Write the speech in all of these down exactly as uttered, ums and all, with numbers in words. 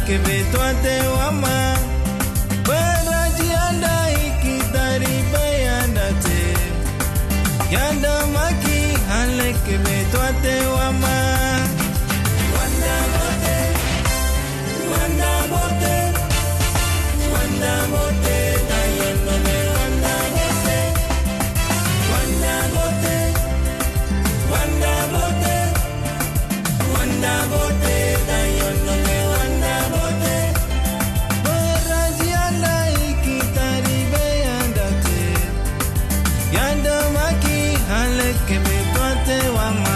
que betuate wama. Beraji anda ikitari bayandate. Yanda maki hale que betuate wama. Wanda bote, wanda bote, wanda bote, dayono me wanda bote, wanda bote, wanda bote, wanda bote, dayono me wanda bote. Beraji anda ikitari bayandate. Yanda maki hale que betuate wama.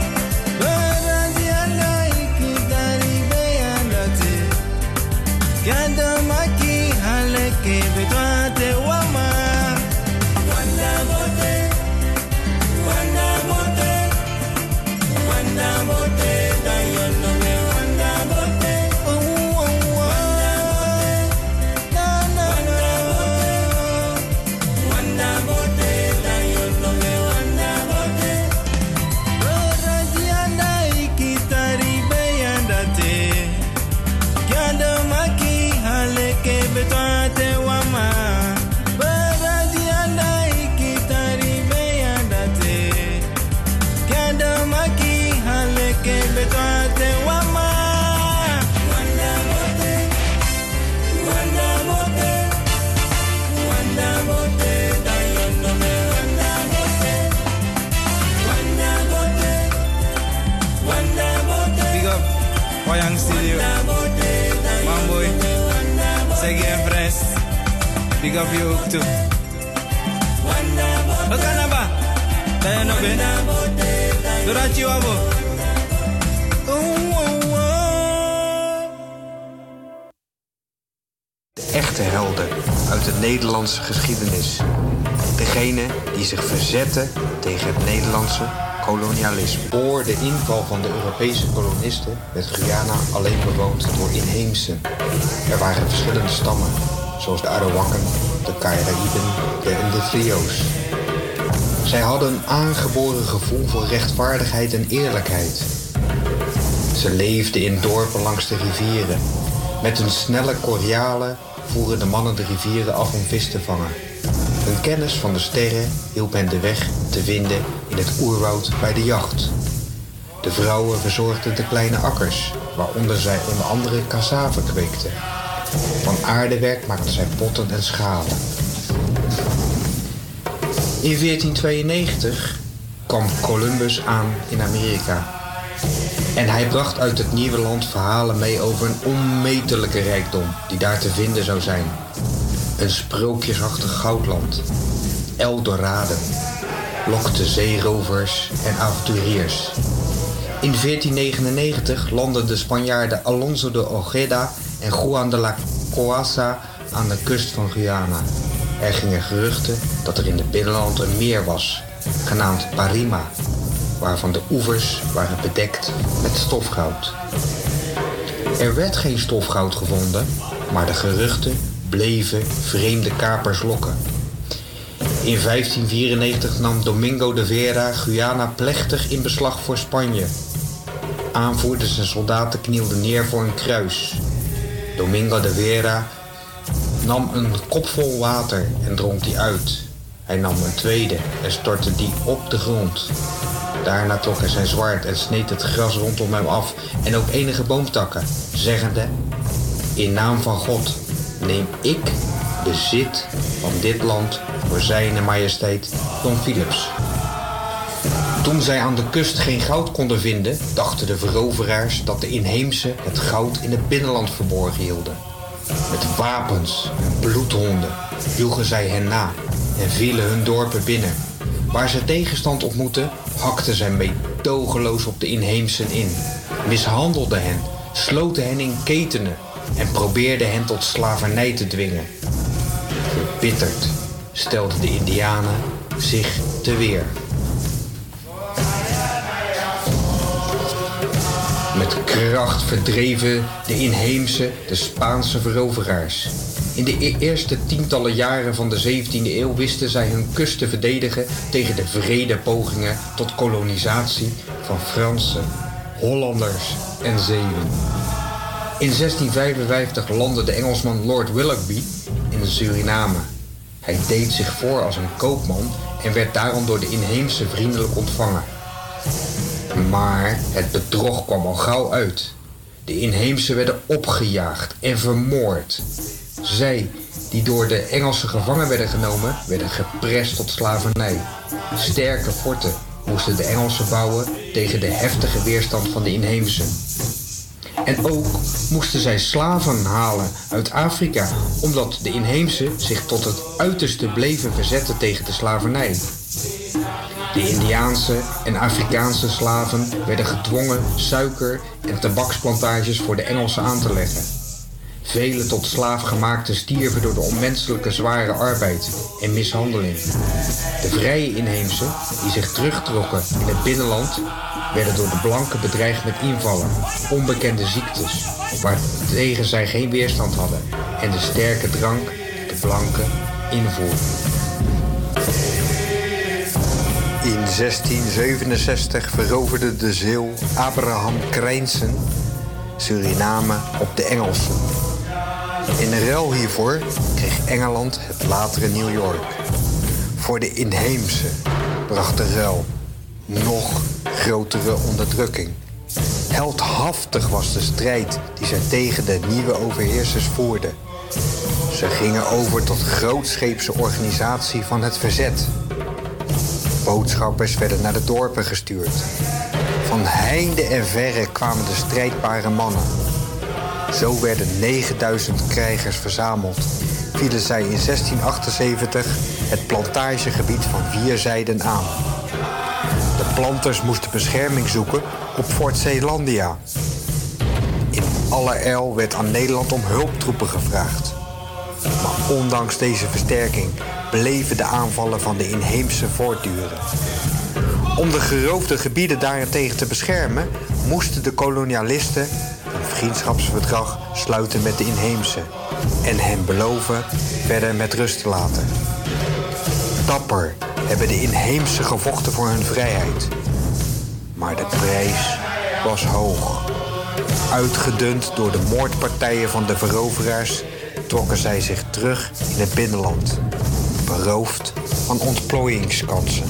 Yanda maki hale ke betuate wama. Wanda bote, wanda bote, wanda bote, dayono me wanda bote. Oh oh oh, wanda bote, na na na. Wanda bote, dayono me wanda bote. Beraji anda ikitari bayandate. Yanda maki hale ke betuate wama. Beraji anda ikitari bayandate. Yanda maki hale ke betuate wama. Wanda bote, wanda bote, wanda bote, dayono me wanda bote. Wanda bote, wanda bote. Big up, Wayang Studio. Mamboy, Segi en Fres. Big up you ook toe. Wat kan dat ba? Tayo no be? Dorachi wabo. De echte helden uit de Nederlandse geschiedenis. Degene die zich verzetten tegen het Nederlandse kolonialisme. Voor de inval van de Europese kolonisten werd Guyana alleen bewoond door inheemsen. Er waren verschillende stammen, zoals de Arawakan, de Cariben en de Trio's. Zij hadden een aangeboren gevoel voor rechtvaardigheid en eerlijkheid. Ze leefden in dorpen langs de rivieren. Met hun snelle Korealen voeren de mannen de rivieren af om vis te vangen. Hun kennis van de sterren hielp hen de weg te vinden in het oerwoud bij de jacht. De vrouwen verzorgden de kleine akkers, waaronder zij onder andere cassave kweekten. Van aardewerk maakten zij potten en schalen. In veertien tweeënnegentig kwam Columbus aan in Amerika. En hij bracht uit het nieuwe land verhalen mee over een onmetelijke rijkdom die daar te vinden zou zijn. Een sprookjesachtig goudland. El Dorado lokte zeerovers en avonturiers. In veertien negenennegentig landden de Spanjaarden Alonso de Ojeda en Juan de la Cosa aan de kust van Guyana. Er gingen geruchten dat er in het binnenland een meer was, genaamd Parima, waarvan de oevers waren bedekt met stofgoud. Er werd geen stofgoud gevonden, maar de geruchten bleven vreemde kapers lokken. In vijftien vierennegentig nam Domingo de Vera Guyana plechtig in beslag voor Spanje. Aanvoerders en soldaten knielden neer voor een kruis. Domingo de Vera nam een kop vol water en dronk die uit. Hij nam een tweede en stortte die op de grond. Daarna trok hij zijn zwaard en sneed het gras rondom hem af en ook enige boomtakken, zeggende: in naam van God neem ik bezit van dit land voor zijne majesteit Don Philips. Toen zij aan de kust geen goud konden vinden, dachten de veroveraars dat de inheemse het goud in het binnenland verborgen hielden. Met wapens en bloedhonden joegen zij hen na en vielen hun dorpen binnen. Waar ze tegenstand ontmoetten, hakten zij meedogenloos op de inheemsen in, mishandelden hen, sloten hen in ketenen en probeerden hen tot slavernij te dwingen. Verbitterd stelden de Indianen zich te weer. Met kracht verdreven de inheemse de Spaanse veroveraars. In de eerste tientallen jaren van de zeventiende eeuw wisten zij hun kust te verdedigen tegen de wrede pogingen tot kolonisatie van Fransen, Hollanders en Zeeuwen. In zestien vijfenvijftig landde de Engelsman Lord Willoughby in Suriname. Hij deed zich voor als een koopman en werd daarom door de inheemse vriendelijk ontvangen. Maar het bedrog kwam al gauw uit. De inheemse werden opgejaagd en vermoord. Zij, die door de Engelsen gevangen werden genomen, werden geprest tot slavernij. Sterke forten moesten de Engelsen bouwen tegen de heftige weerstand van de inheemse. En ook moesten zij slaven halen uit Afrika, omdat de inheemse zich tot het uiterste bleven verzetten tegen de slavernij. De Indiaanse en Afrikaanse slaven werden gedwongen suiker- en tabaksplantages voor de Engelsen aan te leggen. Vele tot slaafgemaakten stierven door de onmenselijke zware arbeid en mishandeling. De vrije inheemsen, die zich terugtrokken in het binnenland, werden door de blanken bedreigd met invallen, onbekende ziektes, waartegen zij geen weerstand hadden, en de sterke drank de blanken invoerden. In zestien zevenenzestig veroverde de Zeeuw Abraham Krijnsen Suriname op de Engelsen. In ruil hiervoor kreeg Engeland het latere New York. Voor de inheemse bracht de ruil nog grotere onderdrukking. Heldhaftig was de strijd die zij tegen de nieuwe overheersers voerden. Ze gingen over tot grootscheepse organisatie van het verzet. Boodschappers werden naar de dorpen gestuurd. Van heinde en verre kwamen de strijdbare mannen. Zo werden negenduizend krijgers verzameld. Vielen zij in zestien achtenzeventig het plantagegebied van vier zijden aan. De planters moesten bescherming zoeken op Fort Zeelandia. In allerijl werd aan Nederland om hulptroepen gevraagd. Maar ondanks deze versterking bleven de aanvallen van de inheemse voortduren. Om de geroofde gebieden daarentegen te beschermen, moesten de kolonialisten een vriendschapsverdrag sluiten met de inheemse en hen beloven verder met rust te laten. Dapper hebben de inheemse gevochten voor hun vrijheid. Maar de prijs was hoog. Uitgedund door de moordpartijen van de veroveraars trokken zij zich terug in het binnenland, beroofd van ontplooiingskansen.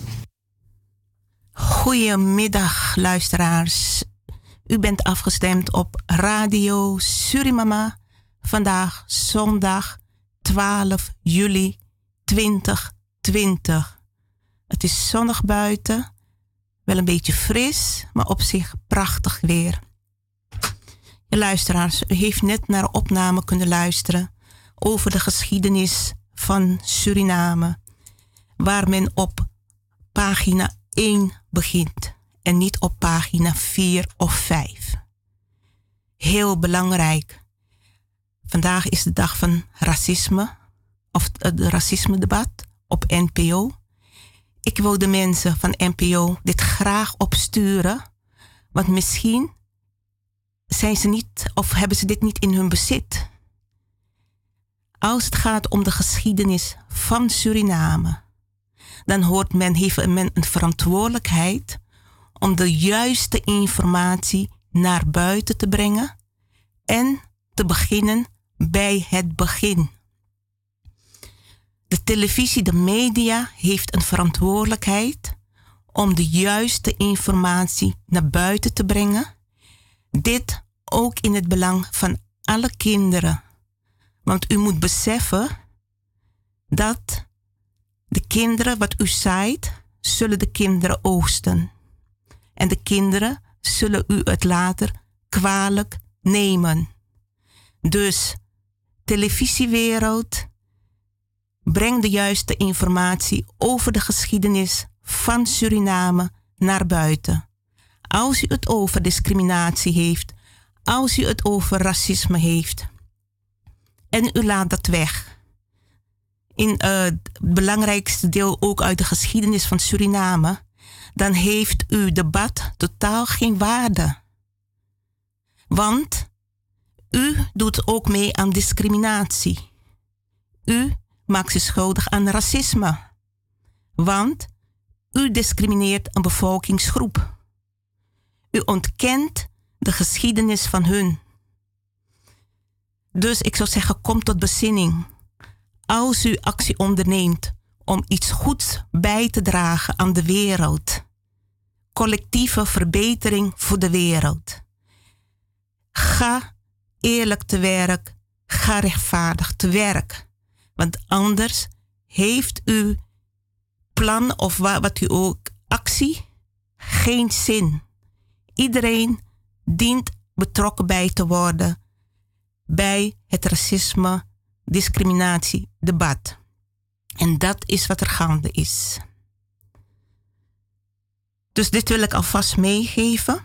Goedemiddag, luisteraars. U bent afgestemd op Radio Surimama. Vandaag zondag twaalf juli tweeduizend twintig. Het is zonnig buiten, wel een beetje fris, maar op zich prachtig weer. Ja, luisteraars, u heeft net naar een opname kunnen luisteren over de geschiedenis van Suriname, waar men op pagina één begint en niet op pagina vier of vijf. Heel belangrijk. Vandaag is de dag van racisme, of het racisme-debat op N P O. Ik wil de mensen van N P O dit graag opsturen, want misschien zijn ze niet of hebben ze dit niet in hun bezit. Als het gaat om de geschiedenis van Suriname, dan hoort men, heeft men een verantwoordelijkheid om de juiste informatie naar buiten te brengen en te beginnen bij het begin. De televisie, de media heeft een verantwoordelijkheid om de juiste informatie naar buiten te brengen. Dit ook in het belang van alle kinderen. Want u moet beseffen dat de kinderen, wat u zaait, zullen de kinderen oogsten. En de kinderen zullen u het later kwalijk nemen. Dus, televisiewereld, breng de juiste informatie over de geschiedenis van Suriname naar buiten. Als u het over discriminatie heeft, als u het over racisme heeft, en u laat dat weg. In uh, het belangrijkste deel ook uit de geschiedenis van Suriname, dan heeft uw debat totaal geen waarde. Want u doet ook mee aan discriminatie. U maakt zich schuldig aan racisme. Want u discrimineert een bevolkingsgroep. U ontkent de geschiedenis van hun. Dus ik zou zeggen, kom tot bezinning. Als u actie onderneemt om iets goeds bij te dragen aan de wereld. Collectieve verbetering voor de wereld. Ga eerlijk te werk. Ga rechtvaardig te werk. Want anders heeft uw plan of wat u ook actie geen zin. Iedereen dient betrokken bij te worden bij het racisme, discriminatie, debat. En dat is wat er gaande is. Dus dit wil ik alvast meegeven.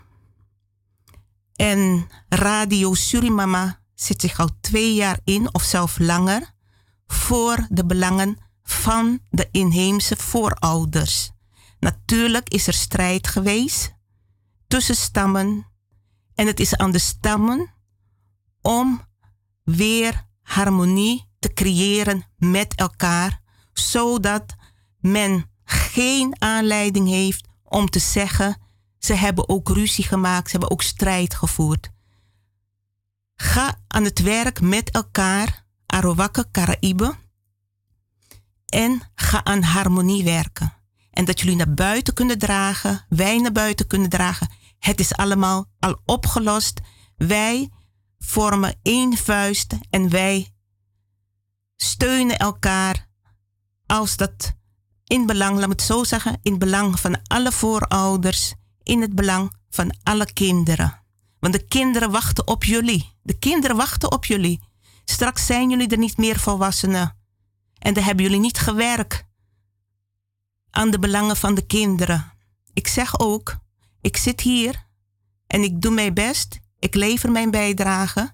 En Radio Surimama zit zich al twee jaar in, of zelfs langer, voor de belangen van de inheemse voorouders. Natuurlijk is er strijd geweest tussen stammen. En het is aan de stammen om weer harmonie te creëren met elkaar, zodat men geen aanleiding heeft om te zeggen, ze hebben ook ruzie gemaakt, ze hebben ook strijd gevoerd. Ga aan het werk met elkaar, Arawakken, Caraïben, en ga aan harmonie werken. En dat jullie naar buiten kunnen dragen, wij naar buiten kunnen dragen. Het is allemaal al opgelost. Wij vormen één vuist en wij steunen elkaar als dat in belang, laat me het zo zeggen, in belang van alle voorouders, in het belang van alle kinderen. Want de kinderen wachten op jullie. De kinderen wachten op jullie. Straks zijn jullie er niet meer volwassenen. En dan hebben jullie niet gewerkt aan de belangen van de kinderen. Ik zeg ook, ik zit hier en ik doe mijn best. Ik lever mijn bijdrage.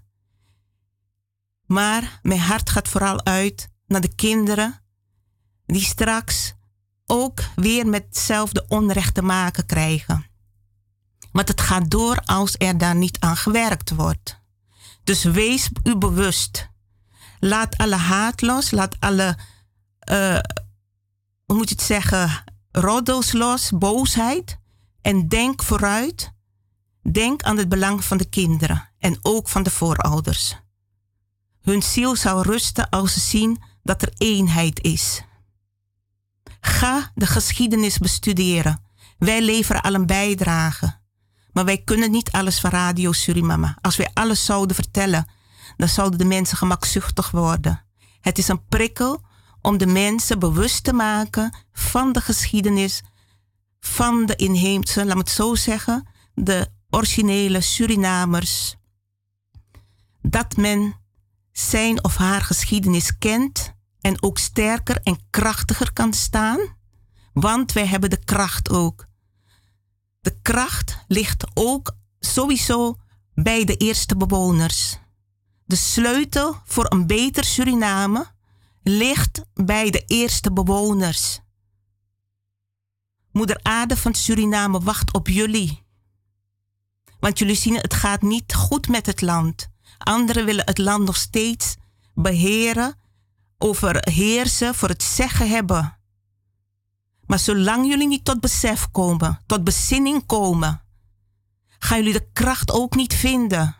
Maar mijn hart gaat vooral uit naar de kinderen die straks ook weer met hetzelfde onrecht te maken krijgen. Want het gaat door als er daar niet aan gewerkt wordt. Dus wees u bewust. Laat alle haat los. Laat alle, uh, hoe moet je het zeggen, roddels los, boosheid. En denk vooruit. Denk aan het belang van de kinderen. En ook van de voorouders. Hun ziel zal rusten als ze zien dat er eenheid is. Ga de geschiedenis bestuderen. Wij leveren al een bijdrage. Maar wij kunnen niet alles van Radio Surimama. Als wij alles zouden vertellen, dan zouden de mensen gemakzuchtig worden. Het is een prikkel om de mensen bewust te maken van de geschiedenis van de inheemse, laat me het zo zeggen, de originele Surinamers. Dat men zijn of haar geschiedenis kent en ook sterker en krachtiger kan staan. Want wij hebben de kracht ook. De kracht ligt ook sowieso bij de eerste bewoners. De sleutel voor een beter Suriname ligt bij de eerste bewoners. Moeder Aarde van Suriname wacht op jullie. Want jullie zien, het gaat niet goed met het land. Anderen willen het land nog steeds beheren, overheersen, voor het zeggen hebben. Maar zolang jullie niet tot besef komen, tot bezinning komen, gaan jullie de kracht ook niet vinden.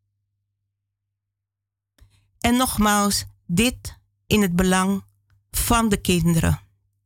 En nogmaals, dit in het belang van de kinderen.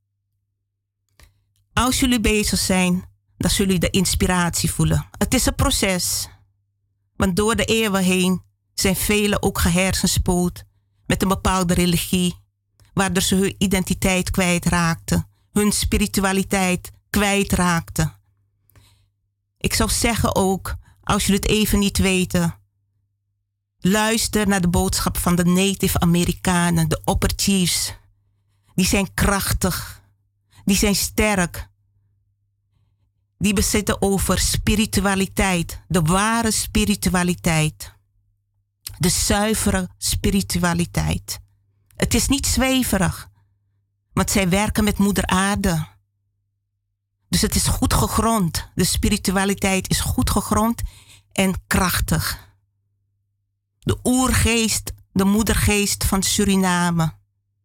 Als jullie bezig zijn, dan zullen jullie de inspiratie voelen. Het is een proces. Want door de eeuwen heen zijn velen ook gehersenspoeld met een bepaalde religie, waardoor ze hun identiteit kwijtraakten, hun spiritualiteit kwijtraakten. Ik zou zeggen ook, als jullie het even niet weten, luister naar de boodschap van de Native Amerikanen, de Upper Chiefs. Die zijn krachtig, die zijn sterk. Die bezitten over spiritualiteit, de ware spiritualiteit. De zuivere spiritualiteit. Het is niet zweverig, want zij werken met Moeder Aarde. Dus het is goed gegrond. De spiritualiteit is goed gegrond en krachtig. De oergeest, de moedergeest van Suriname,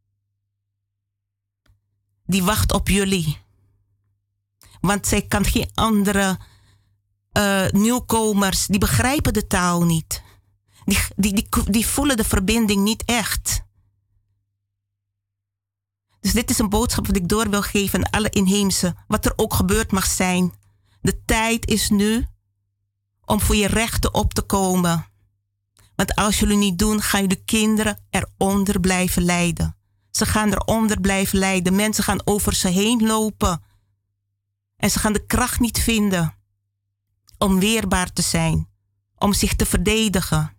die wacht op jullie. Want zij kan geen andere uh, nieuwkomers, die begrijpen de taal niet. Die, die, die, die voelen de verbinding niet echt. Dus dit is een boodschap wat ik door wil geven aan alle inheemse. Wat er ook gebeurd mag zijn. De tijd is nu om voor je rechten op te komen. Want als jullie niet doen, gaan jullie kinderen eronder blijven lijden. Ze gaan eronder blijven lijden. Mensen gaan over ze heen lopen. En ze gaan de kracht niet vinden om weerbaar te zijn. Om zich te verdedigen.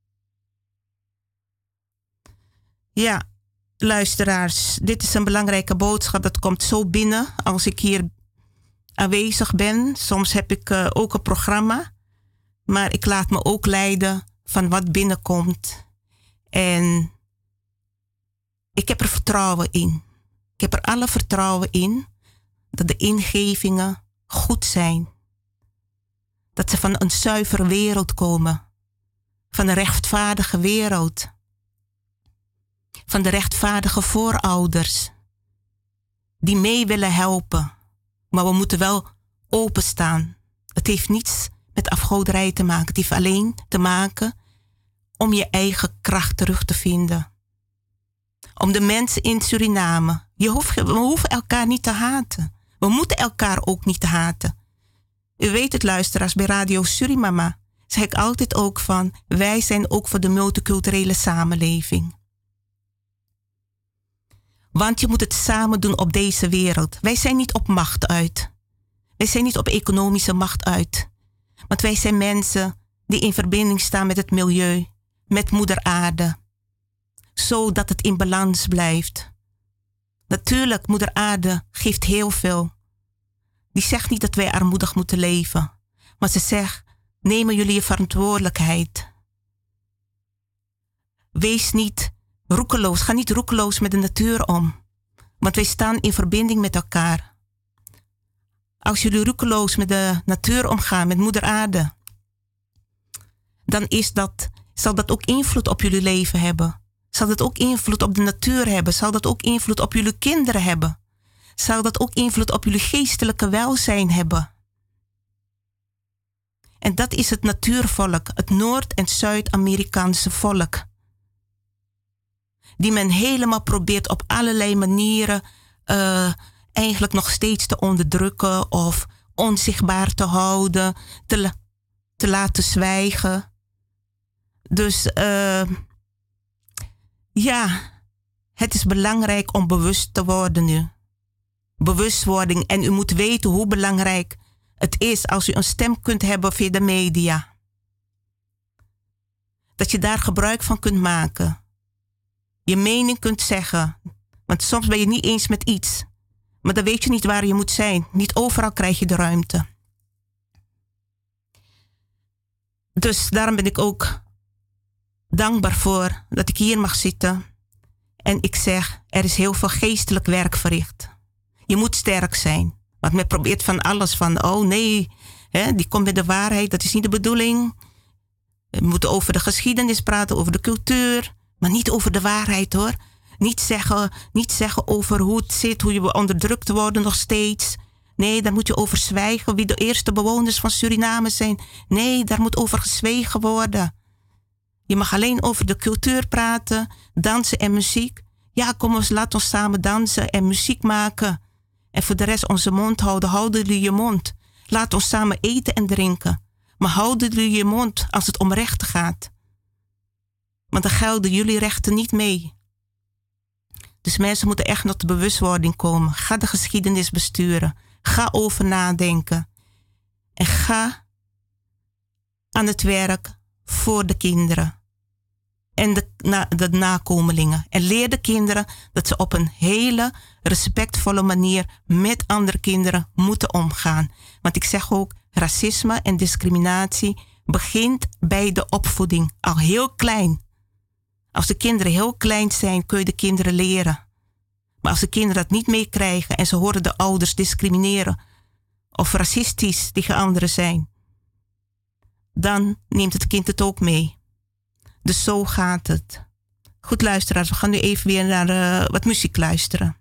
Ja, luisteraars, dit is een belangrijke boodschap. Dat komt zo binnen als ik hier aanwezig ben. Soms heb ik uh, ook een programma. Maar ik laat me ook leiden van wat binnenkomt. En ik heb er vertrouwen in. Ik heb er alle vertrouwen in dat de ingevingen goed zijn. Dat ze van een zuivere wereld komen. Van een rechtvaardige wereld. Van de rechtvaardige voorouders. Die mee willen helpen. Maar we moeten wel openstaan. Het heeft niets met afgoderij te maken. Het heeft alleen te maken om je eigen kracht terug te vinden. Om de mensen in Suriname. Je hoeft, we hoeven elkaar niet te haten. We moeten elkaar ook niet te haten. U weet het, luisteraars, bij Radio Surimama zeg ik altijd ook van, wij zijn ook voor de multiculturele samenleving. Want je moet het samen doen op deze wereld. Wij zijn niet op macht uit. Wij zijn niet op economische macht uit. Want wij zijn mensen die in verbinding staan met het milieu, met moeder aarde. Zodat het in balans blijft. Natuurlijk, moeder aarde geeft heel veel. Die zegt niet dat wij armoedig moeten leven. Maar ze zegt, nemen jullie je verantwoordelijkheid. Wees niet roekeloos. Ga niet roekeloos met de natuur om. Want wij staan in verbinding met elkaar. Als jullie roekeloos met de natuur omgaan, met moeder aarde, dan is dat, zal dat ook invloed op jullie leven hebben. Zal dat ook invloed op de natuur hebben. Zal dat ook invloed op jullie kinderen hebben. Zal dat ook invloed op jullie geestelijke welzijn hebben. En dat is het natuurvolk, het Noord- en Zuid-Amerikaanse volk. Die men helemaal probeert op allerlei manieren uh, eigenlijk nog steeds te onderdrukken of onzichtbaar te houden, te, la- te laten zwijgen. Dus uh, ja, het is belangrijk om bewust te worden nu. Bewustwording. En u moet weten hoe belangrijk het is als u een stem kunt hebben via de media. Dat je daar gebruik van kunt maken. Je mening kunt zeggen. Want soms ben je niet eens met iets. Maar dan weet je niet waar je moet zijn. Niet overal krijg je de ruimte. Dus daarom ben ik ook dankbaar voor dat ik hier mag zitten. En ik zeg, er is heel veel geestelijk werk verricht. Je moet sterk zijn. Want men probeert van alles van, oh nee, hè, die komt met de waarheid. Dat is niet de bedoeling. We moeten over de geschiedenis praten, over de cultuur. Maar niet over de waarheid hoor. Niet zeggen, niet zeggen over hoe het zit, hoe je onderdrukt wordt nog steeds. Nee, daar moet je over zwijgen. Wie de eerste bewoners van Suriname zijn. Nee, daar moet over gezwegen worden. Je mag alleen over de cultuur praten, dansen en muziek. Ja, kom eens, laat ons samen dansen en muziek maken. En voor de rest onze mond houden. Houden jullie je mond. Laat ons samen eten en drinken. Maar houden jullie je mond als het om rechten gaat. Want dan gelden jullie rechten niet mee. Dus mensen moeten echt nog de bewustwording komen. Ga de geschiedenis besturen. Ga over nadenken. En ga aan het werk voor de kinderen. En de, na, de nakomelingen. En leer de kinderen dat ze op een hele respectvolle manier met andere kinderen moeten omgaan. Want ik zeg ook, racisme en discriminatie begint bij de opvoeding. Al heel klein. Als de kinderen heel klein zijn, kun je de kinderen leren. Maar als de kinderen dat niet meekrijgen en ze horen de ouders discrimineren of racistisch tegen anderen zijn, dan neemt het kind het ook mee. Dus zo gaat het. Goed luisteraars, we gaan nu even weer naar uh, wat muziek luisteren.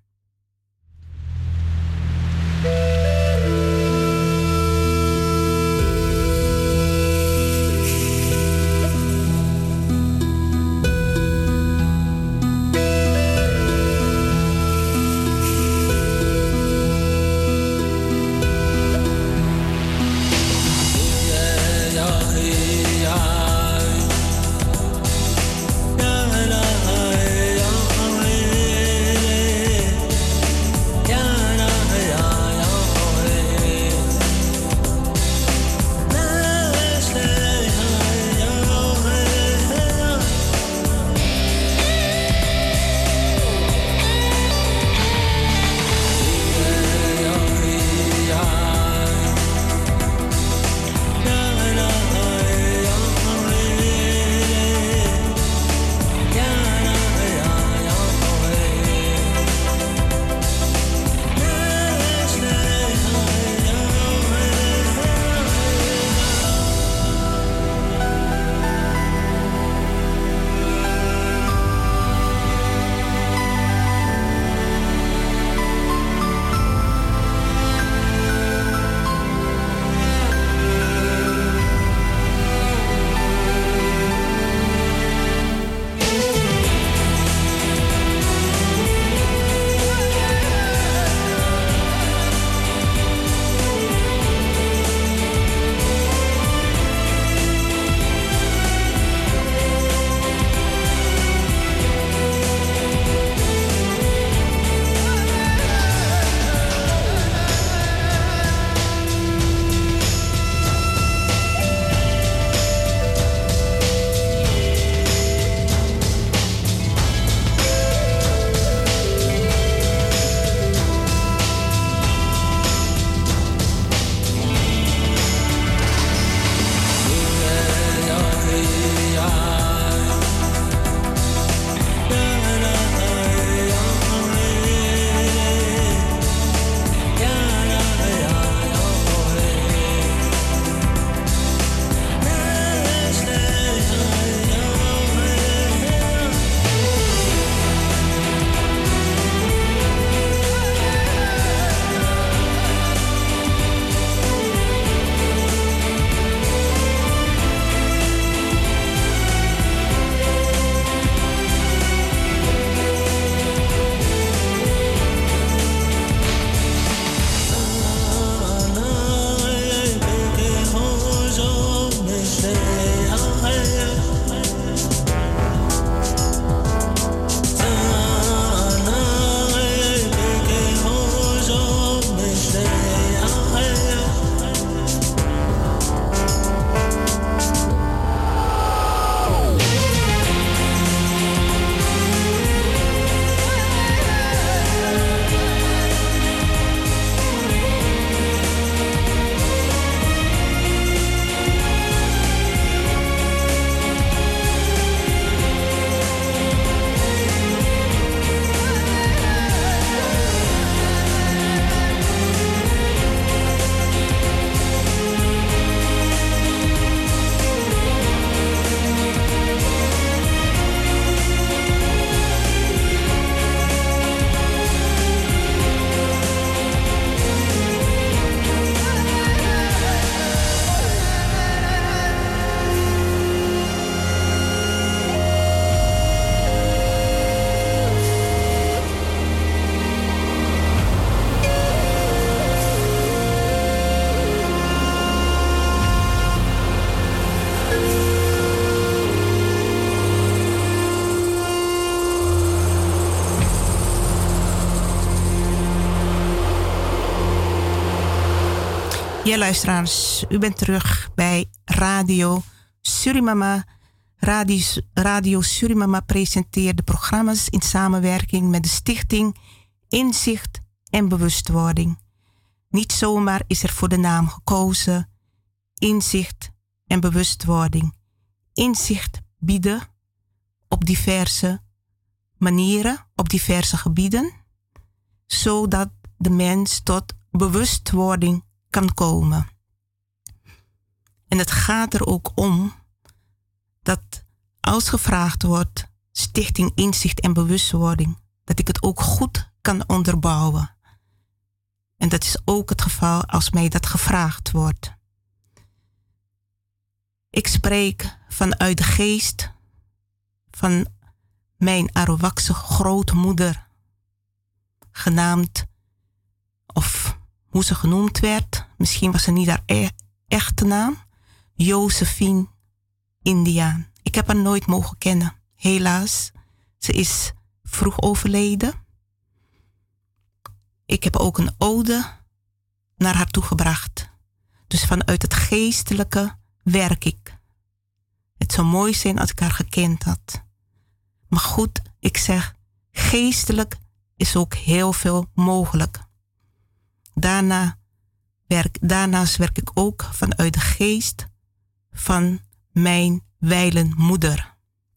Ja, luisteraars, u bent terug bij Radio Surimama. Radio, Radio Surimama presenteert de programma's in samenwerking met de Stichting Inzicht en Bewustwording. Niet zomaar is er voor de naam gekozen Inzicht en Bewustwording. Inzicht bieden op diverse manieren, op diverse gebieden, zodat de mens tot bewustwording kan komen. En het gaat er ook om dat als gevraagd wordt Stichting Inzicht en Bewustwording, dat ik het ook goed kan onderbouwen. En dat is ook het geval als mij dat gevraagd wordt. Ik spreek vanuit de geest van mijn Arawakse grootmoeder, genaamd, of hoe ze genoemd werd, misschien was ze niet haar e- echte naam, Josephine Indiaan. Ik heb haar nooit mogen kennen, helaas. Ze is vroeg overleden. Ik heb ook een ode naar haar toegebracht. Dus vanuit het geestelijke werk ik. Het zou mooi zijn als ik haar gekend had. Maar goed, ik zeg, geestelijk is ook heel veel mogelijk. Daarna werk, daarnaast werk ik ook vanuit de geest van mijn wijlen moeder.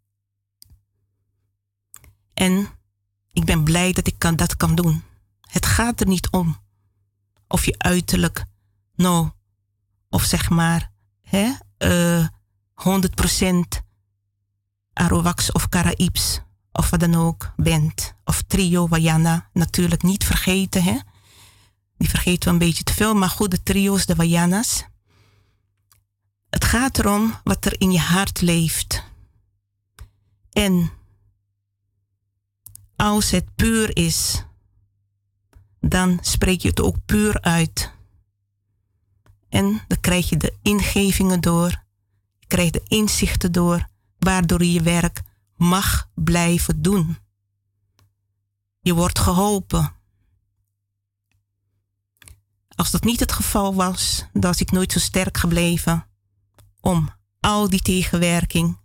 En ik ben blij dat ik kan, dat kan doen. Het gaat er niet om of je uiterlijk, nou, of zeg maar, hè, uh, honderd procent Arawaks of Caraïbs, of wat dan ook bent. Of trio Wayana, natuurlijk niet vergeten, hè. Die vergeten we een beetje te veel, maar goed, de trio's, de Wayana's. Het gaat erom wat er in je hart leeft. En als het puur is, dan spreek je het ook puur uit. En dan krijg je de ingevingen door, je krijgt de inzichten door, waardoor je je werk mag blijven doen. Je wordt geholpen. Als dat niet het geval was, dan was ik nooit zo sterk gebleven om al die tegenwerking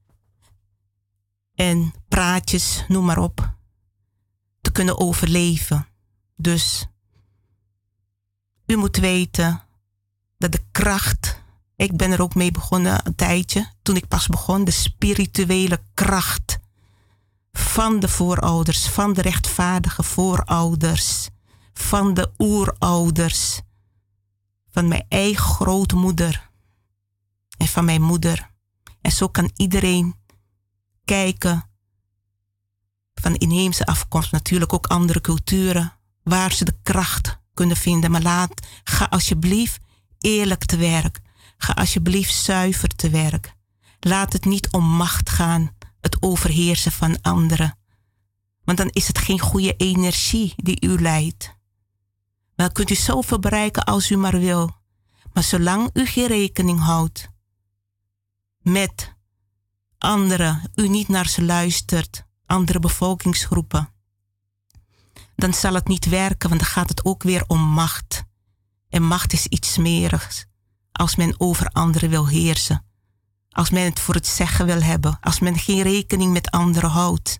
en praatjes, noem maar op, te kunnen overleven. Dus u moet weten dat de kracht, ik ben er ook mee begonnen een tijdje, toen ik pas begon, de spirituele kracht van de voorouders, van de rechtvaardige voorouders, van de oerouders, van mijn eigen grootmoeder en van mijn moeder. En zo kan iedereen kijken van inheemse afkomst, natuurlijk ook andere culturen, waar ze de kracht kunnen vinden. Maar laat, ga alsjeblieft eerlijk te werk. Ga alsjeblieft zuiver te werk. Laat het niet om macht gaan, het overheersen van anderen. Want dan is het geen goede energie die u leidt. Dan kunt u zoveel bereiken als u maar wil. Maar zolang u geen rekening houdt met anderen, u niet naar ze luistert, andere bevolkingsgroepen, dan zal het niet werken, want dan gaat het ook weer om macht. En macht is iets smerigs. Als men over anderen wil heersen. Als men het voor het zeggen wil hebben. Als men geen rekening met anderen houdt.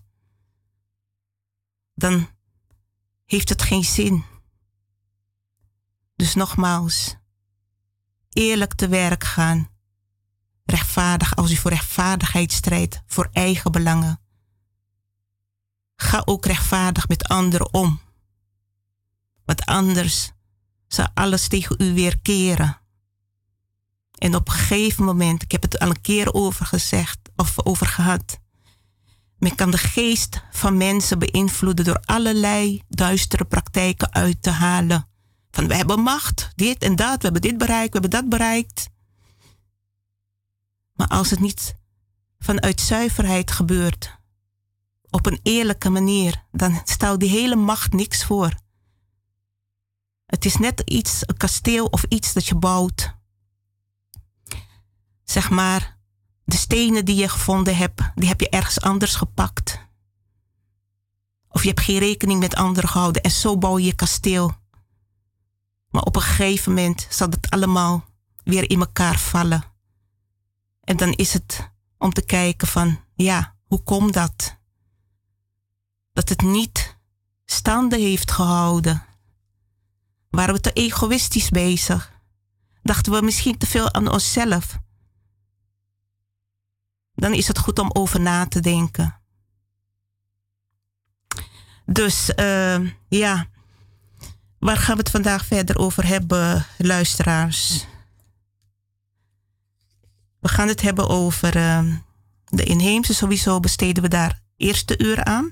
Dan heeft het geen zin. Dus nogmaals, eerlijk te werk gaan. Rechtvaardig, als u voor rechtvaardigheid strijdt, voor eigen belangen. Ga ook rechtvaardig met anderen om. Want anders zal alles tegen u weer keren. En op een gegeven moment, ik heb het al een keer over gezegd, of over gehad. Men kan de geest van mensen beïnvloeden door allerlei duistere praktijken uit te halen. Van we hebben macht, dit en dat, we hebben dit bereikt, we hebben dat bereikt. Maar als het niet vanuit zuiverheid gebeurt, op een eerlijke manier, dan stelt die hele macht niks voor. Het is net iets, een kasteel of iets dat je bouwt. Zeg maar, de stenen die je gevonden hebt, die heb je ergens anders gepakt. Of je hebt geen rekening met anderen gehouden en zo bouw je je kasteel. Maar op een gegeven moment zal het allemaal weer in elkaar vallen. En dan is het om te kijken van, ja, hoe komt dat? Dat het niet staande heeft gehouden. Waren we te egoïstisch bezig? Dachten we misschien te veel aan onszelf? Dan is het goed om over na te denken. Dus uh, ja, waar gaan we het vandaag verder over hebben, luisteraars? We gaan het hebben over uh, de inheemse. Sowieso besteden we daar eerste uur aan.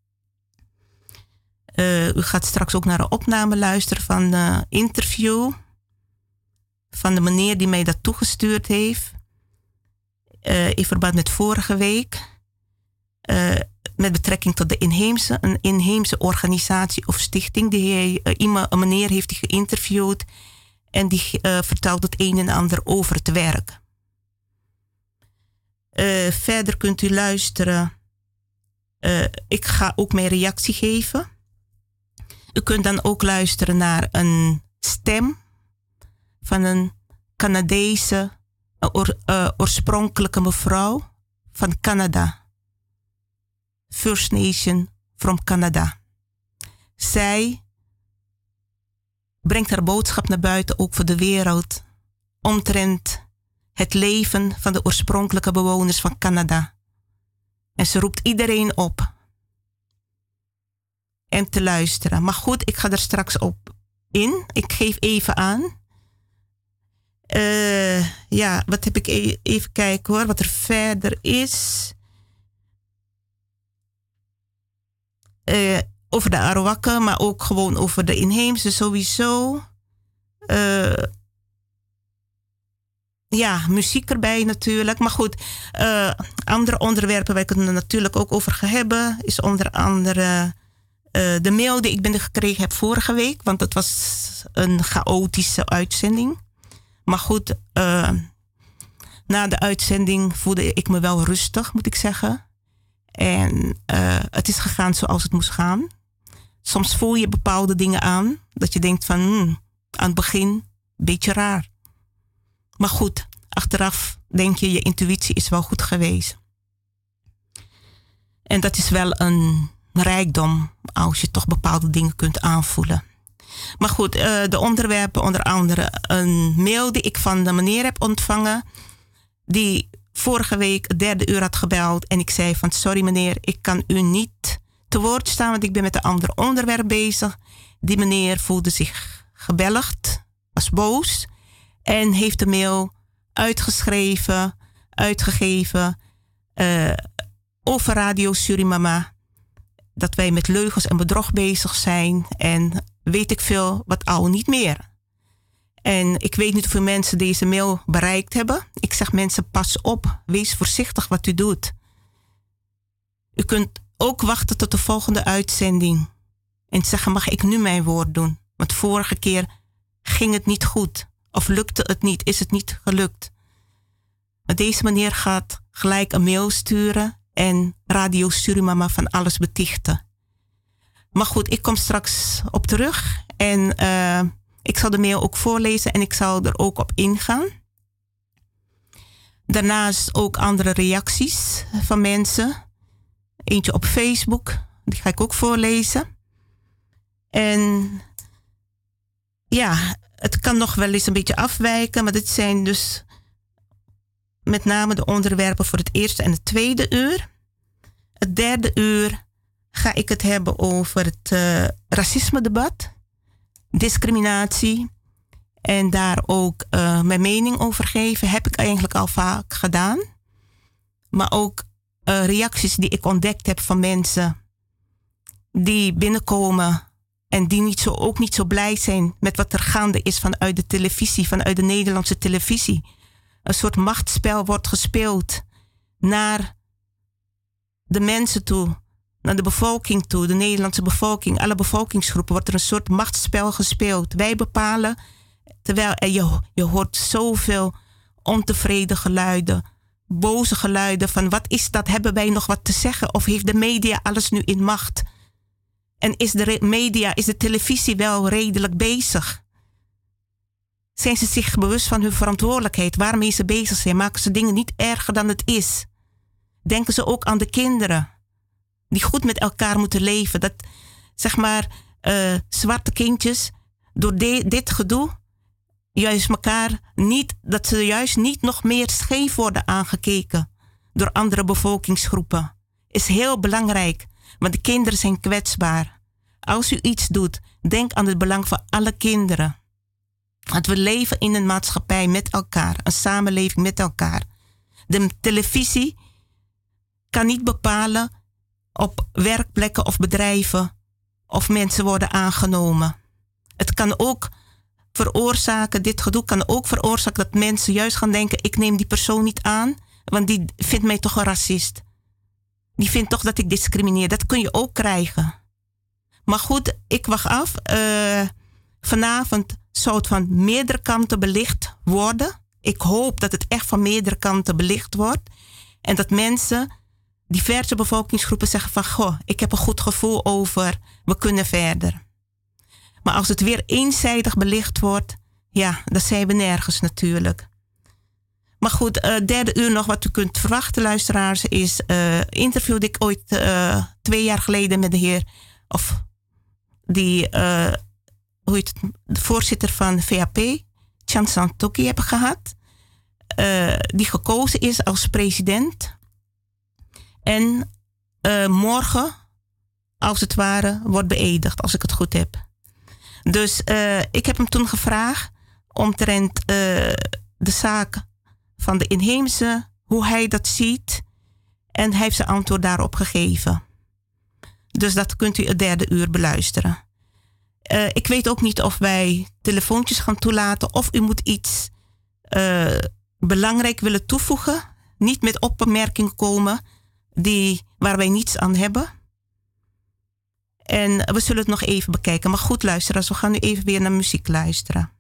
Uh, u gaat straks ook naar een opname luisteren van een interview van de meneer die mij dat toegestuurd heeft. Uh, in verband met vorige week. Uh, met betrekking tot de inheemse, een inheemse organisatie of stichting. Die hij, uh, iemand, een meneer heeft die geïnterviewd. En die uh, vertelt het een en ander over het werk. Uh, verder kunt u luisteren. Uh, ik ga ook mijn reactie geven. U kunt dan ook luisteren naar een stem van een Canadese Or, uh, oorspronkelijke mevrouw van Canada. First Nation from Canada. Zij brengt haar boodschap naar buiten, ook voor de wereld, omtrent het leven van de oorspronkelijke bewoners van Canada. En ze roept iedereen op en te luisteren. Maar goed, ik ga er straks op in. Ik geef even aan. Uh, ja, wat heb ik e- even kijken hoor, wat er verder is. Uh, over de Arawakken, maar ook gewoon over de inheemse sowieso. Uh, ja, muziek erbij natuurlijk. Maar goed, uh, andere onderwerpen waar ik het natuurlijk ook over ga hebben, is onder andere uh, de mail die ik binnen gekregen heb vorige week. Want het was een chaotische uitzending. Maar goed, uh, na de uitzending voelde ik me wel rustig, moet ik zeggen. En uh, het is gegaan zoals het moest gaan. Soms voel je bepaalde dingen aan. Dat je denkt van, hmm, aan het begin, een beetje raar. Maar goed, achteraf denk je, je intuïtie is wel goed geweest. En dat is wel een rijkdom als je toch bepaalde dingen kunt aanvoelen. Maar goed, uh, de onderwerpen, onder andere een mail die ik van de meneer heb ontvangen. Die vorige week het derde uur had gebeld. En ik zei van, sorry meneer, ik kan u niet te woord staan, want ik ben met een ander onderwerp bezig. Die meneer voelde zich gebelgd, was boos. En heeft de mail uitgeschreven, uitgegeven uh, over Radio Surimama. Dat wij met leugens en bedrog bezig zijn. En weet ik veel wat al niet meer. En ik weet niet hoeveel mensen deze mail bereikt hebben. Ik zeg mensen, pas op. Wees voorzichtig wat u doet. U kunt ook wachten tot de volgende uitzending. En zeggen, mag ik nu mijn woord doen? Want vorige keer ging het niet goed. Of lukte het niet, is het niet gelukt. Maar deze meneer gaat gelijk een mail sturen. En Radio Surimama van alles betichten. Maar goed, ik kom straks op terug. En uh, ik zal de mail ook voorlezen en ik zal er ook op ingaan. Daarnaast ook andere reacties van mensen. Eentje op Facebook, die ga ik ook voorlezen. En ja, het kan nog wel eens een beetje afwijken, maar dit zijn dus met name de onderwerpen voor het eerste en het tweede uur. Het derde uur ga ik het hebben over het uh, racisme-debat, discriminatie en daar ook uh, mijn mening over geven. Heb ik eigenlijk al vaak gedaan. Maar ook uh, reacties die ik ontdekt heb van mensen die binnenkomen en die niet zo, ook niet zo blij zijn met wat er gaande is vanuit de televisie, vanuit de Nederlandse televisie. Een soort machtsspel wordt gespeeld naar de mensen toe, naar de bevolking toe, de Nederlandse bevolking, alle bevolkingsgroepen wordt er een soort machtsspel gespeeld. Wij bepalen, terwijl er je, je hoort zoveel ontevreden geluiden, boze geluiden van wat is dat, hebben wij nog wat te zeggen of heeft de media alles nu in macht? En is de media, is de televisie wel redelijk bezig Zijn ze zich bewust van hun verantwoordelijkheid? Waarmee ze bezig zijn? Maken ze dingen niet erger dan het is? Denken ze ook aan de kinderen die goed met elkaar moeten leven? Dat, zeg maar, uh, zwarte kindjes door de, dit gedoe juist elkaar niet, dat ze juist niet nog meer scheef worden aangekeken door andere bevolkingsgroepen. Is heel belangrijk, want de kinderen zijn kwetsbaar. Als u iets doet, denk aan het belang van alle kinderen. Want we leven in een maatschappij met elkaar, een samenleving met elkaar. De televisie kan niet bepalen op werkplekken of bedrijven of mensen worden aangenomen. Het kan ook veroorzaken, dit gedoe kan ook veroorzaken dat mensen juist gaan denken, ik neem die persoon niet aan, want die vindt mij toch een racist. Die vindt toch dat ik discrimineer. Dat kun je ook krijgen. Maar goed, ik wacht af. Uh, vanavond zou het van meerdere kanten belicht worden. Ik hoop dat het echt van meerdere kanten belicht wordt. En dat mensen, diverse bevolkingsgroepen zeggen van, goh, ik heb een goed gevoel over, we kunnen verder. Maar als het weer eenzijdig belicht wordt, ja, dan zijn we nergens natuurlijk. Maar goed, uh, derde uur nog wat u kunt verwachten, luisteraars, is uh, interviewde ik ooit uh, twee jaar geleden met de heer, of die, uh, hoe heet het, de voorzitter van V A P, Chan Santoki, hebben gehad. Uh, die gekozen is als president. En uh, morgen, als het ware, wordt beëdigd, als ik het goed heb. Dus uh, ik heb hem toen gevraagd omtrent uh, de zaak van de inheemse, hoe hij dat ziet. En hij heeft zijn antwoord daarop gegeven. Dus dat kunt u het derde uur beluisteren. Uh, ik weet ook niet of wij telefoontjes gaan toelaten of u moet iets uh, belangrijk willen toevoegen. Niet met opmerkingen komen die, waar wij niets aan hebben. En we zullen het nog even bekijken. Maar goed, luisteraars, we gaan nu even weer naar muziek luisteren.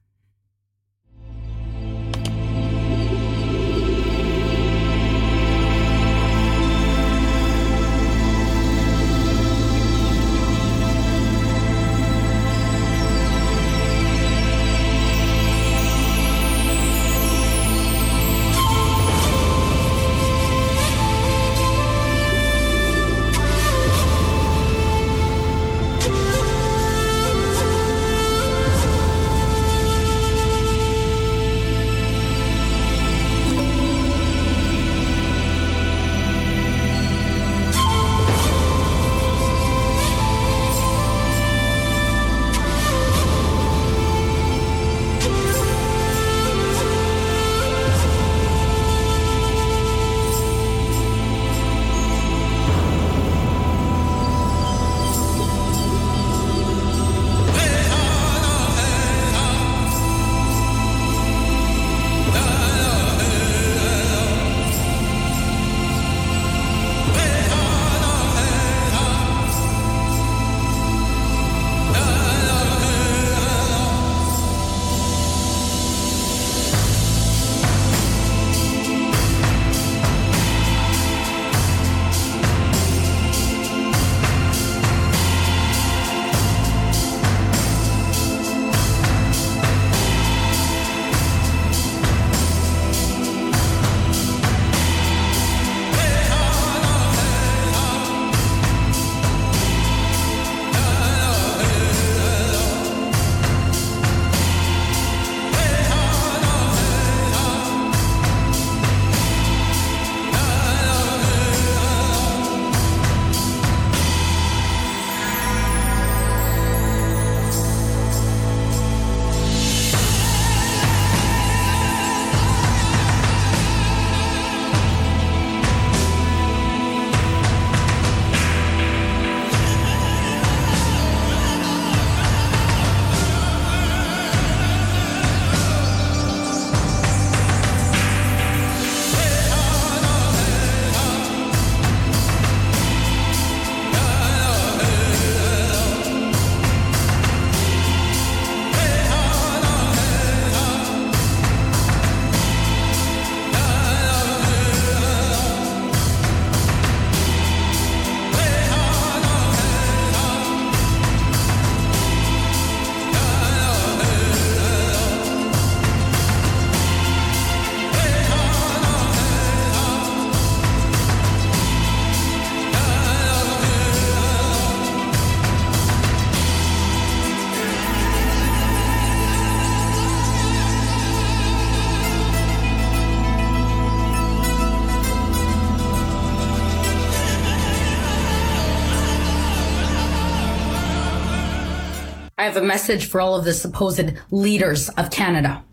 I have a message for all of the supposed leaders of Canada.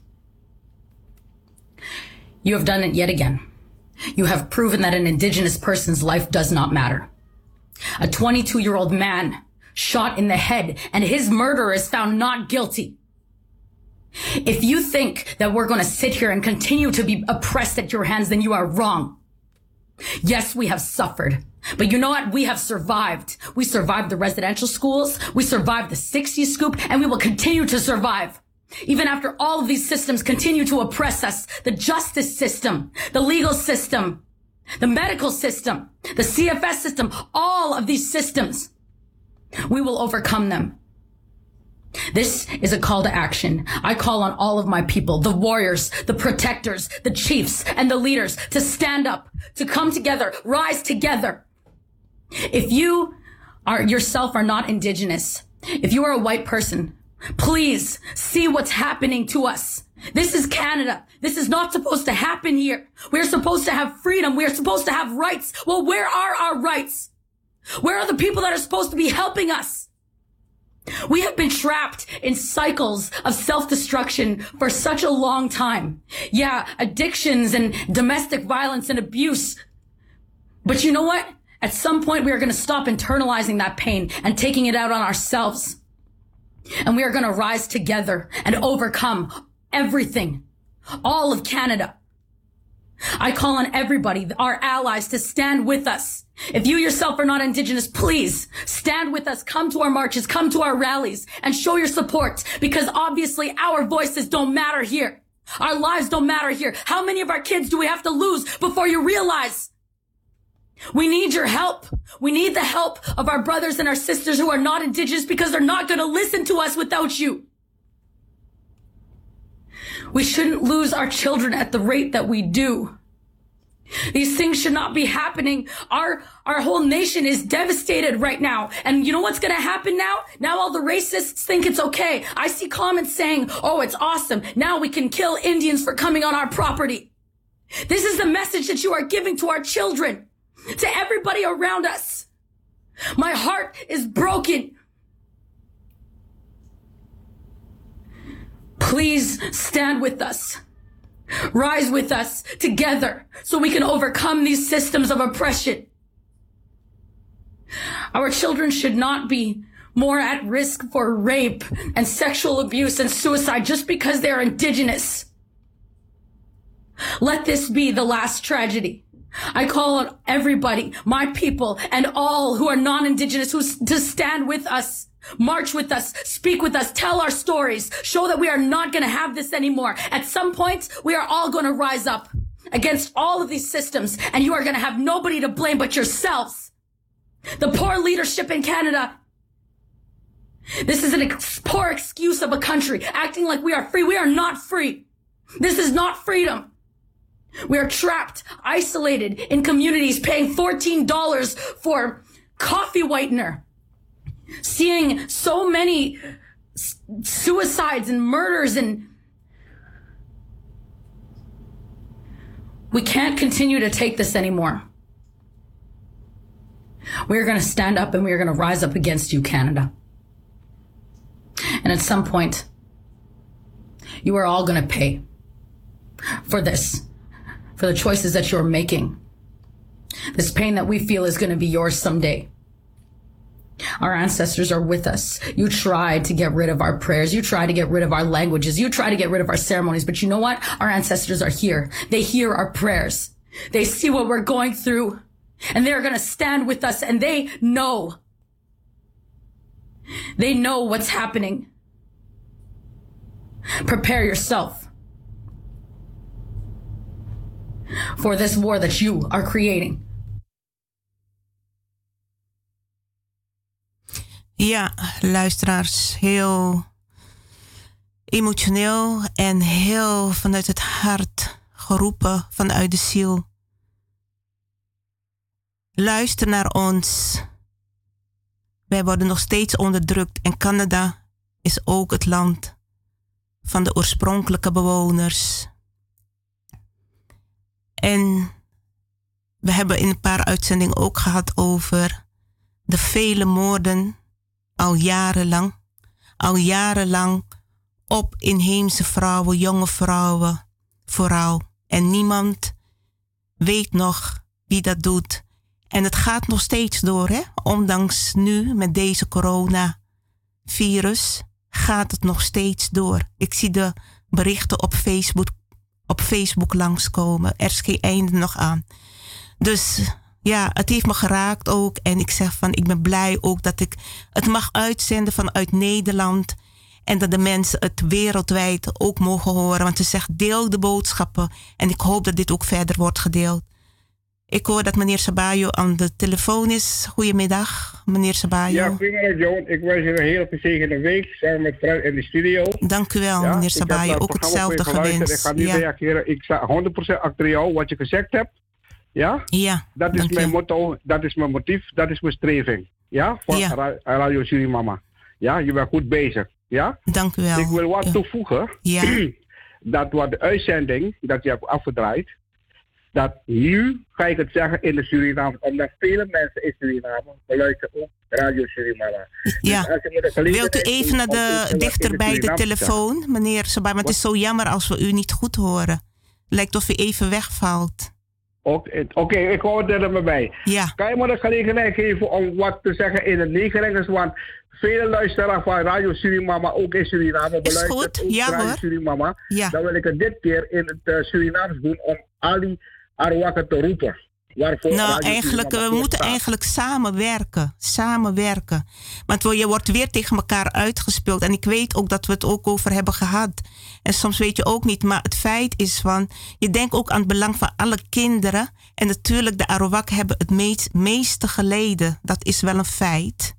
You have done it yet again. You have proven that an Indigenous person's life does not matter. A twenty-two-year-old man shot in the head and his murderer is found not guilty. If you think that we're going to sit here and continue to be oppressed at your hands, then you are wrong. Yes, we have suffered. But you know what? We have survived. We survived the residential schools. We survived the sixties scoop, and we will continue to survive. Even after all of these systems continue to oppress us, the justice system, the legal system, the medical system, the C F S system, all of these systems, we will overcome them. This is a call to action. I call on all of my people, the warriors, the protectors, the chiefs, and the leaders to stand up, to come together, rise together. If you are yourself are not Indigenous, if you are a white person, please see what's happening to us. This is Canada. This is not supposed to happen here. We're supposed to have freedom. We're supposed to have rights. Well, where are our rights? Where are the people that are supposed to be helping us? We have been trapped in cycles of self-destruction for such a long time. Yeah, addictions and domestic violence and abuse. But you know what? At some point, we are going to stop internalizing that pain and taking it out on ourselves. And we are going to rise together and overcome everything. All of Canada. I call on everybody, our allies, to stand with us. If you yourself are not Indigenous, please stand with us. Come to our marches, come to our rallies, and show your support, because obviously our voices don't matter here. Our lives don't matter here. How many of our kids do we have to lose before you realize? We need your help. We need the help of our brothers and our sisters who are not Indigenous, because they're not going to listen to us without you. We shouldn't lose our children at the rate that we do. These things should not be happening. Our, our whole nation is devastated right now. And you know what's going to happen now? Now all the racists think it's okay. I see comments saying, oh, it's awesome. Now we can kill Indians for coming on our property. This is the message that you are giving to our children, to everybody around us. My heart is broken. Please stand with us. Rise with us together so we can overcome these systems of oppression. Our children should not be more at risk for rape and sexual abuse and suicide just because they're Indigenous. Let this be the last tragedy. I call on everybody, my people, and all who are non-Indigenous who to stand with us. March with us, speak with us, tell our stories, show that we are not going to have this anymore. At some point, we are all going to rise up against all of these systems, and you are going to have nobody to blame but yourselves. The poor leadership in Canada. This is an ex- poor excuse of a country acting like we are free. We are not free. This is not freedom. We are trapped, isolated in communities, paying fourteen dollars for coffee whitener. Seeing so many suicides and murders, and we can't continue to take this anymore. We're going to stand up and we are going to rise up against you, Canada. And at some point, you are all going to pay for this, for the choices that you're making. This pain that we feel is going to be yours someday. Our ancestors are with us. You tried to get rid of our prayers. You tried to get rid of our languages. You tried to get rid of our ceremonies. But you know what? Our ancestors are here. They hear our prayers. They see what we're going through. And they're going to stand with us. And they know. They know what's happening. Prepare yourself for this war that you are creating. Ja, luisteraars, heel emotioneel en heel vanuit het hart geroepen, vanuit de ziel. Luister naar ons. Wij worden nog steeds onderdrukt en Canada is ook het land van de oorspronkelijke bewoners. En we hebben in een paar uitzendingen ook gehad over de vele moorden al jarenlang. al jarenlang op inheemse vrouwen, jonge vrouwen vooral. En niemand weet nog wie dat doet. En het gaat nog steeds door, hè? Ondanks nu met deze coronavirus gaat het nog steeds door. Ik zie de berichten op Facebook, op Facebook langskomen. Er is geen einde nog aan. Dus ja, het heeft me geraakt ook. En ik zeg van, ik ben blij ook dat ik het mag uitzenden vanuit Nederland. En dat de mensen het wereldwijd ook mogen horen. Want ze zegt, deel de boodschappen. En ik hoop dat dit ook verder wordt gedeeld. Ik hoor dat meneer Sabayo aan de telefoon is. Goedemiddag, meneer Sabayo. Ja, goedemiddag Joan. Ik wens je een hele gezegende week samen met Fred in de studio. Dank u wel, ja, meneer Sabayo. Ook hetzelfde gewenst. Ik ga niet ja. reageren. Ik sta honderd procent achter jou, wat je gezegd hebt. Ja? Ja. Dat is mijn motto, dat is mijn motief, dat is mijn streving. Ja? Voor ja. Radio Surimama. Ja, je bent goed bezig. Ja? Dank u wel. Ik wil wat ja. toevoegen. Ja. Dat wat de uitzending, dat je hebt afgedraaid, dat nu, ga ik het zeggen, in de Suriname, omdat vele mensen in Suriname beluisteren ook Radio Surimama. Ja. Dus wilt u even naar de, dichter bij de, de telefoon, meneer Sabai, want het is zo jammer als we u niet goed horen. Lijkt of u even wegvalt. Oké, okay, ik hoor er maar bij. Ja. Kan je me de gelegenheid geven om wat te zeggen in het Nederlands, want vele luisteraars van Radio Surimama, ook in Suriname, beluisteren ook ja, Radio hoor. Surimama. Ja. Dan wil ik het dit keer in het uh, Surinaams doen om Ali Arwaka te roepen. Waarvoor nou, Radio eigenlijk, we moeten staat. eigenlijk samenwerken. Samenwerken. Want je wordt weer tegen elkaar uitgespeeld. En ik weet ook dat we het ook over hebben gehad. En soms weet je ook niet. Maar het feit is van, je denkt ook aan het belang van alle kinderen. En natuurlijk, de Arawak hebben het meest, meeste geleden. Dat is wel een feit.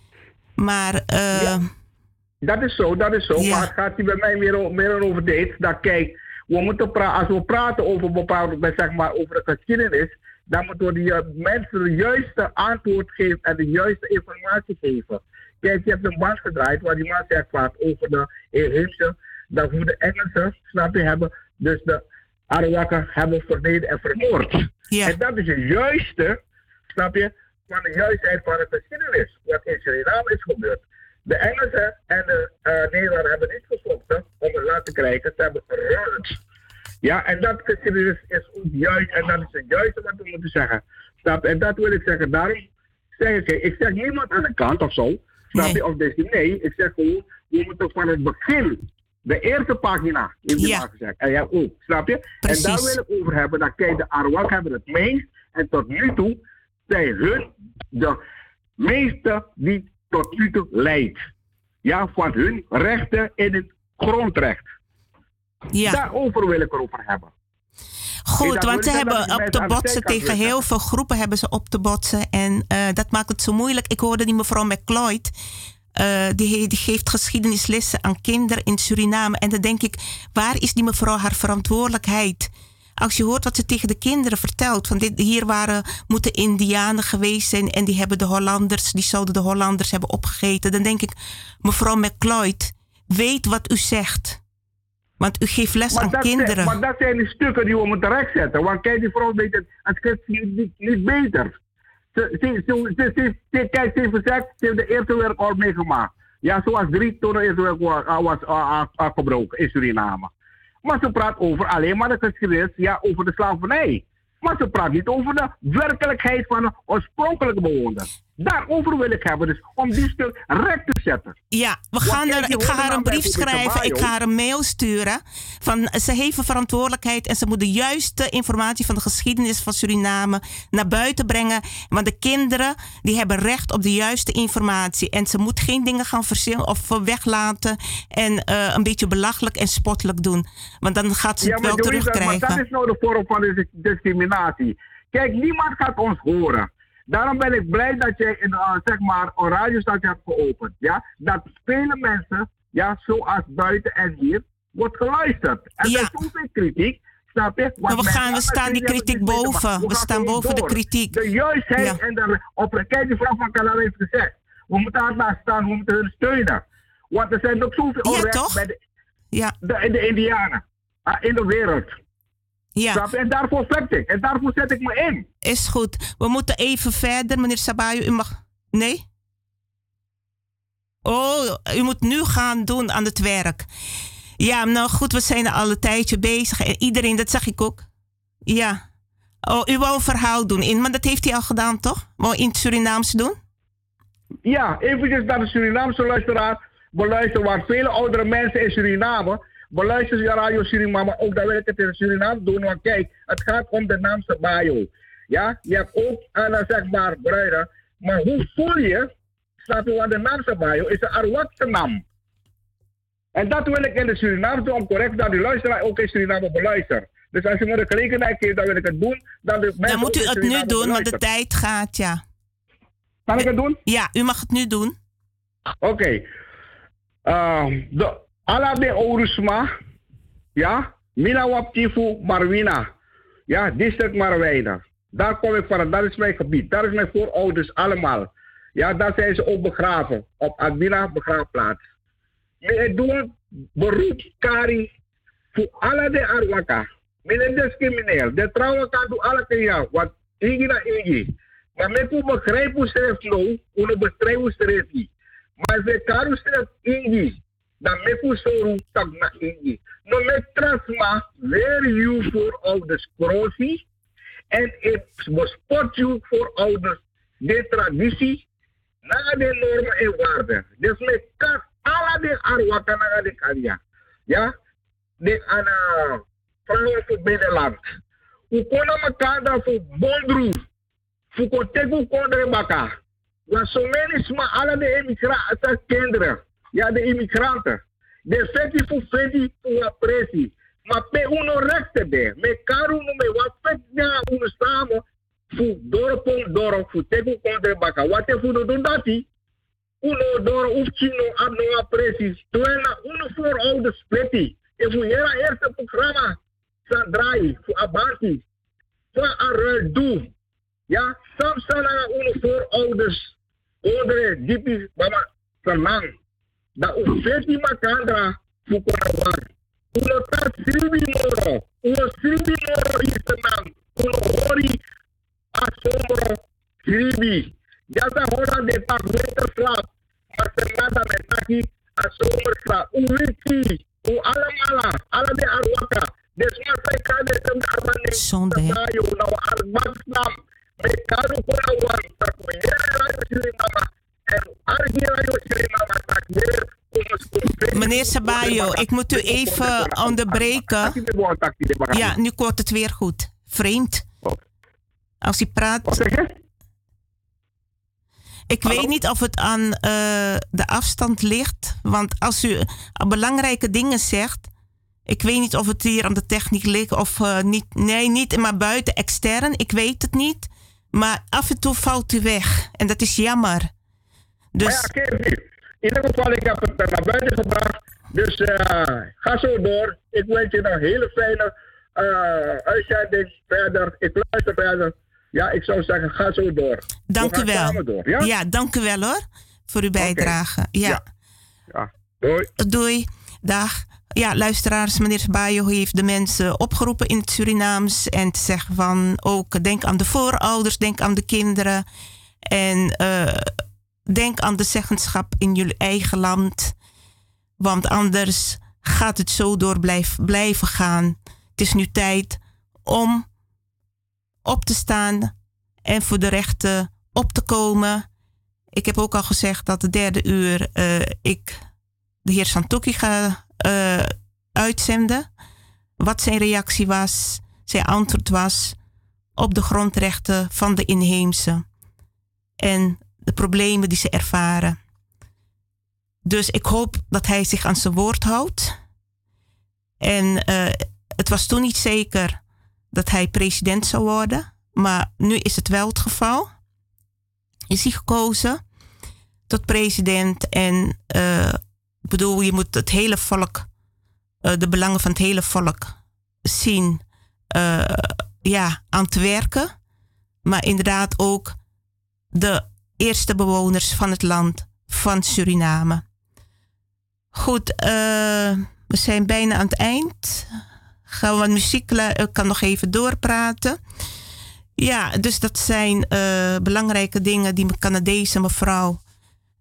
Maar Uh, ja, dat is zo, dat is zo. Ja. Maar het gaat hier bij mij meer, meer over dit. Dat kijk, we moeten pra- als we praten over bepaalde, zeg maar, over de geschiedenis, dan moeten we die uh, mensen de juiste antwoord geven en de juiste informatie geven. Kijk, je hebt een band gedraaid waar die man zegt wat over de inheemse, dat hoe de Engelsen, snap je, hebben, dus de Arawakken hebben vernederd en vermoord. Ja. En dat is het juiste, snap je, van de juistheid van de geschiedenis, wat in Suriname is gebeurd. De Engelsen en de uh, Nederlanders hebben niet gevochten om het land te krijgen, ze hebben geruild. Ja, en dat geschiedenis is ook juist, en dat is het juiste wat we moeten zeggen. Snap je? En dat wil ik zeggen, daarom zeg ik, ik zeg niemand aan de kant of zo, snap je, nee. of deze, nee, ik zeg gewoon, we moeten van het begin, de eerste pagina, heeft je ja. maar gezegd, en ja ook, snap je? Precies. En daar wil ik over hebben, dat kijk, de Arawak hebben het meest, en tot nu toe zijn hun de meeste die tot nu toe leidt. Ja, van hun rechten in het grondrecht. Ja. Daarover wil ik erover hebben. Goed, nee, want ze hebben op te botsen tegen heel veel groepen hebben ze op te botsen. En uh, dat maakt het zo moeilijk. Ik hoorde die mevrouw McLeod, uh, die, die geeft geschiedenislessen aan kinderen in Suriname. En dan denk ik, waar is die mevrouw haar verantwoordelijkheid? Als je hoort wat ze tegen de kinderen vertelt. Van dit, hier waren, moeten Indianen geweest zijn. En die hebben de Hollanders, die zouden de Hollanders hebben opgegeten. Dan denk ik, mevrouw McLeod, weet wat u zegt. Want u geeft les maar aan kinderen. Zijn, maar dat zijn de stukken die we moeten rechtzetten. Want kijk, die vrouw weet het, het schrift niet, niet, niet beter. Ze, ze, ze, ze, ze, ze, kijk, ze heeft gezegd, ze heeft de Eerste Wereldoorlog meegemaakt. Ja, zoals drie toen de Eerste Wereldoorlog was uh, afgebroken in Suriname. Maar ze praat over alleen maar de geschiedenis, ja, over de slavernij. Maar ze praat niet over de werkelijkheid van de oorspronkelijke bewoners. Daarover wil ik hebben, dus om die stuk recht te zetten. Ja, we gaan er, ik ga haar een brief schrijven, ik ga haar een mail sturen. Van, ze heeft een verantwoordelijkheid en ze moet de juiste informatie van de geschiedenis van Suriname naar buiten brengen. Want de kinderen, die hebben recht op de juiste informatie. En ze moet geen dingen gaan verzinnen of weglaten en uh, een beetje belachelijk en spottelijk doen. Want dan gaat ze ja, het wel terugkrijgen. Maar dat is nou de vorm van discriminatie. Kijk, niemand gaat ons horen. Daarom ben ik blij dat jij een, uh, zeg maar, een radiostation hebt geopend. Ja? Dat vele mensen, ja, zoals buiten en hier, wordt geluisterd. En ja. er is zoveel kritiek, snap je? Maar we, gaan, we staan die kritiek boven. We, we staan boven door. de kritiek. De juistheid ja. en de op. Kijk, die vrouw van Canada heeft gezegd. We moeten haar naast staan, we moeten hun steunen. Want er zijn ook zoveel onrecht ja, bij de, ja. de, de Indianen uh, in de wereld. Ja. En daarvoor vecht ik. En daarvoor zet ik me in. Is goed. We moeten even verder. Meneer Sabayo, u mag... Nee? Oh, u moet nu gaan doen aan het werk. Ja, nou goed, we zijn er al een tijdje bezig. En iedereen, dat zag ik ook. Ja. Oh, u wou een verhaal doen in, maar dat heeft hij al gedaan, toch? Wou in het Surinaams doen? Ja, eventjes naar de Surinaamse luisteraar. Beluisteren waar vele oudere mensen in Suriname. Beluisteren naar Radio Suriname. Ook daar wil ik het in Surinaam doen. Want kijk, het gaat om de naam Sabayo. Ja, je hebt ook, uh, zeg maar, bruiden. Maar hoe voel je, staat u aan de naam Sabayo, is een Arwakse naam. En dat wil ik in de Surinaam doen, om correct dat die luisteraar ook in Suriname beluistert. Dus als je me de gelegenheid geeft, dan wil ik het doen. Dan, de dan moet u het nu doen, want de tijd gaat, ja. Kan ik het doen? Ja, u mag het nu doen. Oké. Okay. Uh, de Alade Orusma, ja, Mina Waptifu Marwina, ja, district Marwijna. Daar kom ik van, dat is mijn gebied. Daar is mijn voorouders allemaal. Ja, daar zijn ze ook begraven, op Admina begraafplaats. Ik doe een beroep, Kari, voor alle de Arwaka. Ik discrimineer. De trouwen kan doen alle keer, want Igi na Igi. Maar met hoe begrijp hoe schrijft nou, hoe bestrijdt hoe schrijft hij. Maar ze kan hoe schrijft Igi, dan met hoe zo tak na Igi. No met trasma, weer you voor ouders krosie. En ik bespot you voor ouders de traditie, naar de normen en waarden. Dus met kan alle de Arwaka naar de Kanya. Ja, de aan vrouwen voor binnenland. Hoe kunnen elkaar dan voor bondroef? Voor kotegu kondre baka. Want zo men is maar alle de immigranten, kinderen. Ja, de immigranten. De feti voor feti voor appressie. Maar pe uno rechte de. Me karu no me wat fet na uno samen. Voor dorpon dorp, voor tegu kondre baka. Wat e voor doen dat die? Uno dorp ufchino ab no appressie. Tuena uno voor oude splitty. En voor jera eerste programma. Sandrai, voor Abanti. Voor een doe. Ja, soms zijn er uno voorouders, ouderen, diepies, mama, verlang. Dat u veertien makandra voor Korawan. Uno ta sribi moro, uno sribi moro is de naam. Uno hori asombro sribi. Ja, ze horen de tak winterslaap, maar ze nada met taki asomberslaap. U wiki, u allemaal, alle de Arwaka. Dus maar zij kan het hem daarvan Zonde. Nou, Arbaksnaam. Meneer Sabayo, ik moet u even onderbreken. Ja, nu wordt het weer goed. Vreemd. Als u praat. Ik weet niet of het aan uh, de afstand ligt. Want als u belangrijke dingen zegt. Ik weet niet of het hier aan de techniek ligt of uh, niet. Nee, niet, maar buiten extern. Ik weet het niet. Maar af en toe valt u weg. En dat is jammer. Dus... Maar ja, Kevi, in ieder geval, ik heb het naar buiten gebracht. Dus uh, ga zo door. Ik wens je een hele fijne uh, uitzending verder. Ik luister verder. Ja, ik zou zeggen, ga zo door. Dank u wel. Door, ja? ja, dank u wel hoor. Voor uw bijdrage. Okay. Ja. Ja. ja. Doei. Doei. Dag. Ja, luisteraars, meneer Sabayo heeft de mensen opgeroepen in het Surinaams. En te zeggen van ook denk aan de voorouders, denk aan de kinderen. En uh, denk aan de zeggenschap in jullie eigen land. Want anders gaat het zo door blijf, blijven gaan. Het is nu tijd om op te staan en voor de rechten op te komen. Ik heb ook al gezegd dat de derde uur uh, ik de heer Santokki ga uh, uitzenden. Wat zijn reactie was, zijn antwoord was op de grondrechten van de inheemse. En de problemen die ze ervaren. Dus ik hoop dat hij zich aan zijn woord houdt. En uh, het was toen niet zeker dat hij president zou worden. Maar nu is het wel het geval. Is hij gekozen tot president. En uh, ik bedoel, je moet het hele volk, uh, de belangen van het hele volk zien uh, ja, aan te werken. Maar inderdaad ook de eerste bewoners van het land van Suriname. Goed, uh, we zijn bijna aan het eind. Gaan we wat muziek, ik kan nog even doorpraten. Ja, dus dat zijn uh, belangrijke dingen die mijn Canadese mevrouw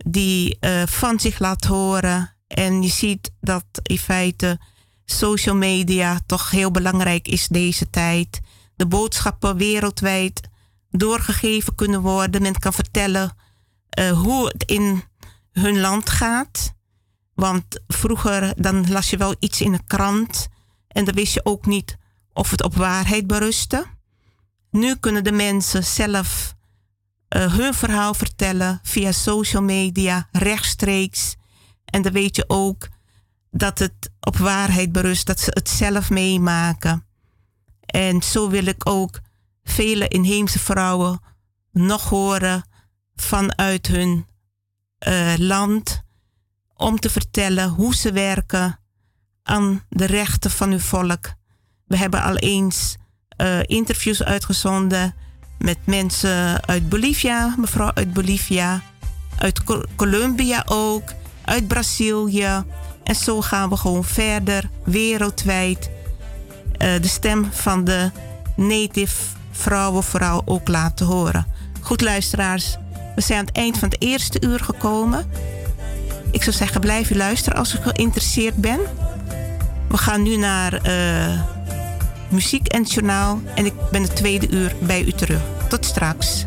die uh, van zich laat horen. En je ziet dat in feite social media toch heel belangrijk is deze tijd. De boodschappen wereldwijd doorgegeven kunnen worden. Men kan vertellen uh, hoe het in hun land gaat. Want vroeger dan las je wel iets in een krant en dan wist je ook niet of het op waarheid berustte. Nu kunnen de mensen zelf uh, hun verhaal vertellen via social media, rechtstreeks. En dan weet je ook dat het op waarheid berust, dat ze het zelf meemaken. En zo wil ik ook vele inheemse vrouwen nog horen vanuit hun uh, land, om te vertellen hoe ze werken aan de rechten van uw volk. We hebben al eens uh, interviews uitgezonden met mensen uit Bolivia, mevrouw uit Bolivia, uit Col- Colombia ook, uit Brazilië. En zo gaan we gewoon verder, wereldwijd, uh, de stem van de native vrouwen vooral ook laten horen. Goed luisteraars, we zijn aan het eind van het eerste uur gekomen. Ik zou zeggen, blijf u luisteren als u geïnteresseerd bent. We gaan nu naar uh, muziek en het journaal. En ik ben het tweede uur bij u terug. Tot straks.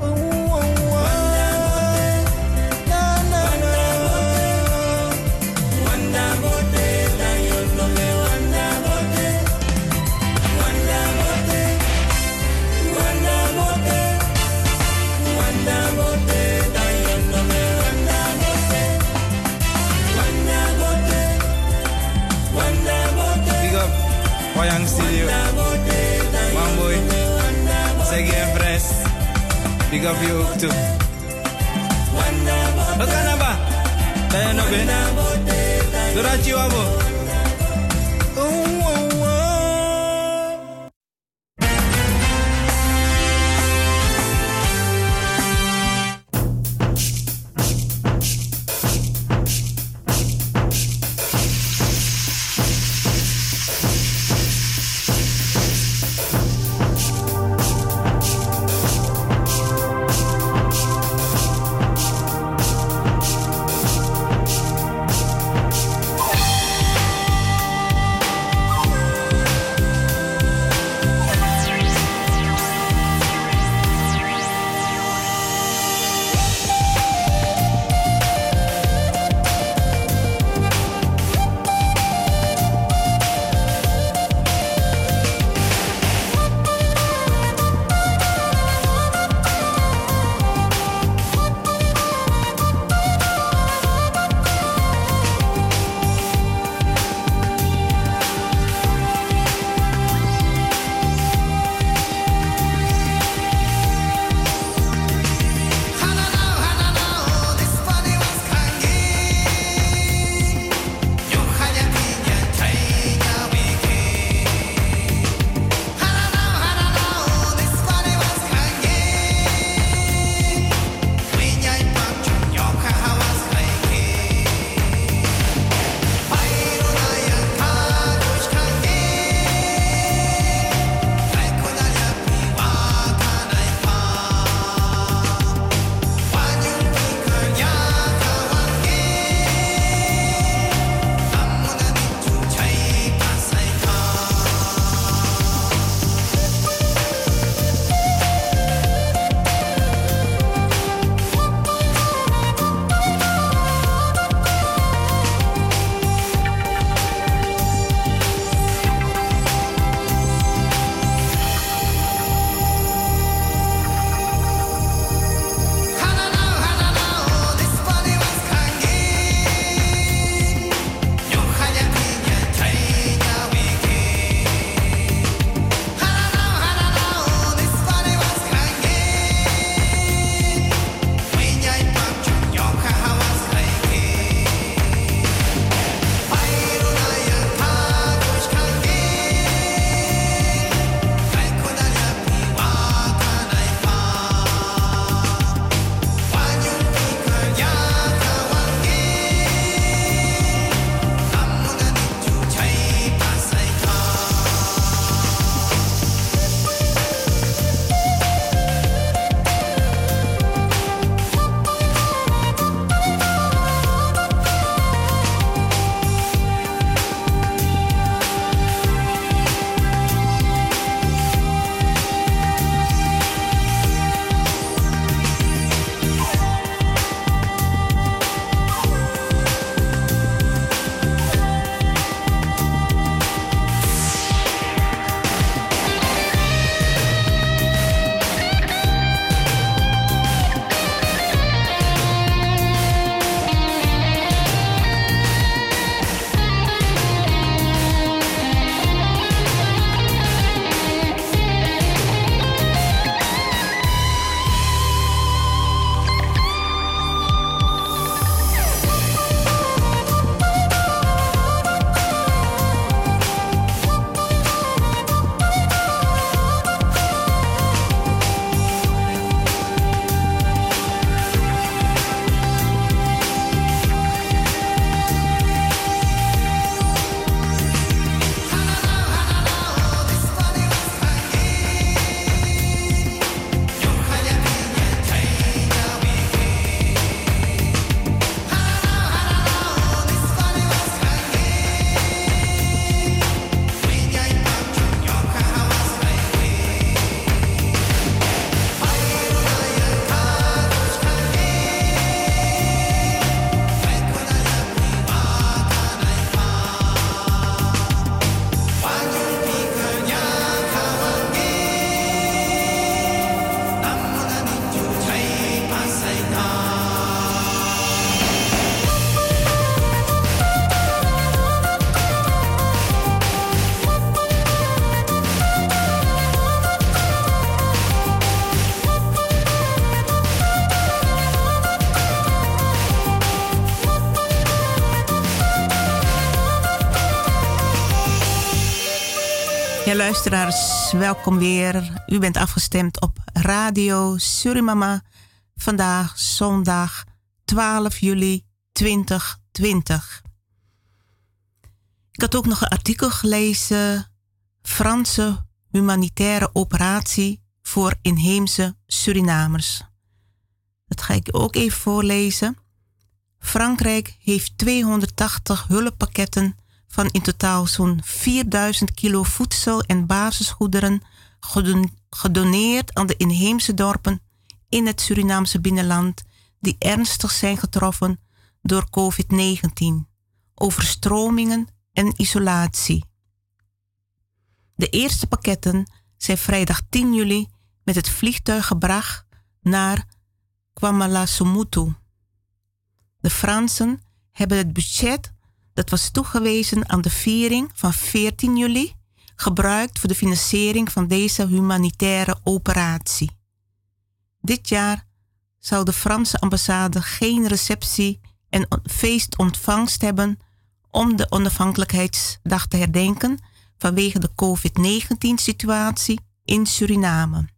Wayang Studio, Mamboy, Segi en Fres, big up you ook toe. Wat kan er ba? Ben je nog binnen? Doordat je wabo. Ja, luisteraars, welkom weer. U bent afgestemd op Radio Surimama. Vandaag zondag twaalf juli tweeduizend twintig. Ik had ook nog een artikel gelezen. Franse humanitaire operatie voor inheemse Surinamers. Dat ga ik ook even voorlezen. Frankrijk heeft tweehonderdtachtig hulppakketten van in totaal zo'n vierduizend kilo voedsel en basisgoederen gedoneerd aan de inheemse dorpen in het Surinaamse binnenland die ernstig zijn getroffen door covid negentien, overstromingen en isolatie. De eerste pakketten zijn vrijdag tien juli met het vliegtuig gebracht naar Kwamalasomutu. De Fransen hebben het budget dat was toegewezen aan de viering van veertien juli gebruikt voor de financiering van deze humanitaire operatie. Dit jaar zou de Franse ambassade geen receptie en feestontvangst hebben om de onafhankelijkheidsdag te herdenken vanwege de covid negentien situatie in Suriname.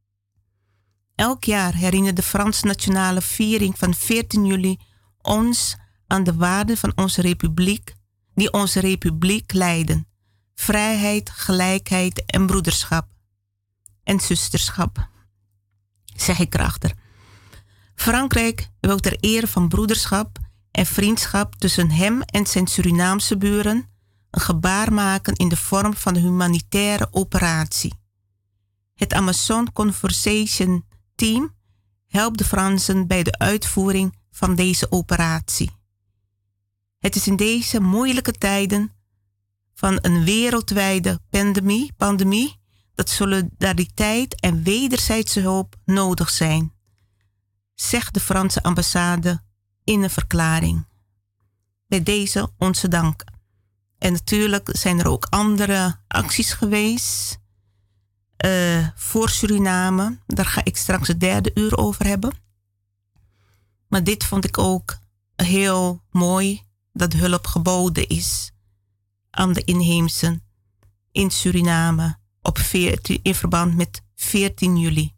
Elk jaar herinnert de Franse nationale viering van veertien juli ons aan de waarden van onze republiek, die onze republiek leiden. Vrijheid, gelijkheid en broederschap. En zusterschap, zeg ik erachter. Frankrijk wil ter ere van broederschap en vriendschap tussen hem en zijn Surinaamse buren een gebaar maken in de vorm van een humanitaire operatie. Het Amazon Conversation Team helpt de Fransen bij de uitvoering van deze operatie. Het is in deze moeilijke tijden van een wereldwijde pandemie, pandemie dat solidariteit en wederzijdse hulp nodig zijn, zegt de Franse ambassade in een verklaring. Bij deze onze dank. En natuurlijk zijn er ook andere acties geweest uh, voor Suriname. Daar ga ik straks het derde uur over hebben. Maar dit vond ik ook heel mooi, dat hulp geboden is aan de inheemsen in Suriname op veertien, in verband met veertien juli.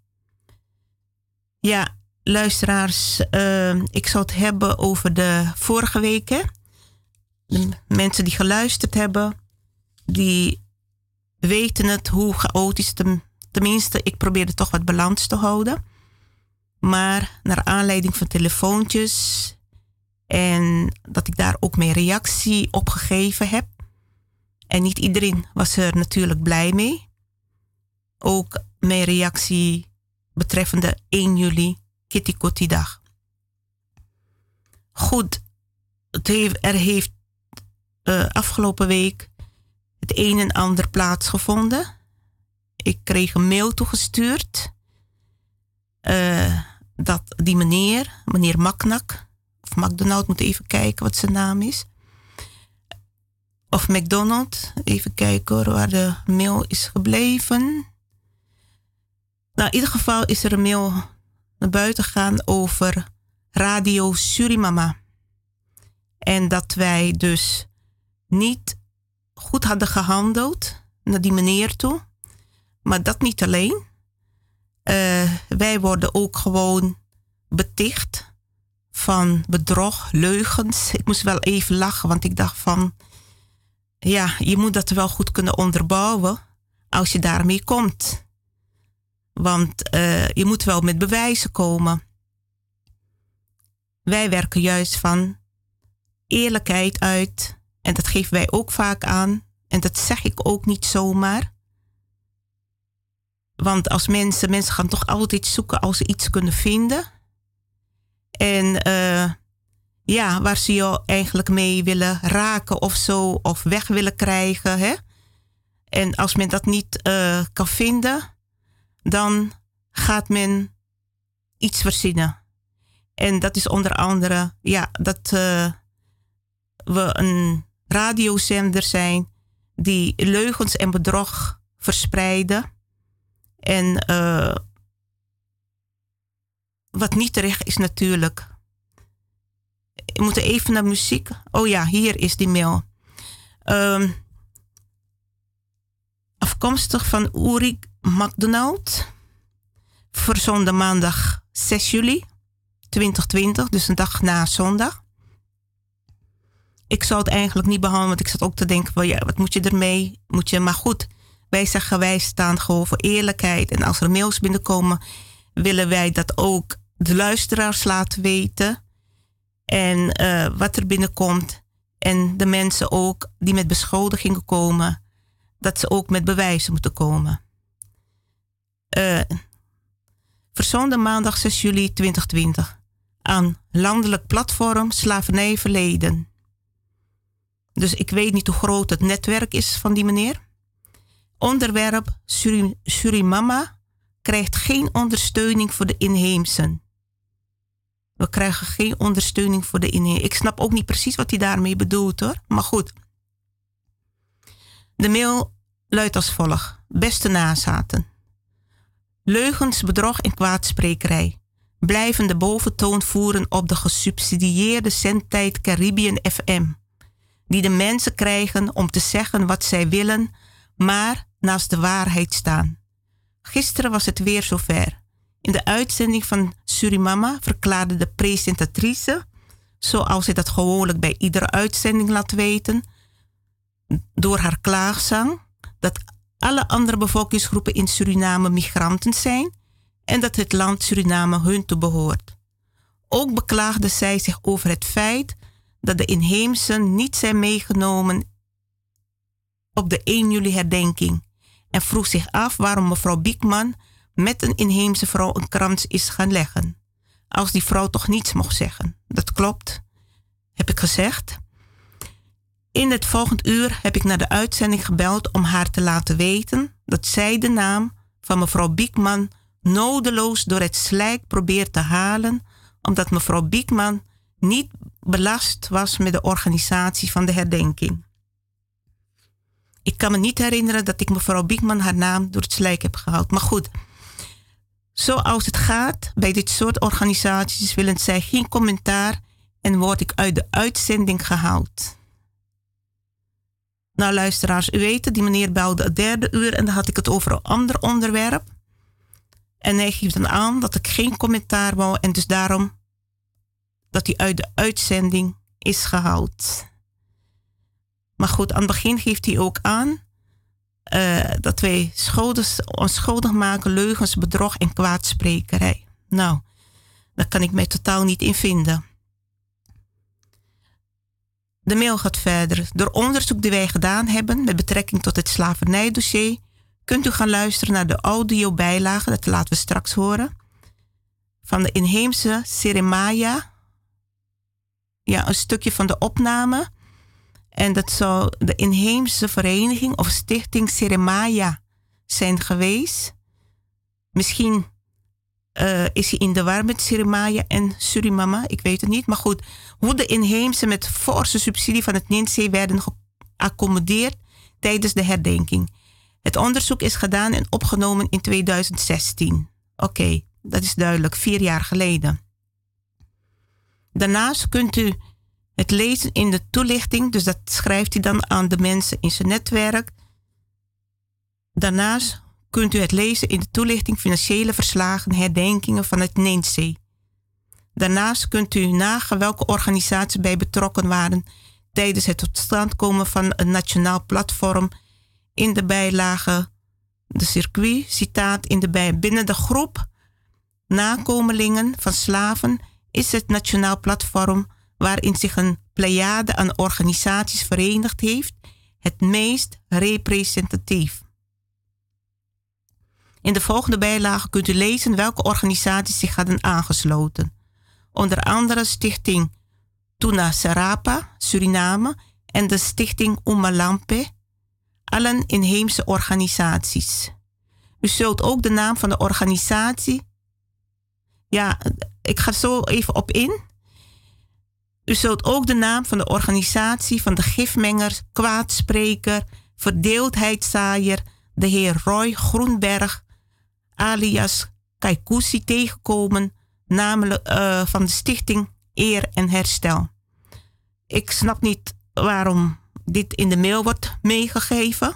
Ja, luisteraars, uh, ik zal het hebben over de vorige weken. De mensen die geluisterd hebben, die weten het hoe chaotisch, ten, tenminste, ik probeerde toch wat balans te houden. Maar naar aanleiding van telefoontjes en dat ik daar ook mijn reactie op gegeven heb. En niet iedereen was er natuurlijk blij mee. Ook mijn reactie betreffende één juli, Kitty Kotti dag. Goed, het heeft, er heeft uh, afgelopen week het een en ander plaatsgevonden. Ik kreeg een mail toegestuurd. Uh, dat die meneer, meneer Maknak, of McDonald, moet even kijken wat zijn naam is. Of McDonald, even kijken hoor, waar de mail is gebleven. Nou, in ieder geval is er een mail naar buiten gegaan over Radio Surimama. En dat wij dus niet goed hadden gehandeld naar die meneer toe. Maar dat niet alleen. Uh, wij worden ook gewoon beticht van bedrog, leugens. Ik moest wel even lachen, want ik dacht van, ja, je moet dat wel goed kunnen onderbouwen als je daarmee komt. Want uh, je moet wel met bewijzen komen. Wij werken juist van eerlijkheid uit. En dat geven wij ook vaak aan. En dat zeg ik ook niet zomaar. Want als mensen, mensen gaan toch altijd zoeken als ze iets kunnen vinden. En uh, ja, waar ze jou eigenlijk mee willen raken of zo, of weg willen krijgen. Hè? En als men dat niet uh, kan vinden, dan gaat men iets verzinnen. En dat is onder andere, ja, dat uh, we een radiozender zijn die leugens en bedrog verspreiden. En uh, wat niet terecht is natuurlijk. We moeten even naar muziek. Oh ja, hier is die mail. Um, Afkomstig van Ulrich MacDonald. Verzonden maandag zes juli twintig twintig, dus een dag na zondag. Ik zou het eigenlijk niet behandelen, want ik zat ook te denken, well, ja, wat moet je ermee? Moet je, maar goed, wij zeggen wij staan gewoon voor eerlijkheid. En als er mails binnenkomen, willen wij dat ook de luisteraars laten weten. En uh, wat er binnenkomt. En de mensen ook die met beschuldigingen komen, dat ze ook met bewijzen moeten komen. Uh, Verzonden maandag zes juli twintig twintig. Aan landelijk platform Slavernij Verleden. Dus ik weet niet hoe groot het netwerk is van die meneer. Onderwerp Surim, Surimama krijgt geen ondersteuning voor de inheemsen. We krijgen geen ondersteuning voor de inheemsen. Ik snap ook niet precies wat hij daarmee bedoelt hoor. Maar goed. De mail luidt als volgt. Beste nazaten. Leugens, bedrog en kwaadsprekerij blijven de boventoon voeren op de gesubsidieerde zendtijd Caribbean F M. Die de mensen krijgen om te zeggen wat zij willen, maar naast de waarheid staan. Gisteren was het weer zover. In de uitzending van Surimama verklaarde de presentatrice, zoals zij dat gewoonlijk bij iedere uitzending laat weten, door haar klaagzang, dat alle andere bevolkingsgroepen in Suriname migranten zijn en dat het land Suriname hun toebehoort. Ook beklaagde zij zich over het feit dat de inheemsen niet zijn meegenomen op de één juli herdenking en vroeg zich af waarom mevrouw Biekman met een inheemse vrouw een krans is gaan leggen. Als die vrouw toch niets mocht zeggen. Dat klopt, heb ik gezegd. In het volgende uur heb ik naar de uitzending gebeld om haar te laten weten dat zij de naam van mevrouw Biekman nodeloos door het slijk probeert te halen, omdat mevrouw Biekman niet belast was met de organisatie van de herdenking. Ik kan me niet herinneren dat ik mevrouw Biekman haar naam door het slijk heb gehaald. Maar goed, zoals het gaat bij dit soort organisaties willen zij geen commentaar en word ik uit de uitzending gehaald. Nou luisteraars, u weet het, die meneer belde het derde uur en dan had ik het over een ander onderwerp. En hij geeft dan aan dat ik geen commentaar wou en dus daarom dat hij uit de uitzending is gehaald. Maar goed, aan het begin geeft hij ook aan uh, dat wij schuldig, onschuldig maken, leugens, bedrog en kwaadsprekerij. Nou, daar kan ik mij totaal niet in vinden. De mail gaat verder. Door onderzoek die wij gedaan hebben met betrekking tot het slavernijdossier, kunt u gaan luisteren naar de audiobijlage, dat laten we straks horen, van de inheemse Seremaya. Ja, een stukje van de opname. En dat zou de inheemse vereniging of stichting Seremaya zijn geweest. Misschien uh, is hij in de war met Seremaya en Surimama, ik weet het niet. Maar goed, hoe de inheemse met forse subsidie van het N I N S E werden geaccommodeerd tijdens de herdenking. Het onderzoek is gedaan en opgenomen in tweeduizend zestien. Oké, okay, dat is duidelijk, vier jaar geleden. Daarnaast kunt u het lezen in de toelichting, dus dat schrijft hij dan aan de mensen in zijn netwerk. Daarnaast kunt u het lezen in de toelichting financiële verslagen, herdenkingen van het N I N S E. Daarnaast kunt u nagaan welke organisaties bij betrokken waren tijdens het tot stand komen van een nationaal platform. In de bijlage de circuit, citaat, in de bij, binnen de groep nakomelingen van slaven is het nationaal platform waarin zich een pleiade aan organisaties verenigd heeft, het meest representatief. In de volgende bijlage kunt u lezen welke organisaties zich hadden aangesloten. Onder andere Stichting Tuna Serapa, Suriname, en de Stichting Umalampe, allen inheemse organisaties. U zult ook de naam van de organisatie... Ja, ik ga zo even op in. U zult ook de naam van de organisatie van de gifmenger, kwaadspreker, verdeeldheidszaaier, de heer Roy Groenberg, alias Kaikousi, tegenkomen, namelijk uh, van de Stichting Eer en Herstel. Ik snap niet waarom dit in de mail wordt meegegeven.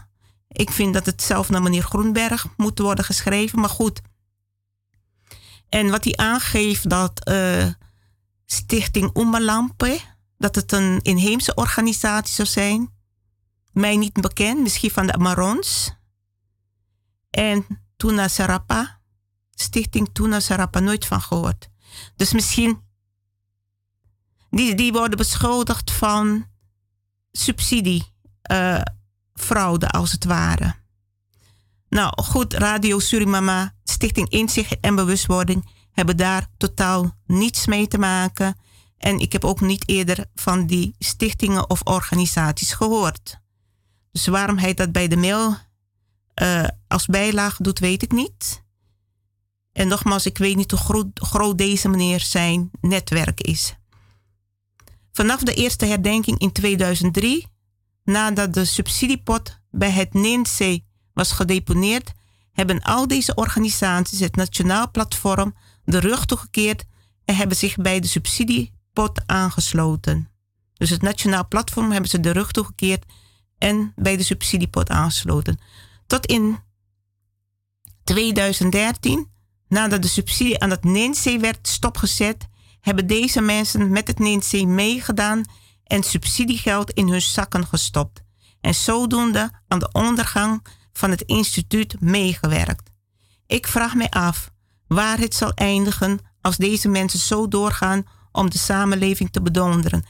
Ik vind dat het zelf naar meneer Groenberg moet worden geschreven, maar goed. En wat hij aangeeft dat uh, Stichting Oemalampe, dat het een inheemse organisatie zou zijn. Mij niet bekend, misschien van de Marons. En Tuna Sarapa, Stichting Tuna Sarapa, nooit van gehoord. Dus misschien, die, die worden beschuldigd van subsidie, uh, fraude als het ware. Nou goed, Radio Surimama, Stichting Inzicht en Bewustwording hebben daar totaal niets mee te maken. En ik heb ook niet eerder van die stichtingen of organisaties gehoord. Dus waarom hij dat bij de mail uh, als bijlage doet, weet ik niet. En nogmaals, ik weet niet hoe groot, groot deze meneer zijn netwerk is. Vanaf de eerste herdenking in tweeduizend drie, nadat de subsidiepot bij het N I N S E was gedeponeerd, hebben al deze organisaties het Nationaal Platform de rug toegekeerd en hebben zich bij de subsidiepot aangesloten. Dus het Nationaal Platform hebben ze de rug toegekeerd en bij de subsidiepot aangesloten. Tot in tweeduizend dertien, nadat de subsidie aan het N I N S E werd stopgezet, hebben deze mensen met het N I N S E meegedaan en subsidiegeld in hun zakken gestopt. En zodoende aan de ondergang van het instituut meegewerkt. Ik vraag mij af waar het zal eindigen als deze mensen zo doorgaan om de samenleving te bedonderen.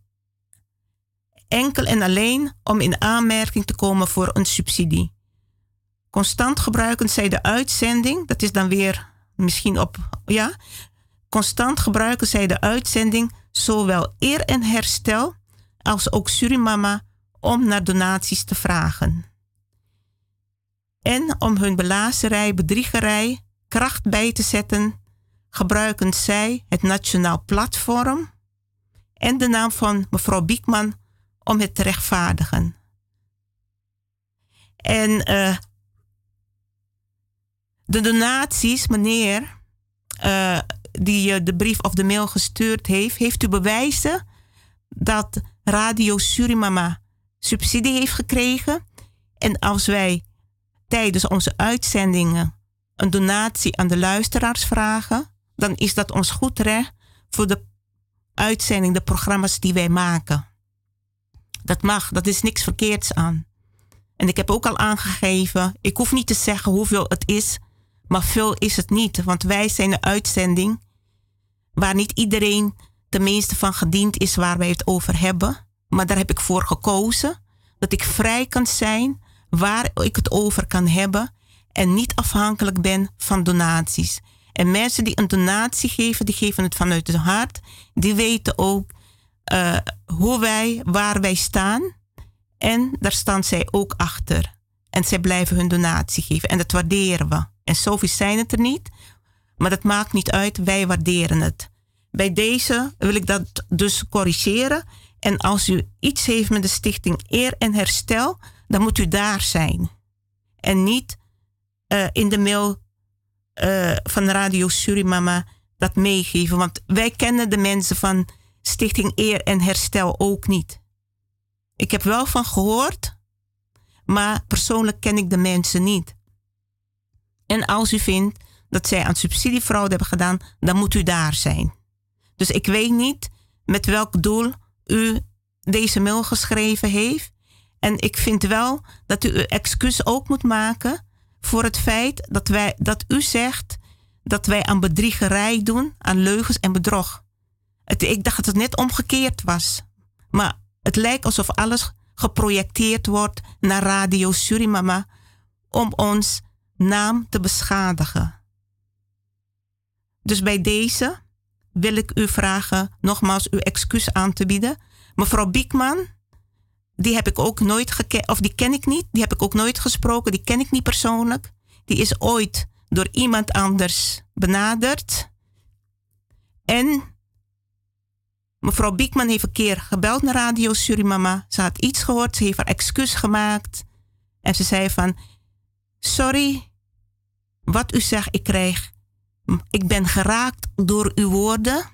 Enkel en alleen om in aanmerking te komen voor een subsidie. Constant gebruiken zij de uitzending, dat is dan weer misschien op, ja. Constant gebruiken zij de uitzending, zowel eer en herstel, als ook Surimama, om naar donaties te vragen. En om hun belazerij, bedriegerij, kracht bij te zetten, gebruiken zij het Nationaal Platform en de naam van mevrouw Biekman om het te rechtvaardigen. En uh, de donaties, meneer, uh, die uh, de brief of de mail gestuurd heeft, heeft u bewijzen dat Radio Surimama subsidie heeft gekregen. En als wij tijdens onze uitzendingen een donatie aan de luisteraars vragen, dan is dat ons goed recht voor de uitzending, de programma's die wij maken. Dat mag, dat is niks verkeerds aan. En ik heb ook al aangegeven, ik hoef niet te zeggen hoeveel het is, maar veel is het niet. Want wij zijn een uitzending waar niet iedereen tenminste van gediend is waar wij het over hebben. Maar daar heb ik voor gekozen dat ik vrij kan zijn waar ik het over kan hebben en niet afhankelijk ben van donaties. En mensen die een donatie geven, die geven het vanuit het hart. Die weten ook uh, hoe wij, waar wij staan. En daar staan zij ook achter. En zij blijven hun donatie geven. En dat waarderen we. En zoveel zijn het er niet. Maar dat maakt niet uit. Wij waarderen het. Bij deze wil ik dat dus corrigeren. En als u iets heeft met de stichting Eer en Herstel, dan moet u daar zijn. En niet uh, in de mail uh, van Radio Surimama dat meegeven. Want wij kennen de mensen van Stichting Eer en Herstel ook niet. Ik heb wel van gehoord, maar persoonlijk ken ik de mensen niet. En als u vindt dat zij aan subsidiefraude hebben gedaan, dan moet u daar zijn. Dus ik weet niet met welk doel u deze mail geschreven heeft. En ik vind wel dat u uw excuus ook moet maken voor het feit dat, wij, dat u zegt dat wij aan bedriegerij doen, aan leugens en bedrog. Het, ik dacht dat het net omgekeerd was. Maar het lijkt alsof alles geprojecteerd wordt naar Radio Surimama om ons naam te beschadigen. Dus bij deze wil ik u vragen nogmaals uw excuus aan te bieden. Mevrouw Biekman, die heb ik ook nooit gekend, of die ken ik niet, die heb ik ook nooit gesproken, die ken ik niet persoonlijk. Die is ooit door iemand anders benaderd. En mevrouw Biekman heeft een keer gebeld naar Radio Surimama. Ze had iets gehoord, ze heeft haar excuus gemaakt. En ze zei van, sorry, wat u zegt, ik krijg, ik ben geraakt door uw woorden.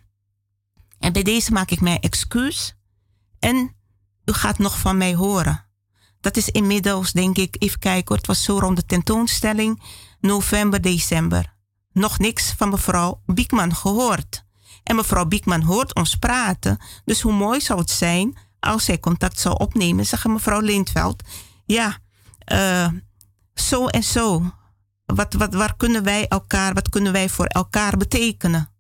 En bij deze maak ik mijn excuus. En u gaat nog van mij horen. Dat is inmiddels, denk ik, even kijken hoor. Het was zo rond de tentoonstelling, november, december. Nog niks van mevrouw Biekman gehoord. En mevrouw Biekman hoort ons praten. Dus hoe mooi zou het zijn als zij contact zou opnemen. Zeggen mevrouw Lindveld, ja, uh, zo en zo. Wat, wat, waar kunnen wij elkaar, wat kunnen wij voor elkaar betekenen?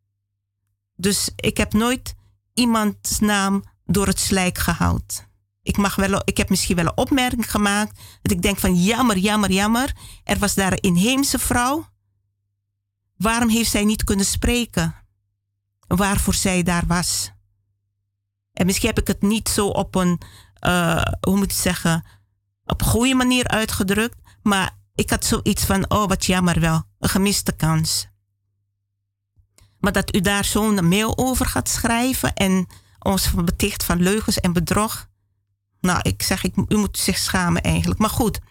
Dus ik heb nooit iemands naam door het slijk gehaald. Ik, mag wel, ik heb misschien wel een opmerking gemaakt. Dat ik denk van jammer, jammer, jammer. Er was daar een inheemse vrouw. Waarom heeft zij niet kunnen spreken? Waarvoor zij daar was. En misschien heb ik het niet zo op een, uh, hoe moet ik zeggen, op een goede manier uitgedrukt. Maar ik had zoiets van, oh wat jammer wel, een gemiste kans. Maar dat u daar zo'n mail over gaat schrijven en ons beticht van leugens en bedrog. Nou, ik zeg, ik, u moet zich schamen eigenlijk. Maar goed,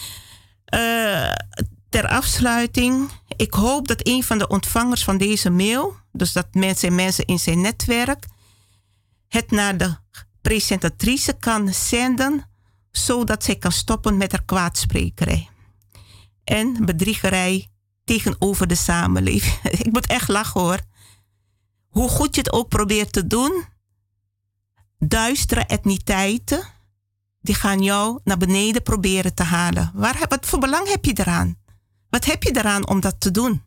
uh, ter afsluiting. Ik hoop dat een van de ontvangers van deze mail, dus dat mensen mensen in zijn netwerk, het naar de presentatrice kan zenden, zodat zij kan stoppen met haar kwaadsprekerij en bedriegerij tegenover de samenleving. Ik moet echt lachen hoor. Hoe goed je het ook probeert te doen, duistere etniteiten, die gaan jou naar beneden proberen te halen. Waar, wat voor belang heb je eraan? Wat heb je eraan om dat te doen?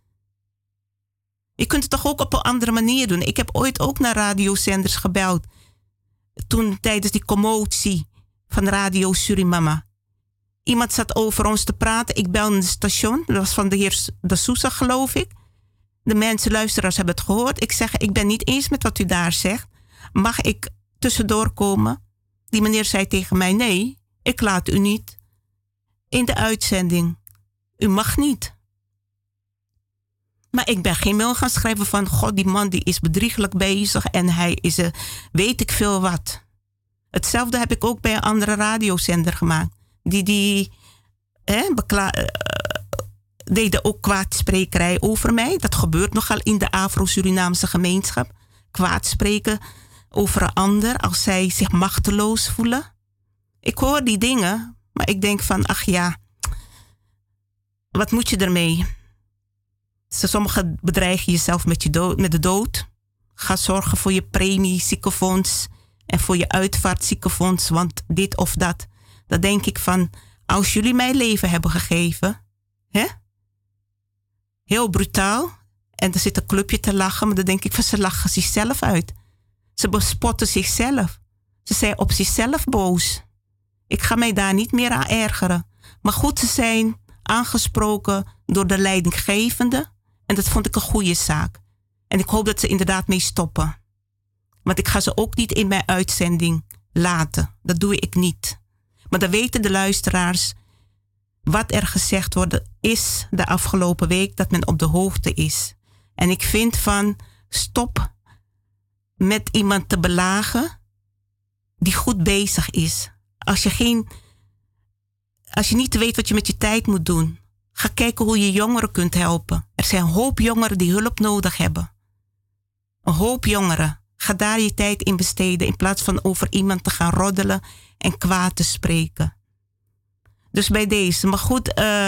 Je kunt het toch ook op een andere manier doen. Ik heb ooit ook naar radiozenders gebeld. Toen tijdens die commotie van Radio Surimama. Iemand zat over ons te praten. Ik belde het station. Dat was van de heer De Sousa, geloof ik. De mensen, luisteraars, hebben het gehoord. Ik zeg, ik ben niet eens met wat u daar zegt. Mag ik tussendoor komen? Die meneer zei tegen mij, nee, ik laat u niet in de uitzending. U mag niet. Maar ik ben geen mail gaan schrijven van, god, die man die is bedriegelijk bezig en hij is, uh, weet ik veel wat. Hetzelfde heb ik ook bij een andere radiozender gemaakt. Die, die hè, bekla- uh, deden ook kwaadsprekerij over mij. Dat gebeurt nogal in de Afro-Surinaamse gemeenschap. Kwaadspreken over een ander als zij zich machteloos voelen. Ik hoor die dingen, maar ik denk van, ach ja, wat moet je ermee? Sommigen bedreigen jezelf met, je dood, met de dood. Ga zorgen voor je premie ziekenfonds en voor je uitvaartziekenfonds, want dit of dat. Dan denk ik van, als jullie mij leven hebben gegeven, hè? Heel brutaal, en er zit een clubje te lachen, maar dan denk ik van, ze lachen zichzelf uit. Ze bespotten zichzelf. Ze zijn op zichzelf boos. Ik ga mij daar niet meer aan ergeren. Maar goed, ze zijn aangesproken door de leidinggevende. En dat vond ik een goede zaak. En ik hoop dat ze inderdaad mee stoppen. Want ik ga ze ook niet in mijn uitzending laten. Dat doe ik niet. Maar dan weten de luisteraars wat er gezegd wordt is de afgelopen week, dat men op de hoogte is. En ik vind van, stop met iemand te belagen die goed bezig is. Als je geen, als je niet weet wat je met je tijd moet doen, ga kijken hoe je jongeren kunt helpen. Er zijn een hoop jongeren die hulp nodig hebben. Een hoop jongeren. Ga daar je tijd in besteden in plaats van over iemand te gaan roddelen en kwaad te spreken. Dus bij deze. Maar goed, uh,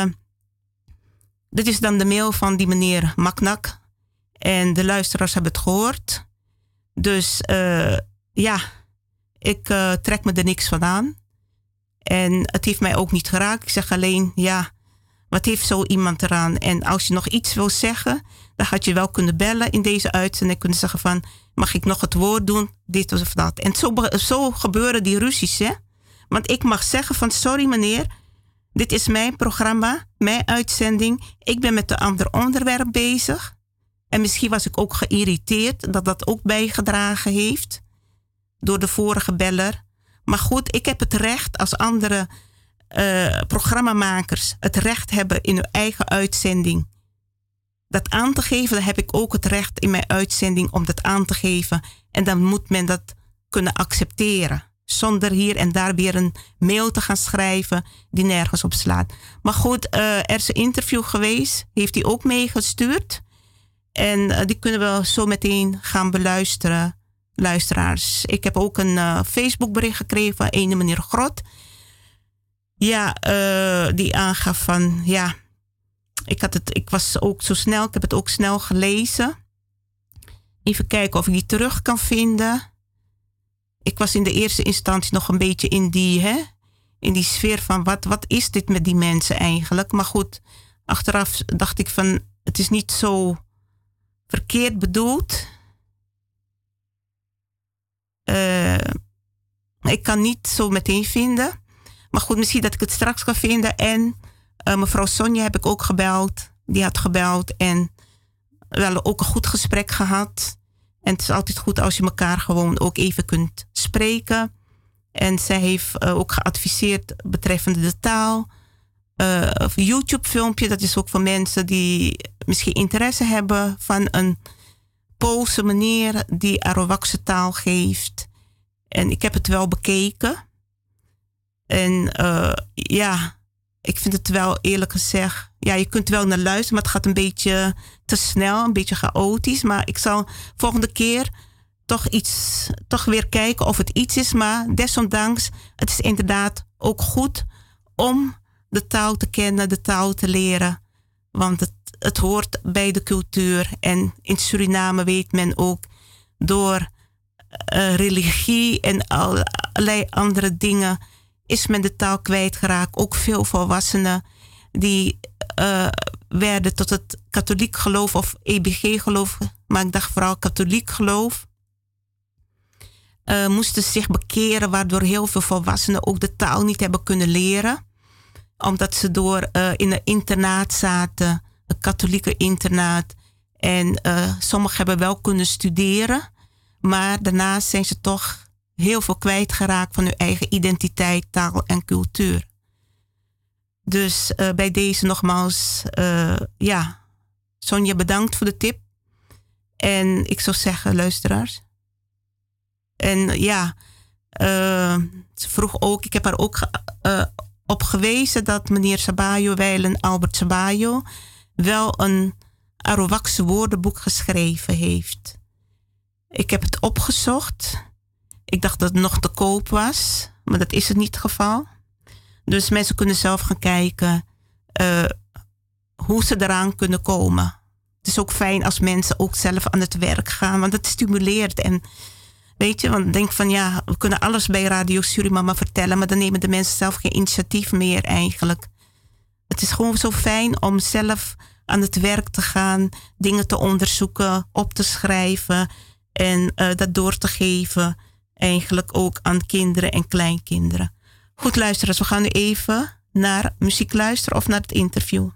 dit is dan de mail van die meneer Maknak. En de luisteraars hebben het gehoord. Dus uh, ja, ik uh, trek me er niks van aan. En het heeft mij ook niet geraakt. Ik zeg alleen, ja, wat heeft zo iemand eraan? En als je nog iets wil zeggen, dan had je wel kunnen bellen in deze uitzending. En kunnen zeggen van, mag ik nog het woord doen? Dit of dat. En zo, zo gebeuren die ruzies, hè. Want ik mag zeggen van, sorry meneer, dit is mijn programma, mijn uitzending. Ik ben met een ander onderwerp bezig. En misschien was ik ook geïrriteerd dat dat ook bijgedragen heeft door de vorige beller. Maar goed, ik heb het recht als andere uh, programmamakers het recht hebben in hun eigen uitzending dat aan te geven. Dan heb ik ook het recht in mijn uitzending om dat aan te geven. En dan moet men dat kunnen accepteren. Zonder hier en daar weer een mail te gaan schrijven die nergens op slaat. Maar goed, uh, er is een interview geweest. Heeft hij ook meegestuurd. En uh, die kunnen we zo meteen gaan beluisteren, luisteraars. Ik heb ook een uh, Facebook bericht gekregen van ene meneer Grot. ja, uh, die aangaf van, ja, ik, had het, ik was ook zo snel, ik heb het ook snel gelezen. Even kijken of ik die terug kan vinden. Ik was in de eerste instantie nog een beetje in die, hè, in die sfeer van wat, wat is dit met die mensen eigenlijk? Maar goed, achteraf dacht ik van, het is niet zo verkeerd bedoeld. Uh, ik kan niet zo meteen vinden. Maar goed, misschien dat ik het straks kan vinden. En uh, mevrouw Sonja heb ik ook gebeld. Die had gebeld en we hebben ook een goed gesprek gehad. En het is altijd goed als je elkaar gewoon ook even kunt spreken. En zij heeft uh, ook geadviseerd betreffende de taal. Uh, een YouTube-filmpje, dat is ook voor mensen die misschien interesse hebben van een Poolse meneer die Arawakse taal geeft. En ik heb het wel bekeken. En uh, ja, ik vind het wel eerlijk gezegd, ja, je kunt wel naar luisteren, maar het gaat een beetje te snel, een beetje chaotisch. Maar ik zal volgende keer toch iets, toch weer kijken of het iets is. Maar desondanks, het is inderdaad ook goed om de taal te kennen, de taal te leren. Want het, het hoort bij de cultuur. En in Suriname weet men ook door uh, religie en allerlei andere dingen is men de taal kwijtgeraakt. Ook veel volwassenen die uh, werden tot het katholiek geloof of E B G geloof, maar ik dacht vooral katholiek geloof, uh, moesten zich bekeren, waardoor heel veel volwassenen ook de taal niet hebben kunnen leren. Omdat ze door uh, in een internaat zaten, een katholieke internaat. En uh, sommigen hebben wel kunnen studeren, maar daarnaast zijn ze toch heel veel kwijtgeraakt van hun eigen identiteit, taal en cultuur. Dus uh, bij deze nogmaals, uh, ja, Sonja, bedankt voor de tip. En ik zou zeggen, luisteraars. En ja, uh, ze vroeg ook, ik heb haar ook uh, op gewezen dat meneer Sabayo, wijlen Albert Sabayo, wel een Arawakse woordenboek geschreven heeft. Ik heb het opgezocht. Ik dacht dat het nog te koop was, maar dat is het niet het geval. Dus mensen kunnen zelf gaan kijken uh, hoe ze eraan kunnen komen. Het is ook fijn als mensen ook zelf aan het werk gaan, want het stimuleert. En weet je, want ik denk van ja, we kunnen alles bij Radio Surimama vertellen, maar dan nemen de mensen zelf geen initiatief meer eigenlijk. Het is gewoon zo fijn om zelf aan het werk te gaan, dingen te onderzoeken, op te schrijven en uh, dat door te geven. Eigenlijk ook aan kinderen en kleinkinderen. Goed, luisteraars, we gaan nu even naar muziek luisteren of naar het interview.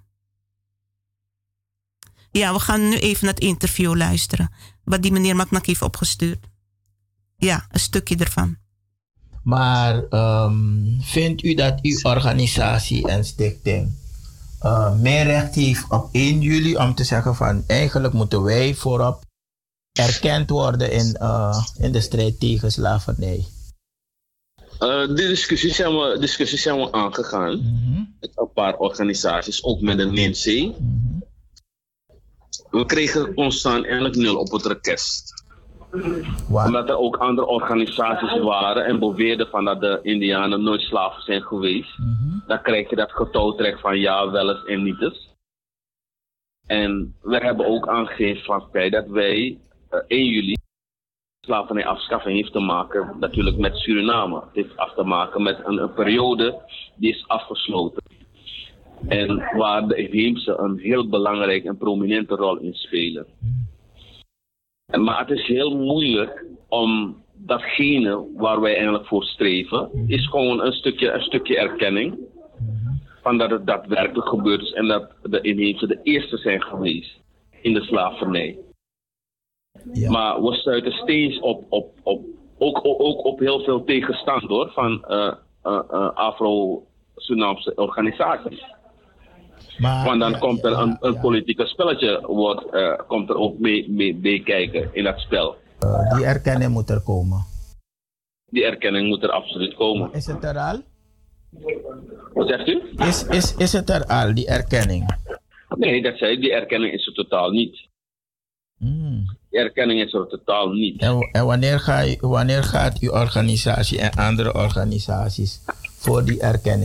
Ja, we gaan nu even naar het interview luisteren. Wat die meneer Maknak heeft opgestuurd. Ja, een stukje ervan. Maar um, vindt u dat uw organisatie en stichting uh, meer recht heeft op één juli om te zeggen van eigenlijk moeten wij voorop erkend worden in, uh, in de strijd tegen slavernij? Uh, die discussies zijn we, discussies zijn we aangegaan mm-hmm. met een paar organisaties, ook met de N N C. Mm-hmm. We kregen constant eigenlijk nul op het request. What? Omdat er ook andere organisaties waren en beweerden van dat de Indianen nooit slaven zijn geweest. Mm-hmm. Dan krijg je dat getouwtrek van ja, wel eens en niet eens. En we hebben ook aangegeven van het feit dat wij uh, één juli slavernij afschaffing heeft te maken natuurlijk met Suriname. Het heeft af te maken met een, een periode die is afgesloten. En waar de inheemse een heel belangrijke en prominente rol in spelen. En, maar het is heel moeilijk om datgene waar wij eigenlijk voor streven, is gewoon een stukje, een stukje erkenning van dat het daadwerkelijk gebeurd is en dat de inheemse de eerste zijn geweest in de slavernij. Ja. Maar we stuiten steeds op, op, op ook, ook op heel veel tegenstand hoor, van uh, uh, uh, Afro-Surinaamse organisaties. Maar, Want dan ja, komt er ja, een, een ja. politieke spelletje wordt, uh, komt er ook mee, mee, mee kijken in dat spel. Uh, die erkenning moet er komen. Die erkenning moet er absoluut komen. Maar is het er al? Wat zegt u? Is, is, is het er al, die erkenning? Nee, dat zei ik, die erkenning is er totaal niet. Hmm. Die erkenning is er totaal niet. En, en wanneer, ga je, wanneer gaat uw organisatie en andere organisaties voor die erkenning?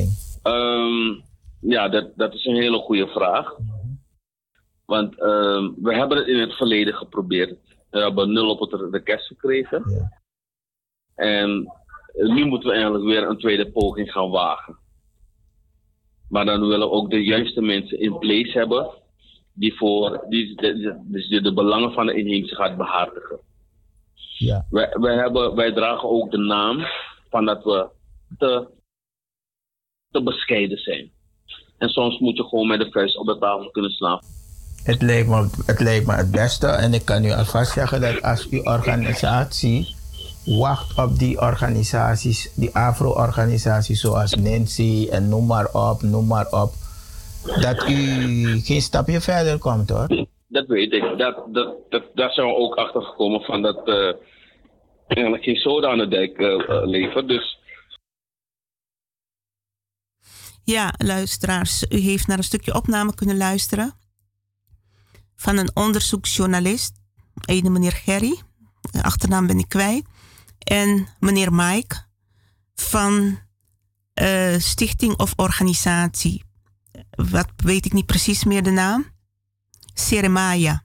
Um, ja, dat, dat is een hele goede vraag. Want um, we hebben het in het verleden geprobeerd. We hebben nul op het request gekregen. Ja. En nu moeten we eigenlijk weer een tweede poging gaan wagen. Maar dan willen we ook de juiste mensen in place hebben die, voor, die, de, die, die de belangen van de inheemse gaat behartigen. Ja. Wij, wij, hebben, wij dragen ook de naam van dat we te, te bescheiden zijn. En soms moet je gewoon met de vuist op de tafel kunnen slaan. Het lijkt me het, lijkt me het beste en ik kan u alvast zeggen dat als uw organisatie wacht op die organisaties, die Afro-organisaties zoals Nancy en noem maar op, noem maar op, dat u geen stapje verder komt hoor. Dat weet ik. Dat, dat, dat, daar zijn we ook achter gekomen van dat uh, eigenlijk geen soda aan de dijk uh, uh, levert. Dus. Ja, luisteraars, u heeft naar een stukje opname kunnen luisteren van een onderzoeksjournalist, ene meneer Gerry, de achternaam ben ik kwijt, en meneer Mike van uh, stichting of organisatie, wat weet ik niet precies meer de naam, Seremaya.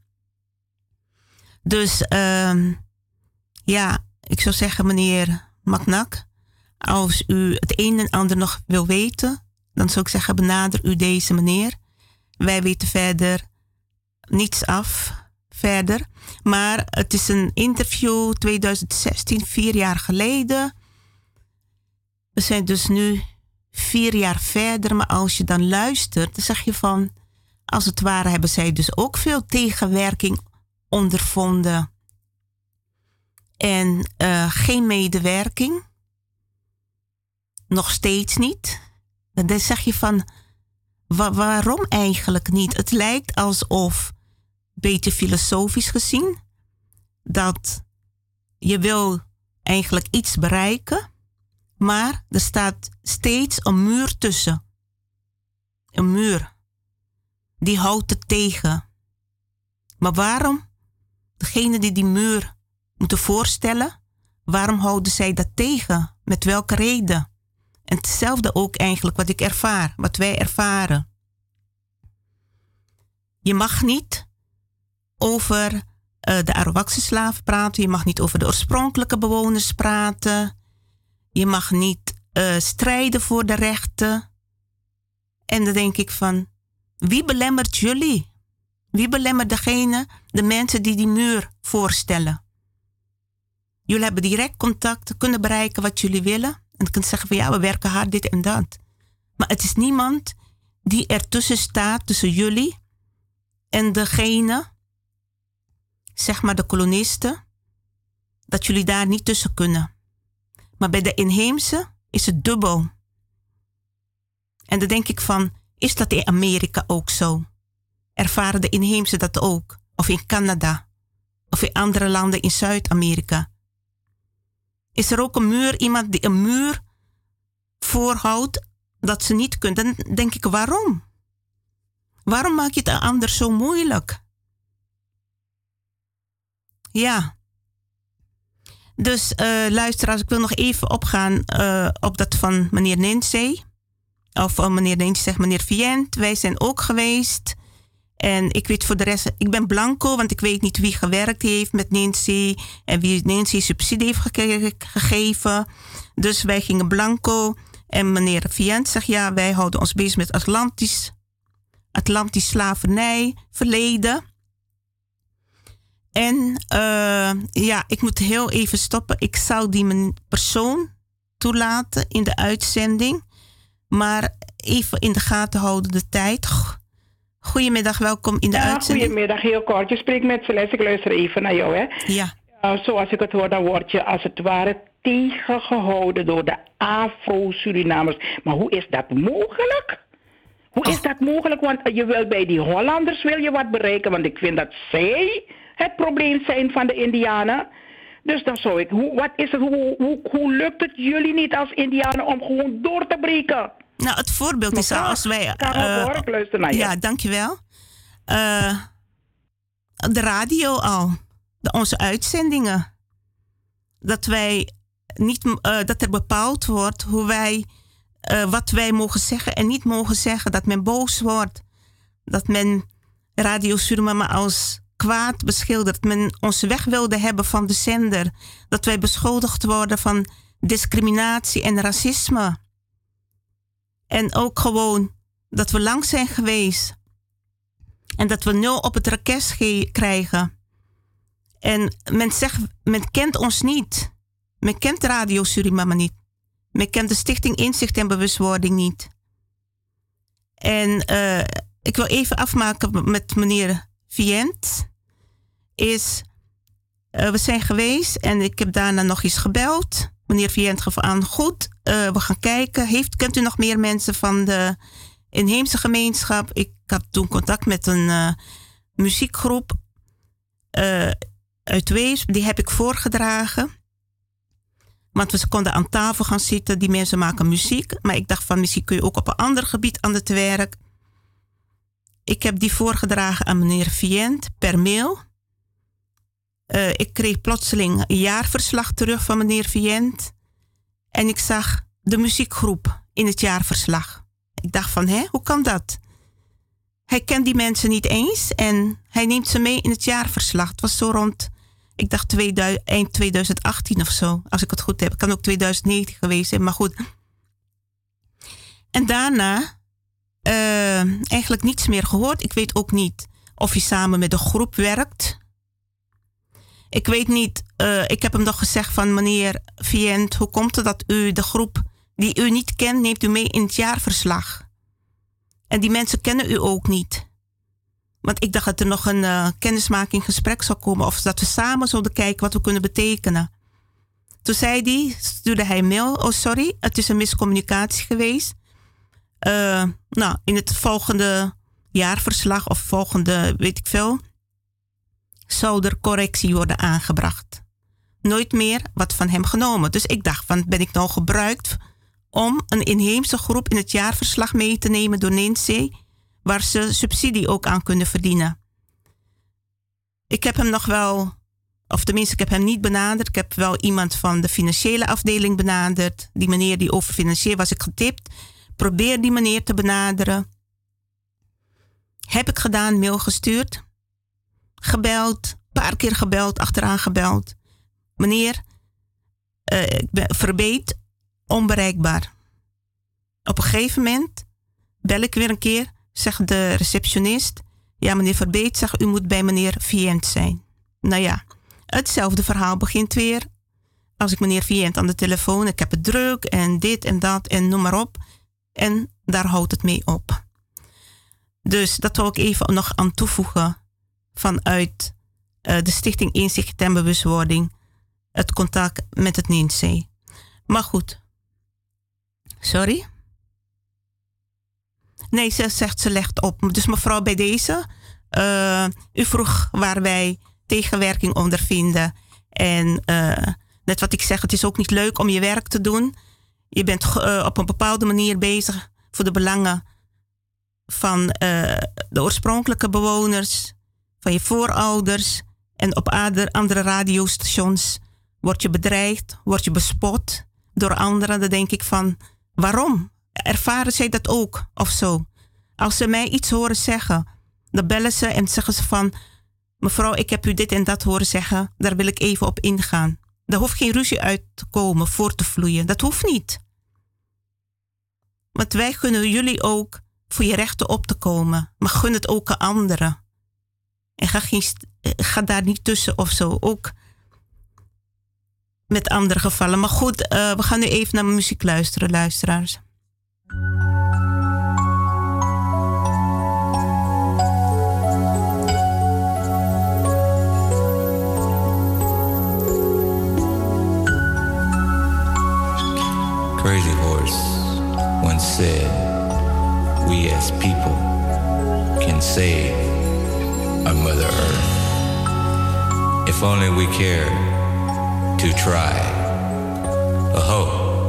Dus uh, ja, ik zou zeggen meneer Maknak, als u het een en ander nog wil weten, dan zou ik zeggen benader u deze meneer. Wij weten verder niets af verder. Maar het is een interview twintig zestien, vier jaar geleden. We zijn dus nu vier jaar verder. Maar als je dan luistert, dan zeg je van, als het ware hebben zij dus ook veel tegenwerking ondervonden. En uh, geen medewerking. Nog steeds niet. Dan zeg je van, wa- waarom eigenlijk niet? Het lijkt alsof, beetje filosofisch gezien, dat je wil eigenlijk iets bereiken, maar er staat steeds een muur tussen. Een muur. Die houdt het tegen. Maar waarom? Degene die die muur moeten voorstellen, waarom houden zij dat tegen? Met welke reden? En hetzelfde ook eigenlijk wat ik ervaar, wat wij ervaren. Je mag niet over uh, de Arawakse slaven praten. Je mag niet over de oorspronkelijke bewoners praten. Je mag niet uh, strijden voor de rechten. En dan denk ik van, wie belemmert jullie? Wie belemmert degene, de mensen die die muur voorstellen? Jullie hebben direct contact, kunnen bereiken wat jullie willen. En je kunt zeggen van ja, we werken hard, dit en dat. Maar het is niemand die ertussen staat, tussen jullie en degene, zeg maar de kolonisten, dat jullie daar niet tussen kunnen. Maar bij de inheemse is het dubbel. En dan denk ik van, is dat in Amerika ook zo? Ervaren de inheemse dat ook? Of in Canada? Of in andere landen in Zuid-Amerika? Is er ook een muur, iemand die een muur voorhoudt dat ze niet kunnen? Dan denk ik, waarom? Waarom maak je het een ander zo moeilijk? Ja. Dus uh, luisteraars, ik wil nog even opgaan uh, op dat van meneer Nancy. Of uh, meneer Nancy zegt meneer Vient. Wij zijn ook geweest. En ik weet voor de rest, ik ben blanco, want ik weet niet wie gewerkt heeft met Nancy en wie Nancy subsidie heeft ge- gegeven. Dus wij gingen blanco en meneer Vient zegt ja, wij houden ons bezig met Atlantisch, Atlantisch slavernij, verleden. En uh, ja, ik moet heel even stoppen. Ik zou die persoon toelaten in de uitzending, maar even in de gaten houden de tijd. Goedemiddag, welkom in de ja, uitzending. Goedemiddag, heel kort. Je spreekt met Celeste, ik luister even naar jou, hè? Ja. Uh, zoals ik het hoor, dan word je als het ware tegengehouden door de Afro-Surinamers. Maar hoe is dat mogelijk? Hoe oh. is dat mogelijk? Want je wil bij die Hollanders wil je wat bereiken, want ik vind dat zij het probleem zijn van de Indianen. Dus dan zou ik, hoe, wat is het, hoe, hoe, hoe lukt het jullie niet als Indianen om gewoon door te breken? Nou, het voorbeeld is al als wij... Uh, hoor, ik luister naar je. Ja, dankjewel. Uh, de radio al. De, onze uitzendingen. Dat wij niet... Uh, dat er bepaald wordt hoe wij uh, wat wij mogen zeggen en niet mogen zeggen. Dat men boos wordt. Dat men Radio Surimama als kwaad beschildert. Dat men ons weg wilde hebben van de zender. Dat wij beschuldigd worden van discriminatie en racisme. En ook gewoon dat we lang zijn geweest. En dat we nul op het rekest krijgen. En men zegt, men kent ons niet. Men kent Radio Surimama niet. Men kent de Stichting Inzicht en Bewustwording niet. En uh, ik wil even afmaken met meneer Vient. Is, uh, we zijn geweest en ik heb daarna nog eens gebeld. Meneer Vient gaf aan, goed, uh, we gaan kijken. Heeft, kent u nog meer mensen van de inheemse gemeenschap? Ik had toen contact met een uh, muziekgroep uh, uit Wees. Die heb ik voorgedragen. Want we konden aan tafel gaan zitten. Die mensen maken muziek. Maar ik dacht van misschien kun je ook op een ander gebied aan het werk. Ik heb die voorgedragen aan meneer Vient per mail. Uh, ik kreeg plotseling een jaarverslag terug van meneer Vient. En ik zag de muziekgroep in het jaarverslag. Ik dacht van, hè, hoe kan dat? Hij kent die mensen niet eens en hij neemt ze mee in het jaarverslag. Het was zo rond, ik dacht tweeduizend, eind twintig achttien of zo. Als ik het goed heb. Het kan ook twintig negentien geweest zijn, maar goed. En daarna uh, eigenlijk niets meer gehoord. Ik weet ook niet of hij samen met de groep werkt. Ik weet niet, uh, ik heb hem nog gezegd van meneer Vient, hoe komt het dat u de groep die u niet kent, neemt u mee in het jaarverslag? En die mensen kennen u ook niet. Want ik dacht dat er nog een uh, kennismaking gesprek zou komen. Of dat we samen zouden kijken wat we kunnen betekenen. Toen zei hij, stuurde hij een mail. Oh sorry, het is een miscommunicatie geweest. Uh, nou, in het volgende jaarverslag of volgende, weet ik veel, zou er correctie worden aangebracht. Nooit meer wat van hem genomen. Dus ik dacht, van, ben ik nou gebruikt om een inheemse groep in het jaarverslag mee te nemen door N I N S E, waar ze subsidie ook aan kunnen verdienen. Ik heb hem nog wel, of tenminste ik heb hem niet benaderd. Ik heb wel iemand van de financiële afdeling benaderd. Die meneer die over financieel was ik getipt. Probeer die meneer te benaderen. Heb ik gedaan, mail gestuurd. Gebeld, een paar keer gebeld, achteraan gebeld. Meneer, uh, ik ben verbeet, onbereikbaar. Op een gegeven moment bel ik weer een keer, zegt de receptionist, ja meneer Verbeet, zegt u moet bij meneer Vient zijn. Nou ja, hetzelfde verhaal begint weer. Als ik meneer Vient aan de telefoon, ik heb het druk en dit en dat en noem maar op. En daar houdt het mee op. Dus dat wil ik even nog aan toevoegen vanuit uh, de Stichting Inzicht en Bewustwording. Het contact met het N I N S E. Maar goed. Sorry? Nee, ze zegt ze legt op. Dus mevrouw, bij deze. Uh, u vroeg waar wij tegenwerking ondervinden. En uh, net wat ik zeg, het is ook niet leuk om je werk te doen. Je bent uh, op een bepaalde manier bezig voor de belangen van uh, de oorspronkelijke bewoners, van je voorouders. En op andere radiostations word je bedreigd, word je bespot door anderen. Dan denk ik van, waarom? Ervaren zij dat ook of zo? Als ze mij iets horen zeggen, dan bellen ze en zeggen ze van, mevrouw, ik heb u dit en dat horen zeggen, daar wil ik even op ingaan. Er hoeft geen ruzie uit te komen, voor te vloeien. Dat hoeft niet. Want wij gunnen jullie ook voor je rechten op te komen. Maar gun het ook aan anderen. En ga, geen, ga daar niet tussen of zo. Ook met andere gevallen. Maar goed, uh, we gaan nu even naar muziek luisteren, luisteraars. Crazy Horse once said, we as people can save our Mother Earth. If only we care to try. Aho.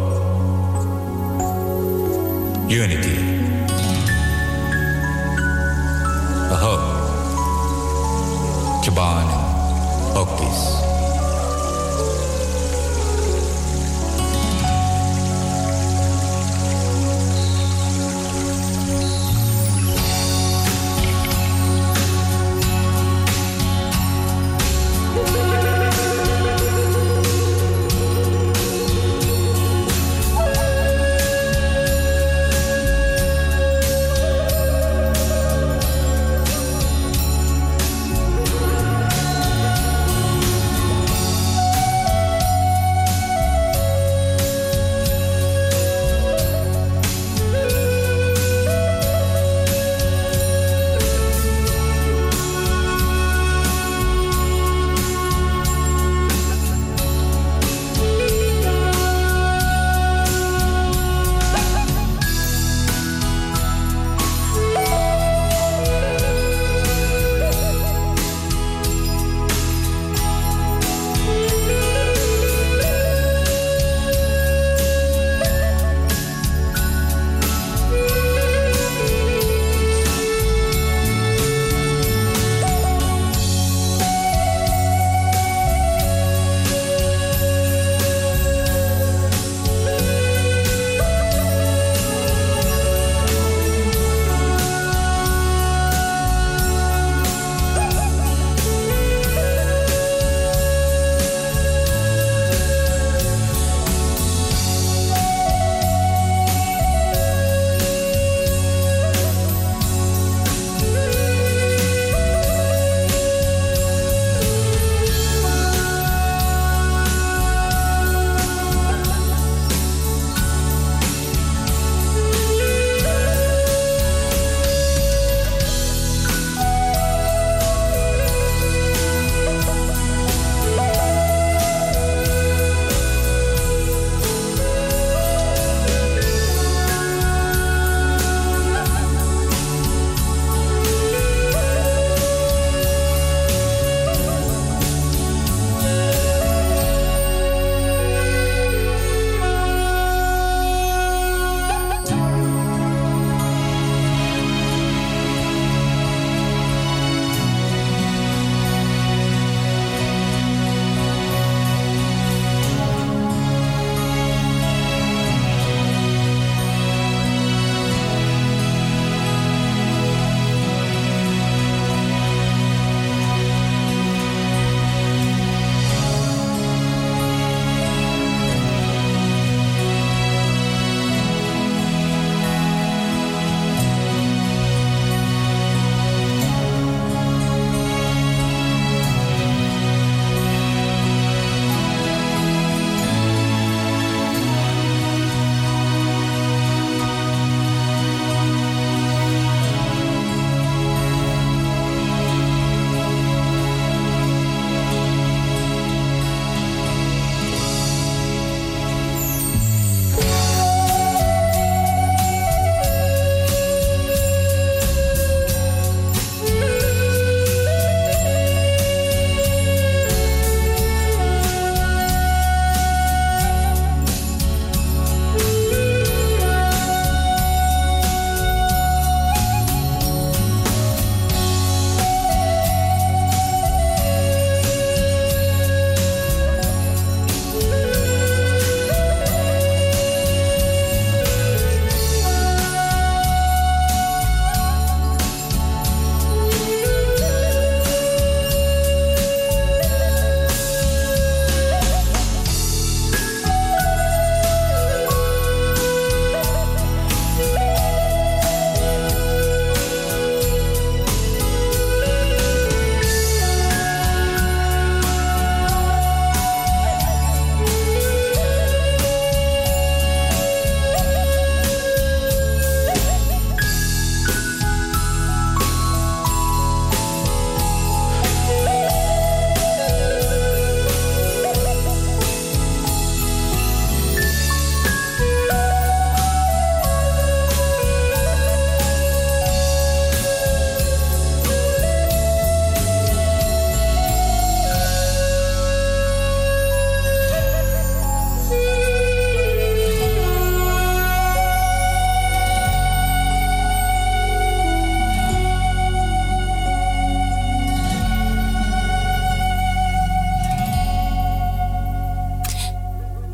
Unity. Aho. Chaban and Oktis.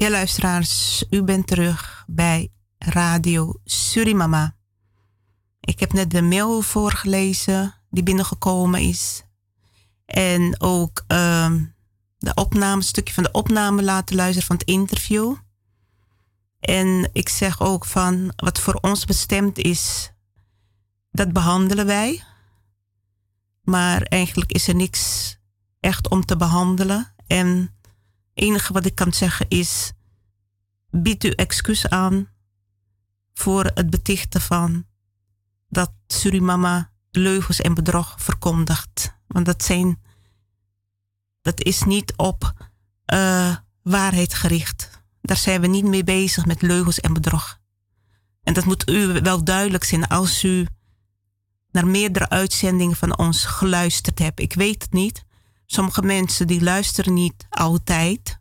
Ja, luisteraars, u bent terug bij Radio Surimama. Ik heb net de mail voorgelezen die binnengekomen is. En ook uh, de opname, een stukje van de opname laten luisteren van het interview. En ik zeg ook van wat voor ons bestemd is, dat behandelen wij. Maar eigenlijk is er niks echt om te behandelen. En het enige wat ik kan zeggen is, bied u excuus aan voor het betichten van dat Surimama leugens en bedrog verkondigt. Want dat zijn, dat is niet op uh, waarheid gericht. Daar zijn we niet mee bezig met leugens en bedrog. En dat moet u wel duidelijk zijn als u naar meerdere uitzendingen van ons geluisterd hebt. Ik weet het niet. Sommige mensen die luisteren niet altijd.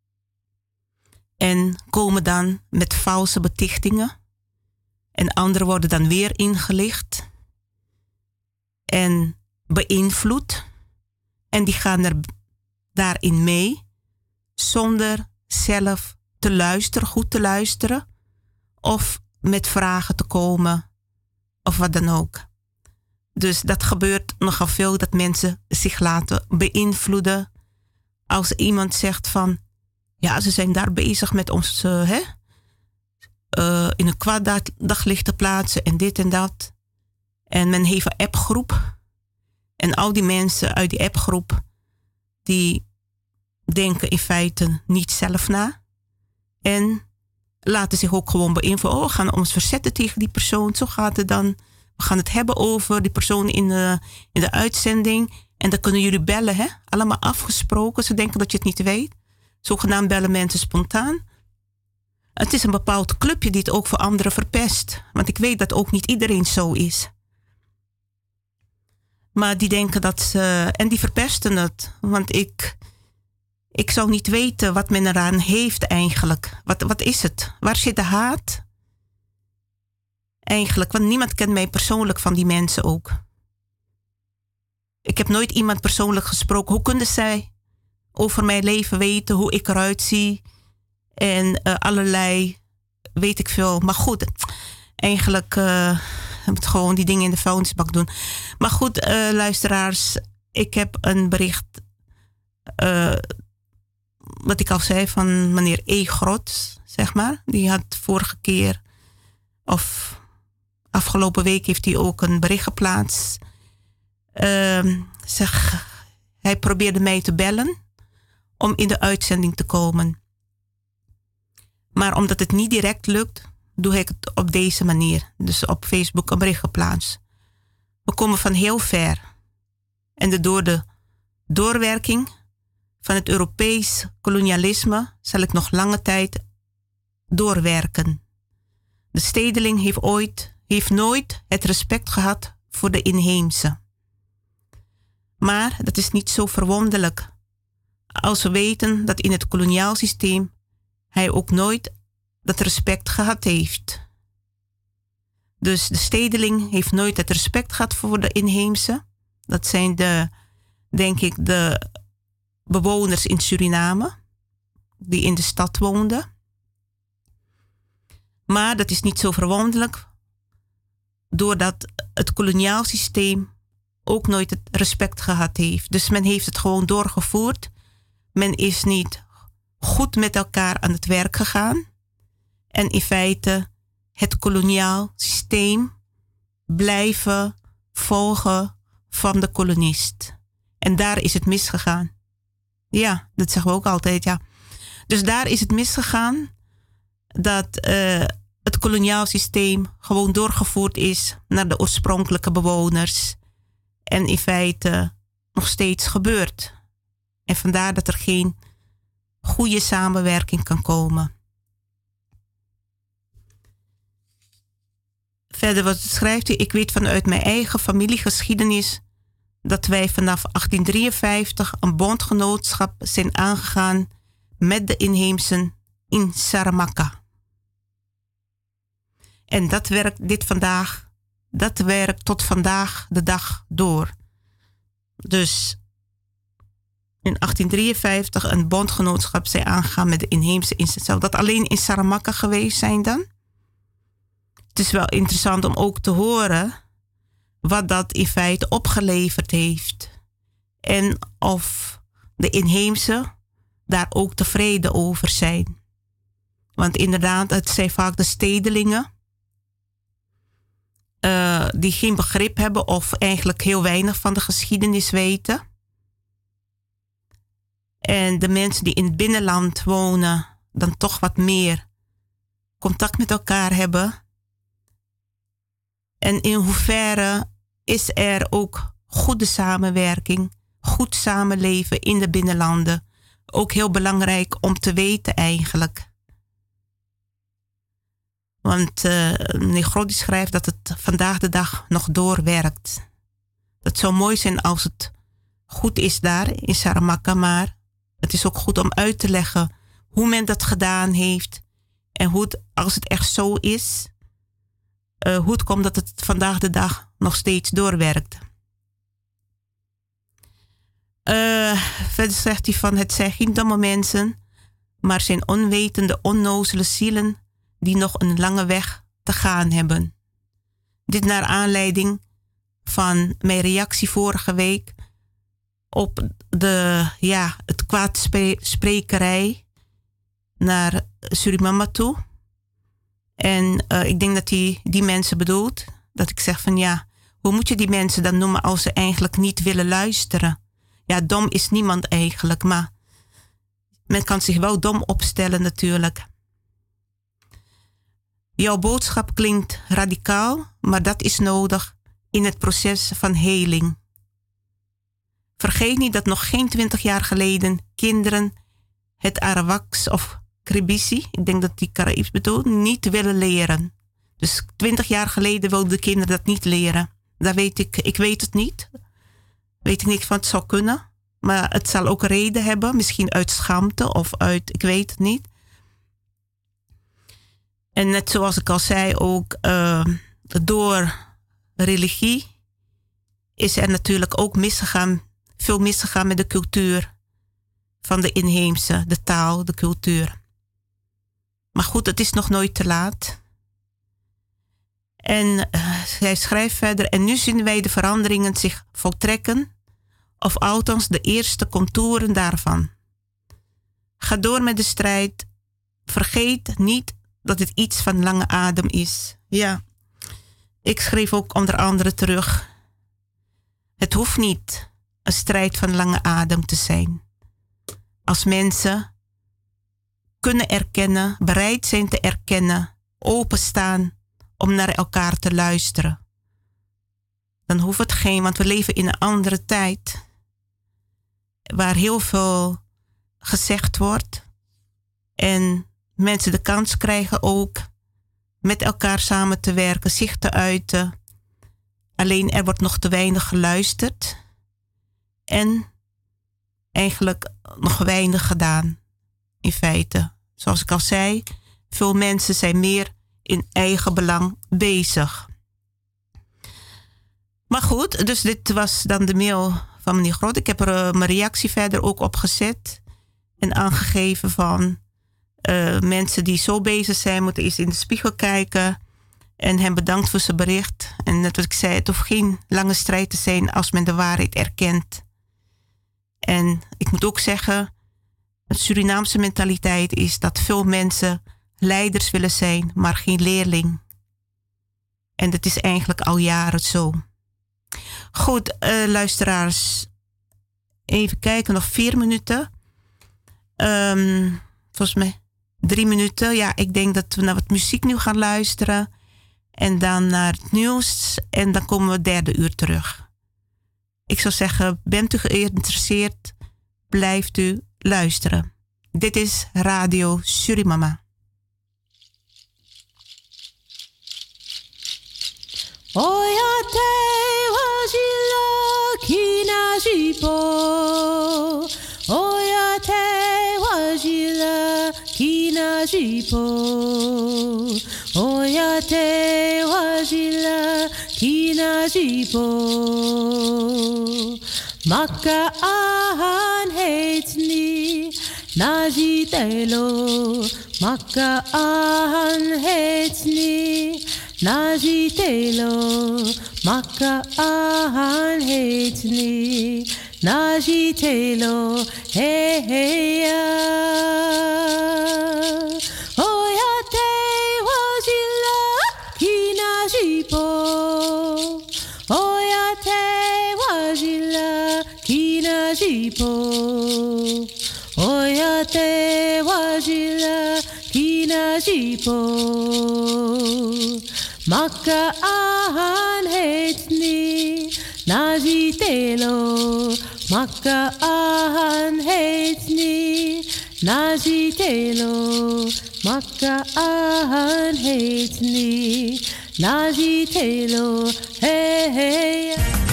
En komen dan met valse betichtingen. En anderen worden dan weer ingelicht. En beïnvloed. En die gaan er daarin mee. Zonder zelf te luisteren, goed te luisteren. Of met vragen te komen. Of wat dan ook. Dus dat gebeurt nogal veel, dat mensen zich laten beïnvloeden. Als iemand zegt van, ja, ze zijn daar bezig met ons uh, hè, uh, in een kwaad daglicht te plaatsen en dit en dat. En men heeft een appgroep. En al die mensen uit die appgroep, die denken in feite niet zelf na. En laten zich ook gewoon beïnvloeden. Oh, we gaan ons verzetten tegen die persoon. Zo gaat het dan. We gaan het hebben over die persoon in de, in de uitzending. En dan kunnen jullie bellen, hè? Allemaal afgesproken. Ze denken dat je het niet weet. Zogenaamd bellen mensen spontaan. Het is een bepaald clubje die het ook voor anderen verpest. Want ik weet dat ook niet iedereen zo is. Maar die denken dat ze... En die verpesten het. Want ik... Ik zou niet weten wat men eraan heeft eigenlijk. Wat, wat is het? Waar zit de haat? Eigenlijk, want niemand kent mij persoonlijk van die mensen ook. Ik heb nooit iemand persoonlijk gesproken. Hoe kunnen zij over mijn leven weten, hoe ik eruit zie? En uh, allerlei, weet ik veel. Maar goed, eigenlijk uh, moet gewoon die dingen in de vuilnisbak doen. Maar goed, uh, luisteraars, ik heb een bericht... Uh, wat ik al zei van meneer E. Grot, zeg maar. Die had vorige keer, of afgelopen week heeft hij ook een bericht geplaatst. Uh, zeg, hij probeerde mij te bellen om in de uitzending te komen. Maar omdat het niet direct lukt, doe ik het op deze manier. Dus op Facebook een bericht geplaatst. We komen van heel ver. En de, door de doorwerking van het Europees kolonialisme zal ik nog lange tijd doorwerken. De stedeling heeft, ooit, heeft nooit het respect gehad voor de inheemse. Maar dat is niet zo verwonderlijk als we weten dat in het koloniaal systeem hij ook nooit dat respect gehad heeft. Dus de stedeling heeft nooit het respect gehad voor de inheemse. Dat zijn de, denk ik, de bewoners in Suriname, die in de stad woonden. Maar dat is niet zo verwonderlijk, doordat het koloniaal systeem ook nooit het respect gehad heeft. Dus men heeft het gewoon doorgevoerd. Men is niet goed met elkaar aan het werk gegaan. En in feite het koloniaal systeem blijven volgen van de kolonist. En daar is het misgegaan. Ja, dat zeggen we ook altijd, ja. Dus daar is het misgegaan dat uh, het koloniaal systeem gewoon doorgevoerd is naar de oorspronkelijke bewoners. En in feite nog steeds gebeurt. En vandaar dat er geen goede samenwerking kan komen. Verder wat schrijft hij, ik weet vanuit mijn eigen familiegeschiedenis dat wij vanaf achttien drieënvijftig een bondgenootschap zijn aangegaan met de inheemsen in Saramacca. En dat werkt dit vandaag, dat werkt tot vandaag de dag door. Dus in achttien drieënvijftig een bondgenootschap zijn aangegaan met de inheemse instellingen. Zou dat alleen in Saramacca geweest zijn dan? Het is wel interessant om ook te horen wat dat in feite opgeleverd heeft. En of de inheemse daar ook tevreden over zijn. Want inderdaad, het zijn vaak de stedelingen uh, die geen begrip hebben of eigenlijk heel weinig van de geschiedenis weten. En de mensen die in het binnenland wonen dan toch wat meer contact met elkaar hebben. En in hoeverre is er ook goede samenwerking, goed samenleven in de binnenlanden. Ook heel belangrijk om te weten eigenlijk. Want uh, meneer Grody schrijft dat het vandaag de dag nog doorwerkt. Dat zou mooi zijn als het goed is daar in Saramacca, maar het is ook goed om uit te leggen hoe men dat gedaan heeft. En hoe het, als het echt zo is, uh, hoe het komt dat het vandaag de dag nog steeds doorwerkt. Uh, verder zegt hij van, het zijn geen domme mensen, maar zijn onwetende, onnozele zielen die nog een lange weg te gaan hebben. Dit naar aanleiding van mijn reactie vorige week op de, ja, het kwaadsprekerij naar Suriname toe. En uh, ik denk dat hij die mensen bedoelt. Dat ik zeg van ja, hoe moet je die mensen dan noemen als ze eigenlijk niet willen luisteren? Ja, dom is niemand eigenlijk, maar men kan zich wel dom opstellen natuurlijk. Jouw boodschap klinkt radicaal, maar dat is nodig in het proces van heling. Vergeet niet dat nog geen twintig jaar geleden kinderen het Arawaks of Kribisi, ik denk dat die Caraïbs bedoelt, niet willen leren. Dus twintig jaar geleden wilden de kinderen dat niet leren. Daar weet ik, ik weet het niet. Weet ik niet van het zou kunnen. Maar het zal ook een reden hebben. Misschien uit schaamte of uit, ik weet het niet. En net zoals ik al zei, ook uh, door religie is er natuurlijk ook misgegaan, veel misgegaan met de cultuur van de inheemse, de taal, de cultuur. Maar goed, het is nog nooit te laat. En uh, hij schrijft verder, en nu zien wij de veranderingen zich voltrekken, of althans de eerste contouren daarvan. Ga door met de strijd. Vergeet niet dat het iets van lange adem is. Ja, ik schreef ook onder andere terug. Het hoeft niet een strijd van lange adem te zijn. Als mensen kunnen erkennen, bereid zijn te erkennen, openstaan om naar elkaar te luisteren. Dan hoeft het geen, want we leven in een andere tijd waar heel veel gezegd wordt en mensen de kans krijgen ook met elkaar samen te werken, zich te uiten. Alleen er wordt nog te weinig geluisterd en eigenlijk nog weinig gedaan in feite. Zoals ik al zei, veel mensen zijn meer in eigen belang bezig. Maar goed, dus dit was dan de mail van meneer Groot. Ik heb er uh, mijn reactie verder ook op gezet en aangegeven van uh, mensen die zo bezig zijn, moeten eens in de spiegel kijken en hem bedankt voor zijn bericht. En net wat ik zei, het hoeft geen lange strijd te zijn als men de waarheid erkent. En ik moet ook zeggen, de Surinaamse mentaliteit is dat veel mensen leiders willen zijn, maar geen leerling. En dat is eigenlijk al jaren zo. Goed, uh, luisteraars. Even kijken, nog vier minuten. Um, volgens mij drie minuten. Ja, ik denk dat we naar wat muziek nu gaan luisteren. En dan naar het nieuws. En dan komen we het derde uur terug. Ik zou zeggen, bent u geïnteresseerd? Blijft u luisteren. Dit is Radio Surimama. Oya te wajila kina jipo. Oya te wajila kina jipo. Oya te wajila kina jipo. Maka ahan heet ni Naji telo Maka ahan heet ni Naji telo Maka ahan heet ni Naji telo Hey hey ya Oh ya te wajila Kinajipo Oh ya te wajila Kinajipo Oh ya te wajila Kinajipo Maka ahan heet ni Naji telo Maka ahan heet ni Naji telo Maka ahan heet ni Naji telo Hey hey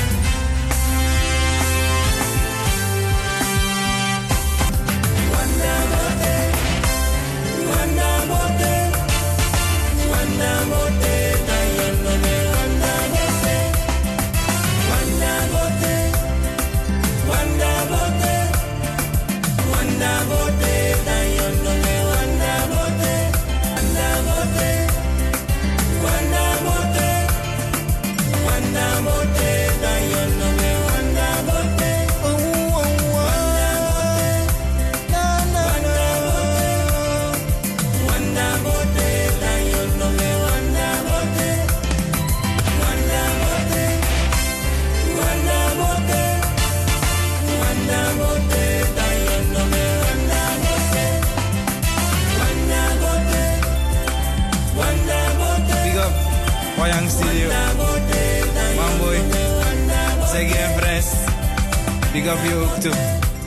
Wanda bote Wanda bote Wanda bote Dayono me Wanda bote Wanda bote Wanda bote Wanda bote Dayono me Wanda bote Wanda bote Wanda bote Wanda bote Dayono me Wanda bote Oh oh oh Wanda bote Wanda bote Dayono me Wanda bote Wanda bote Wanda bote Wanda bote Dayono me Wanda bote Wanda bote Wanda bote Big up Wayang Studio Mamboy Seggy en Fresh Big up je ook toe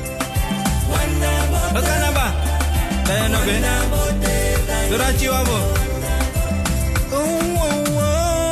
Wat kan dat ba? Ben je nog binnen? Doordat je wabo Oh oh oh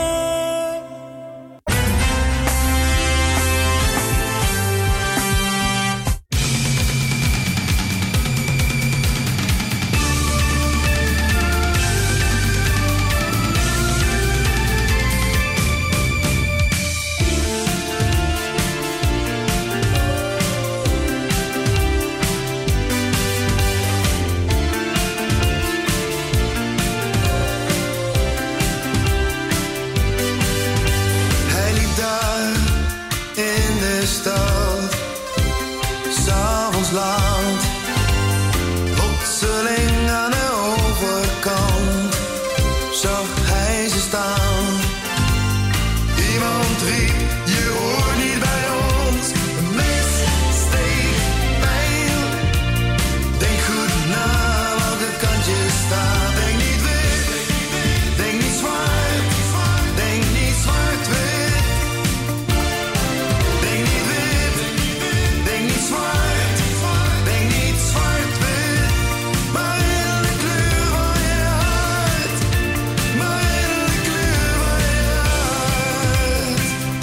Hij liep daar in de stad, 's avonds laat, plotseling aan de overkant zag hij ze staan. Iemand riep, je hoort niet bij ons, een mes steekt pijl. Denk goed na welke kant je staat, denk niet wit, denk niet zwart, denk niet zwart-wit. Denk niet wit, denk niet zwart, denk niet zwart-wit. Maar in de kleur van je hart, maar in de kleur van je hart.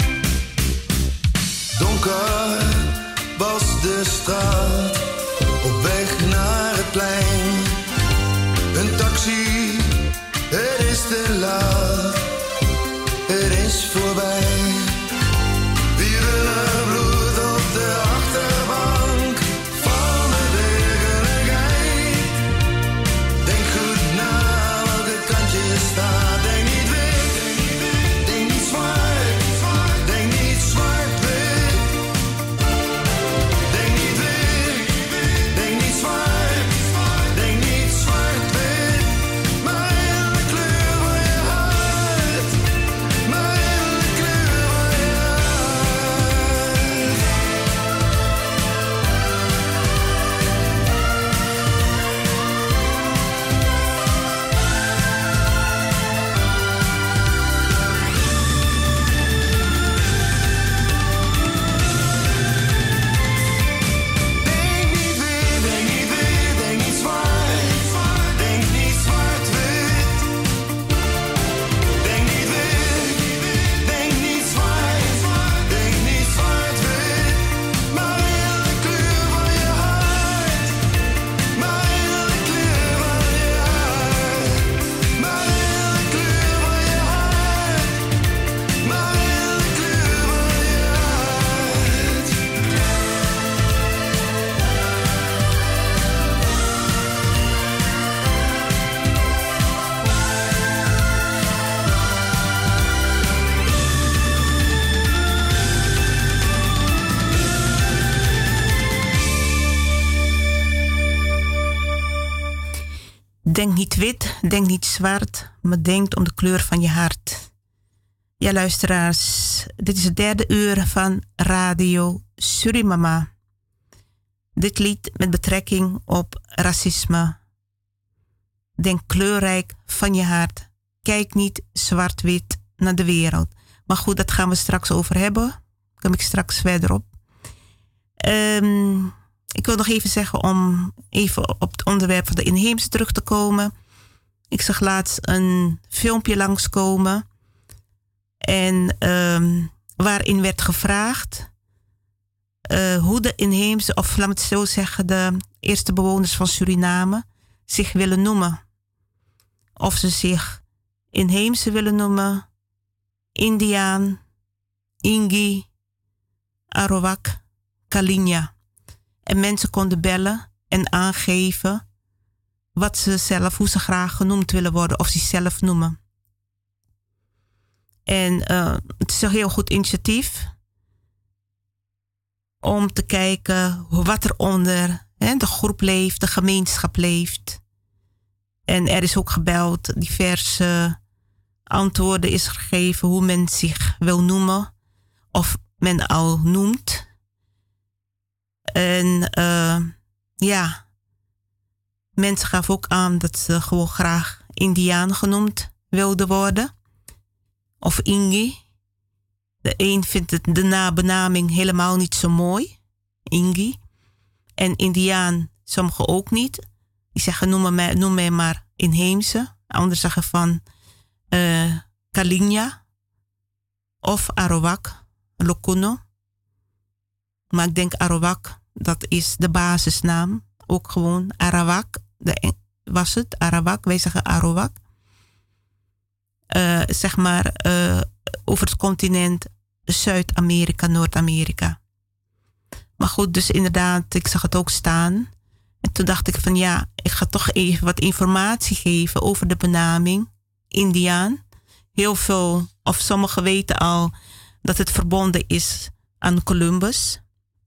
Donker was de straat, op weg naar het plein. Een taxi, het is te laat, het is voorbij. Wiebelig bloed op de achterbank van de werkelijkheid. Denk goed na welke kant je staat. Denk niet wit, denk niet zwart, denk niet zwart-wit. Denk niet wit, denk niet zwart, denk niet zwart-wit. Maar in de kleur van je hart, maar in de kleur Denk niet wit, denk niet zwart, maar denk om de kleur van je hart. Ja, luisteraars, dit is het derde uur van Radio Surimama. Dit lied met betrekking op racisme. Denk kleurrijk van je hart. Kijk niet zwart-wit naar de wereld. Maar goed, dat gaan we straks over hebben. Daar kom ik straks verder op. Um, ik wil nog even zeggen om even op het onderwerp van de inheemse terug te komen. Ik zag laatst een filmpje langskomen. En um, waarin werd gevraagd uh, hoe de inheemse, of laat me het zo zeggen, de eerste bewoners van Suriname zich willen noemen. Of ze zich inheemse willen noemen, Indiaan, Ingi, Arawak, Kalinia. En mensen konden bellen en aangeven wat ze zelf, hoe ze graag genoemd willen worden, of ze zichzelf noemen. En uh, het is een heel goed initiatief om te kijken wat er onder hè, de groep leeft, de gemeenschap leeft. En er is ook gebeld, diverse antwoorden is gegeven hoe men zich wil noemen of men al noemt. En uh, ja, mensen gaven ook aan dat ze gewoon graag Indiaan genoemd wilden worden. Of Ingi. De een vindt het, de nabenaming helemaal niet zo mooi. Ingi. En Indiaan, sommigen ook niet. Die zeggen noem mij, noem mij maar inheemse. Anderen zeggen van uh, Kalinia. Of Arawak. Lokuno. Maar ik denk Arawak, dat is de basisnaam. Ook gewoon Arawak. De, was het Arawak? Wij zeggen Arawak. Uh, zeg maar uh, over het continent Zuid-Amerika, Noord-Amerika. Maar goed, dus inderdaad, ik zag het ook staan. En toen dacht ik van ja, ik ga toch even wat informatie geven over de benaming Indiaan. Heel veel, of sommigen weten al dat het verbonden is aan Columbus.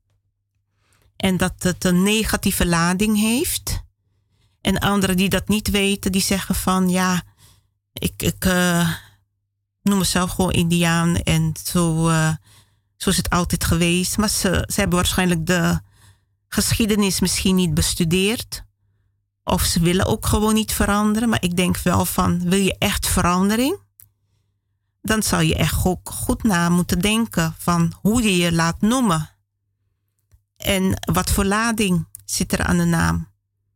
En dat het een negatieve lading heeft. En anderen die dat niet weten, die zeggen van ja, ik, ik uh, noem mezelf gewoon Indiaan en zo, uh, zo is het altijd geweest. Maar ze, ze hebben waarschijnlijk de geschiedenis misschien niet bestudeerd. Of ze willen ook gewoon niet veranderen. Maar ik denk wel van, wil je echt verandering? Dan zou je echt ook goed na moeten denken van hoe je je laat noemen. En wat voor lading zit er aan de naam.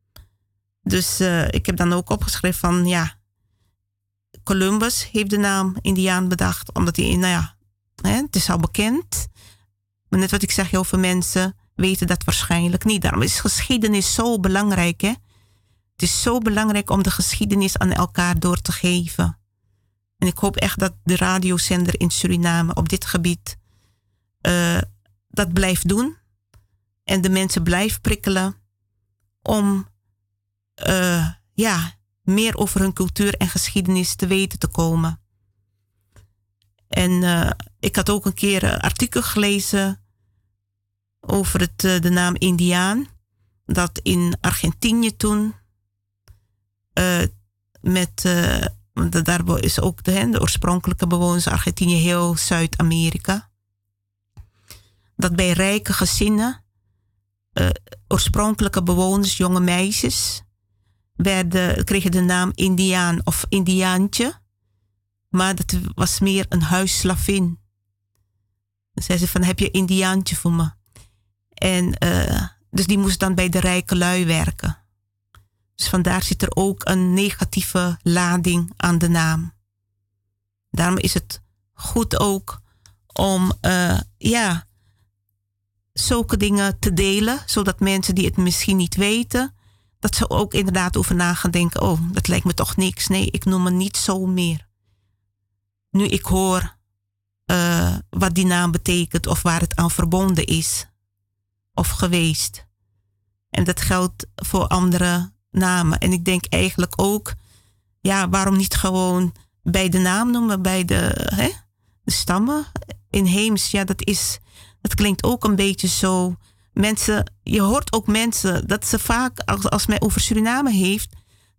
Dus uh, ik heb dan ook opgeschreven van ja, Columbus heeft de naam Indiaan bedacht. Omdat hij, nou ja, hè, het is al bekend. Maar net wat ik zeg, heel veel mensen weten dat waarschijnlijk niet. Daarom is geschiedenis zo belangrijk. Hè? Het is zo belangrijk om de geschiedenis aan elkaar door te geven. En ik hoop echt dat de radiozender in Suriname op dit gebied uh, dat blijft doen. En de mensen blijft prikkelen om uh, ja, meer over hun cultuur en geschiedenis te weten te komen. En uh, ik had ook een keer een artikel gelezen over het, uh, de naam Indiaan. Dat in Argentinië toen, uh, met, uh, de, daar is ook de, de oorspronkelijke bewoners Argentinië, heel Zuid-Amerika. Dat bij rijke gezinnen, uh, oorspronkelijke bewoners, jonge meisjes, werden, kregen de naam Indiaan of Indiaantje. Maar dat was meer een huisslavin. Dan zei ze van, heb je Indiaantje voor me? En uh, dus die moest dan bij de rijke lui werken. Dus vandaar zit er ook een negatieve lading aan de naam. Daarom is het goed ook om uh, ja, zulke dingen te delen. Zodat mensen die het misschien niet weten, dat ze ook inderdaad over na gaan denken. Oh, dat lijkt me toch niks. Nee, ik noem me niet zo meer. Nu ik hoor uh, wat die naam betekent of waar het aan verbonden is. Of geweest. En dat geldt voor andere namen. En ik denk eigenlijk ook, ja, waarom niet gewoon bij de naam noemen, bij de, hè, de stammen. Inheems, ja, dat is, dat klinkt ook een beetje zo. Mensen, je hoort ook mensen dat ze vaak, als, als men over Suriname heeft,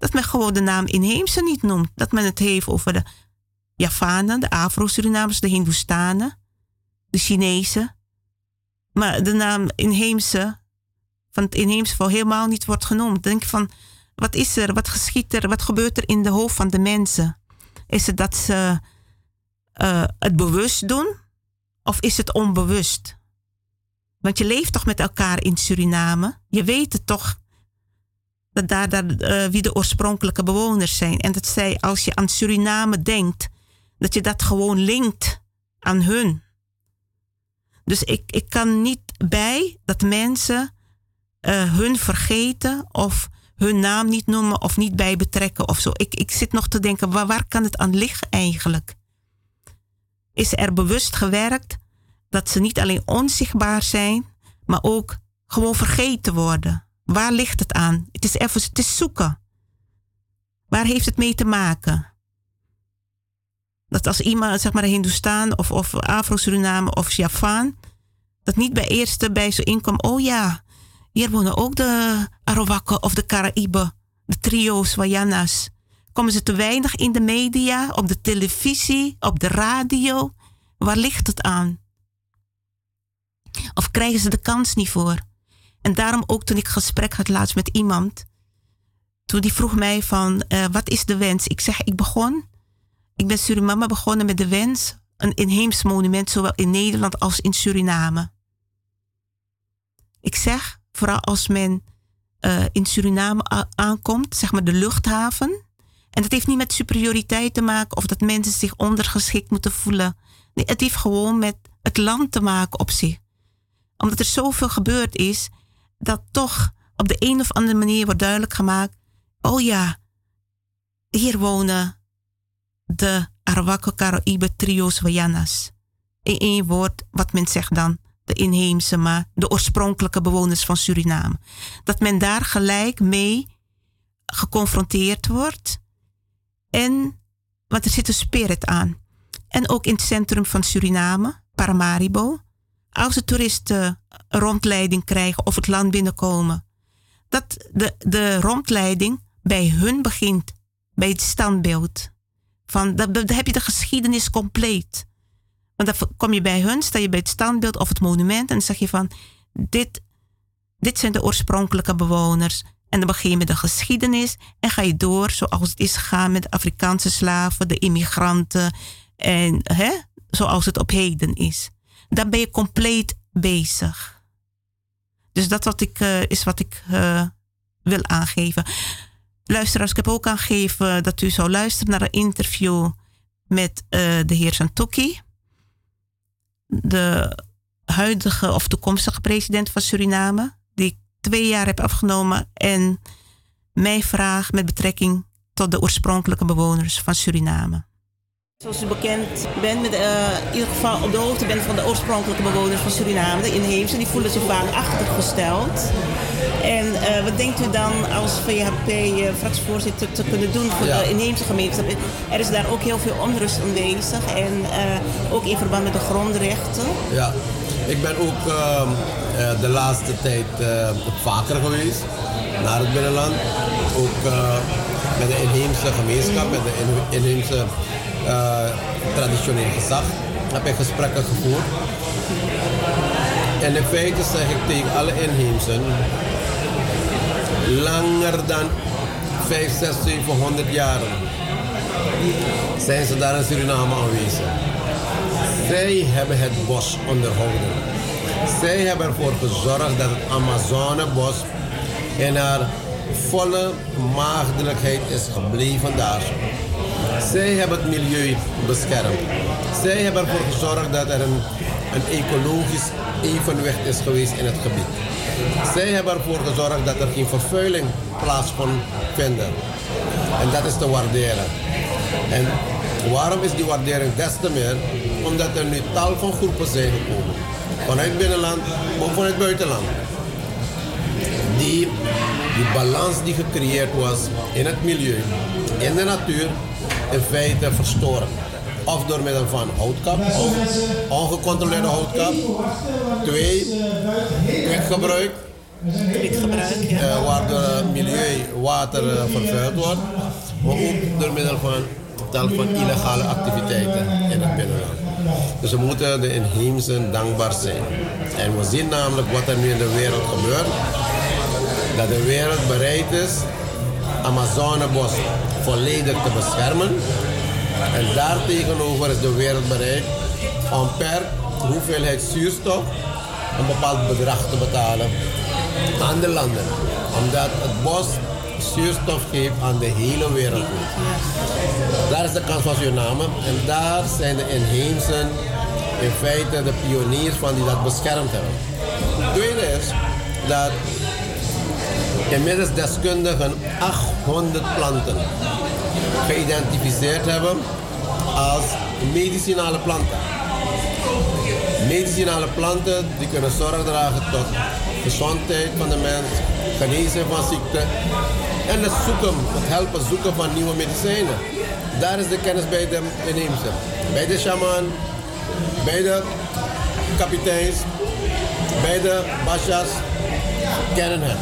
dat men gewoon de naam inheemse niet noemt. Dat men het heeft over de Javanen, de Afro-Surinamers, de Hindoestanen, de Chinezen. Maar de naam inheemse, van het inheemse volk helemaal niet wordt genoemd. Dan denk je van, wat is er, wat geschiet er, wat gebeurt er in de hoofd van de mensen? Is het dat ze uh, het bewust doen of is het onbewust? Want je leeft toch met elkaar in Suriname? Je weet het toch dat daar, daar uh, wie de oorspronkelijke bewoners zijn. En dat zij, als je aan Suriname denkt, dat je dat gewoon linkt aan hun. Dus ik, ik kan niet bij dat mensen uh, hun vergeten of hun naam niet noemen of niet bij betrekken of zo. Ik, ik zit nog te denken, waar, waar kan het aan liggen eigenlijk? Is er bewust gewerkt dat ze niet alleen onzichtbaar zijn, maar ook gewoon vergeten worden? Waar ligt het aan? Het is even, het is zoeken. Waar heeft het mee te maken? Dat als iemand, zeg maar, een Hindoestaan of, of Afro-Suriname of Javaan, dat niet bij eerste bij zo inkomt, oh ja, hier wonen ook de Arawakken of de Caraïben, de trio's, Wayanas. Komen ze te weinig in de media, op de televisie, op de radio? Waar ligt het aan? Of krijgen ze de kans niet voor? En daarom ook toen ik gesprek had laatst met iemand, toen die vroeg mij van, uh, wat is de wens? Ik zeg, ik begon, ik ben Suriname begonnen met de wens, een inheems monument, zowel in Nederland als in Suriname. Ik zeg, vooral als men uh, in Suriname a- aankomt, zeg maar de luchthaven, en dat heeft niet met superioriteit te maken of dat mensen zich ondergeschikt moeten voelen. Nee, het heeft gewoon met het land te maken op zich. Omdat er zoveel gebeurd is, dat toch op de een of andere manier wordt duidelijk gemaakt, oh ja, hier wonen de Arawakken, Caraïben, trio's, Wayanas. In één woord, wat men zegt dan, de inheemse, maar de oorspronkelijke bewoners van Suriname. Dat men daar gelijk mee geconfronteerd wordt. En, want er zit een spirit aan. En ook in het centrum van Suriname, Paramaribo, als de toeristen rondleiding krijgen of het land binnenkomen, dat de, de rondleiding bij hun begint, bij het standbeeld. Van, dan, dan heb je de geschiedenis compleet. Want dan kom je bij hun, sta je bij het standbeeld of het monument en dan zeg je van, dit, dit zijn de oorspronkelijke bewoners. En dan begin je met de geschiedenis en ga je door zoals het is gegaan met de Afrikaanse slaven, de immigranten en hè, zoals het op heden is. Dan ben je compleet bezig. Dus dat wat ik, uh, is wat ik uh, wil aangeven. Luisteraars, ik heb ook aangegeven dat u zou luisteren naar een interview met uh, de heer Santokki, de huidige of toekomstige president van Suriname, die ik twee jaar heb afgenomen en mij vraag met betrekking tot de oorspronkelijke bewoners van Suriname. Zoals u bekend bent, met, uh, in ieder geval op de hoogte bent van de oorspronkelijke bewoners van Suriname, de inheemse, die voelen zich vaak achtergesteld. En uh, wat denkt u dan als V H P-fractievoorzitter uh, te kunnen doen voor ja. de inheemse gemeenschap? Er is daar ook heel veel onrust aanwezig en uh, ook in verband met de grondrechten. Ja, ik ben ook uh, uh, de laatste tijd uh, vaker geweest naar het binnenland. Ook uh, met de inheemse gemeenschap, mm-hmm. met de inheemse uh, traditioneel gezag heb ik gesprekken gevoerd. En in feite zeg ik tegen alle inheemsen, langer dan vijf, zes, zevenhonderd jaren zijn ze daar in Suriname aanwezig. Zij hebben het bos onderhouden. Zij hebben ervoor gezorgd dat het Amazonebos in haar volle maagdelijkheid is gebleven daar. Zij hebben het milieu beschermd. Zij hebben ervoor gezorgd dat er een, een ecologisch evenwicht is geweest in het gebied. Zij hebben ervoor gezorgd dat er geen vervuiling plaats kon vinden. En dat is te waarderen. En waarom is die waardering des te meer? Omdat er nu tal van groepen zijn gekomen. Vanuit binnenland, maar ook vanuit buitenland. Die, die balans die gecreëerd was in het milieu, in de natuur, in feite verstoren. Of door middel van houtkap, of ongecontroleerde houtkap. Twee, kwikgebruik. Kwikgebruik, ja. Uh, waardoor het milieu, water uh, vervuild wordt. Maar ook door middel van tal van illegale activiteiten in het binnenland. Dus we moeten de inheemsen dankbaar zijn. En we zien namelijk wat er nu in de wereld gebeurt. Dat de wereld bereid is Amazonebos volledig te beschermen. En daartegenover is de wereld bereid om per hoeveelheid zuurstof een bepaald bedrag te betalen aan de landen. Omdat het bos zuurstof geeft aan de hele wereld. Daar is de kans van Suriname en daar zijn de inheemsen in feite de pioniers van die dat beschermd hebben. Het tweede is dat inmiddels deskundigen achthonderd planten geïdentificeerd hebben als medicinale planten. Medicinale planten die kunnen zorg dragen tot gezondheid van de mens, genezen van ziekte en het zoeken, het helpen zoeken van nieuwe medicijnen. Daar is de kennis bij de inheemse. Bij de shaman, bij de kapiteins, bij de bashas kennen het.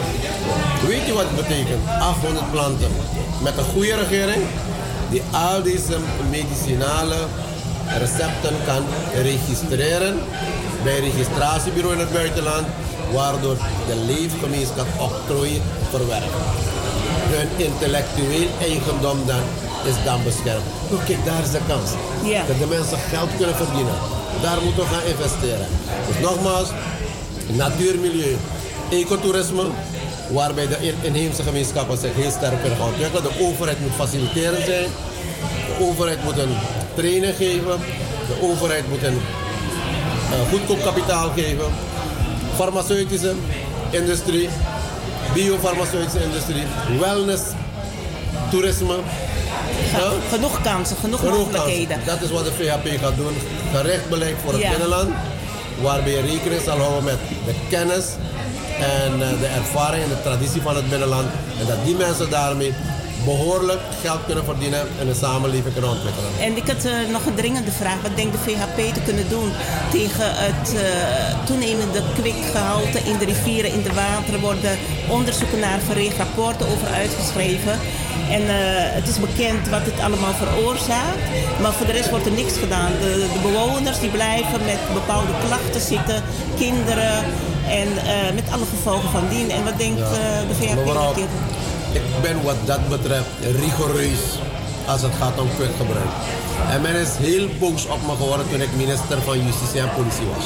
Weet je wat het betekent? achthonderd planten. Met een goede regering die al deze medicinale recepten kan registreren bij een registratiebureau in het buitenland, waardoor de leefgemeenschap octrooi verwerft. Hun intellectueel eigendom dan is dan beschermd. Oh, kijk, daar is de kans. Ja. Dat de mensen geld kunnen verdienen. Daar moeten we gaan investeren. Dus nogmaals, natuur, milieu, ecotourisme, waarbij de inheemse gemeenschappen zich heel sterk kunnen gaan ontwikkelen. De overheid moet faciliterend zijn. De overheid moet een training geven. De overheid moet een uh, goedkoop kapitaal geven. Farmaceutische industrie, biofarmaceutische industrie, wellness, toerisme. Ja, genoeg kansen, genoeg, genoeg mogelijkheden. Kansen. Dat is wat de V H P gaat doen. Gericht beleid voor het ja. binnenland. Waarbij je rekening zal houden met de kennis en uh, de ervaring en de traditie van het binnenland. En dat die mensen daarmee behoorlijk geld kunnen verdienen en een samenleving kunnen ontwikkelen. En ik had uh, nog een dringende vraag. Wat denkt de V H P te kunnen doen tegen het uh, toenemende kwikgehalte in de rivieren, in de wateren? Worden onderzoeken naar verricht, rapporten over uitgeschreven. En uh, het is bekend wat het allemaal veroorzaakt. Maar voor de rest wordt er niks gedaan. De, de bewoners die blijven met bepaalde klachten zitten. Kinderen en uh, met alle gevolgen van dien. En wat denkt uh, de V H P dat dit? Ik ben wat dat betreft rigoureus als het gaat om kwikgebruik. En men is heel boos op me geworden toen ik minister van Justitie en Politie was.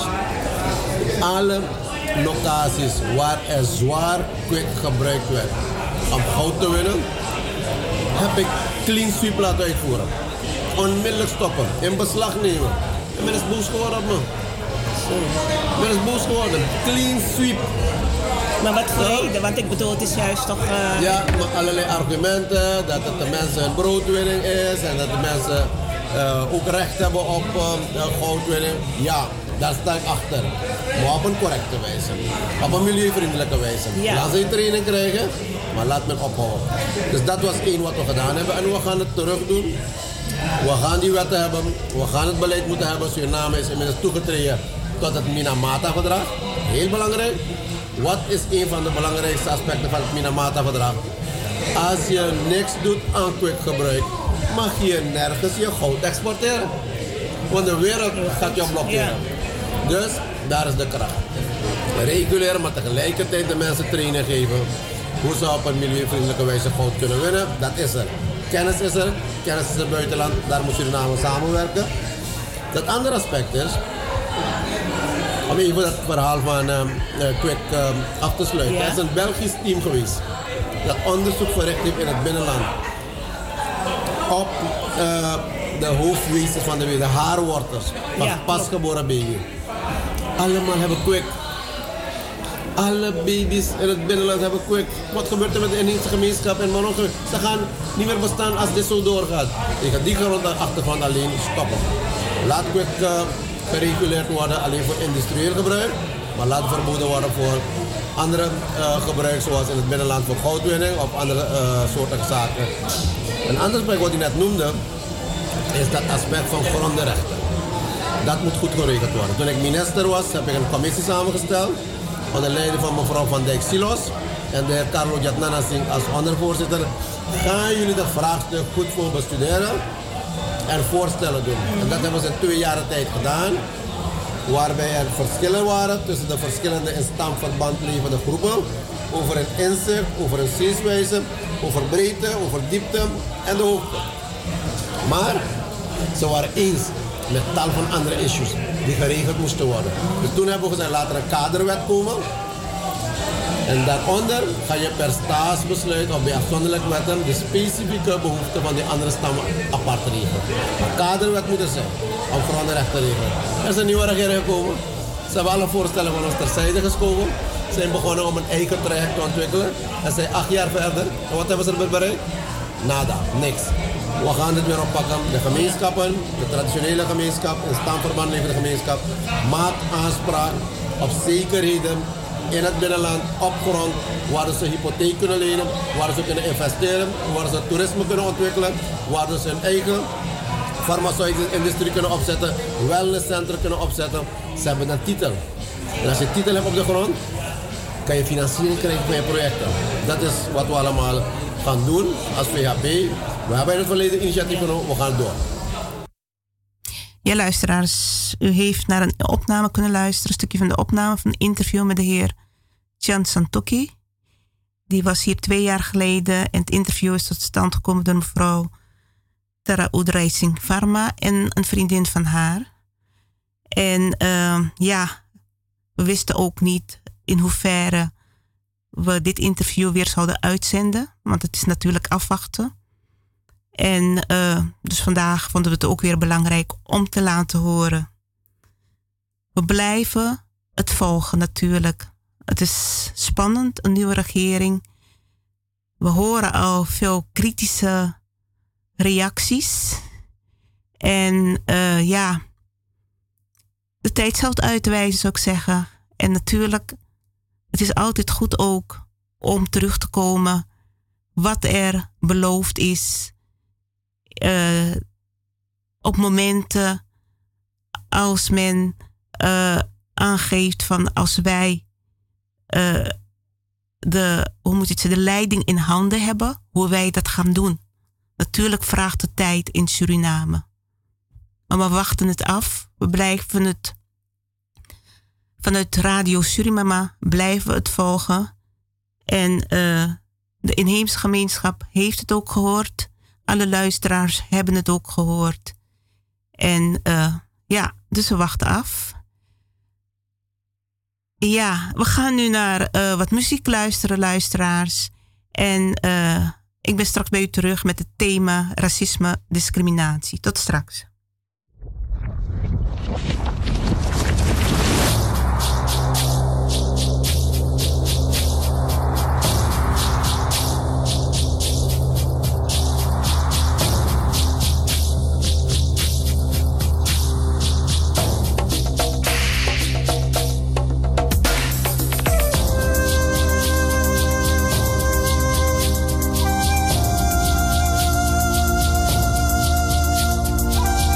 Alle locaties waar er zwaar kwik gebruikt werd om goud te winnen, heb ik clean sweep laten uitvoeren. Onmiddellijk stoppen, in beslag nemen. En men is boos geworden op me. Men is boos geworden. Clean sweep. Maar wat voor reden? Want ik bedoel, het is juist toch... Uh... Ja, maar allerlei argumenten. Dat het de mensen een broodwinning is. En dat de mensen uh, ook recht hebben op uh, goudwinning. Ja, daar sta ik achter. Maar op een correcte wijze. Op een milieuvriendelijke wijze. Ja. Laat ze training krijgen, maar laat men ophouden. Dus dat was één wat we gedaan hebben. En we gaan het terug doen. We gaan die wetten hebben. We gaan het beleid moeten hebben. Suriname is inmiddels toegetreden tot het Minamata-verdrag. Heel belangrijk. Wat is een van de belangrijkste aspecten van het Minamata-verdrag? Als je niks doet aan kwikgebruik, mag je nergens je goud exporteren. Want de wereld gaat jou blokkeren. Ja. Dus daar is de kracht. Reguleren, maar tegelijkertijd de mensen training geven. Hoe ze op een milieuvriendelijke wijze goud kunnen winnen, dat is er. Kennis is er, kennis is er buitenland, daar moet Suriname samenwerken. Dat andere aspect is, om even dat verhaal van uh, uh, Kwik uh, af te sluiten. Ja. Er is een Belgisch team geweest dat onderzoek verricht heeft in het binnenland op uh, de hoofdweefsels van de, de haarwortels van ja, pasgeboren baby. Allemaal hebben kwik. Alle baby's in het binnenland hebben kwik. Wat gebeurt er met de inheemse gemeenschap in Marokko? Ze gaan niet meer bestaan als dit zo doorgaat. Tegen die grond achtergrond alleen stoppen. Laat kwik uh, gereguleerd worden alleen voor industrieel gebruik, maar laat verboden worden voor andere uh, gebruik zoals in het binnenland voor goudwinning of andere uh, soorten zaken. Een ander aspect wat u net noemde is dat aspect van grondenrechten. Dat moet goed geregeld worden. Toen ik minister was heb ik een commissie samengesteld onder leiding van mevrouw Van Dijk Silos en de heer Carlo Jatnana Singh als ondervoorzitter, gaan jullie dat vraagstuk goed voor bestuderen en voorstellen doen. En dat hebben ze in twee jaren tijd gedaan, waarbij er verschillen waren tussen de verschillende in stamverband levende groepen over een inzicht, over een zienswijze, over breedte, over diepte en de hoogte. Maar ze waren eens met tal van andere issues die geregeld moesten worden. Dus toen hebben we gezegd, laat er een kaderwet komen. En daaronder ga je per staatsbesluit of bij afzonderlijke wetten de specifieke behoeften van die andere stammen apart regelen. Een kaderwet moet er zijn om grondrecht te regelen. Er is een nieuwe regering gekomen. Ze hebben alle voorstellen van ons terzijde geschoven. Ze zijn begonnen om een eigen traject te ontwikkelen. En zijn acht jaar verder. En wat hebben ze erbij bereikt? Nada, niks. We gaan dit weer oppakken. De gemeenschappen, de traditionele gemeenschap, in stamverband levende gemeenschap, maakt aanspraak op zekerheden in het binnenland, op grond, waar ze hypotheek kunnen lenen, waar ze kunnen investeren, waar ze toerisme kunnen ontwikkelen, waar ze hun eigen farmaceutische industrie kunnen opzetten, wellnesscentra kunnen opzetten. Ze hebben een titel. En als je een titel hebt op de grond, kan je financiering krijgen van je projecten. Dat is wat we allemaal gaan doen als V H B. We hebben in het verleden initiatief genomen, we gaan door. Ja, luisteraars, u heeft naar een opname kunnen luisteren, een stukje van de opname van een interview met de heer Chan Santokhi. Die was hier twee jaar geleden en het interview is tot stand gekomen door mevrouw Tara Udrai Singh Varma en een vriendin van haar. En uh, ja, we wisten ook niet in hoeverre we dit interview weer zouden uitzenden, want het is natuurlijk afwachten. En uh, dus vandaag vonden we het ook weer belangrijk om te laten horen. We blijven het volgen natuurlijk. Het is spannend, een nieuwe regering. We horen al veel kritische reacties. En uh, ja, de tijd zal het uitwijzen, zou ik zeggen. En natuurlijk, het is altijd goed ook om terug te komen wat er beloofd is. Uh, op momenten als men uh, aangeeft van als wij uh, de, hoe moet je het zeggen, de leiding in handen hebben, hoe wij dat gaan doen. Natuurlijk vraagt het tijd in Suriname. Maar we wachten het af. We blijven het vanuit Radio Surimama blijven we het volgen. En uh, de inheemse gemeenschap heeft het ook gehoord. Alle luisteraars hebben het ook gehoord. En uh, ja, dus we wachten af. Ja, we gaan nu naar uh, wat muziek luisteren, luisteraars. En uh, ik ben straks bij u terug met het thema racisme, discriminatie. Tot straks. Thank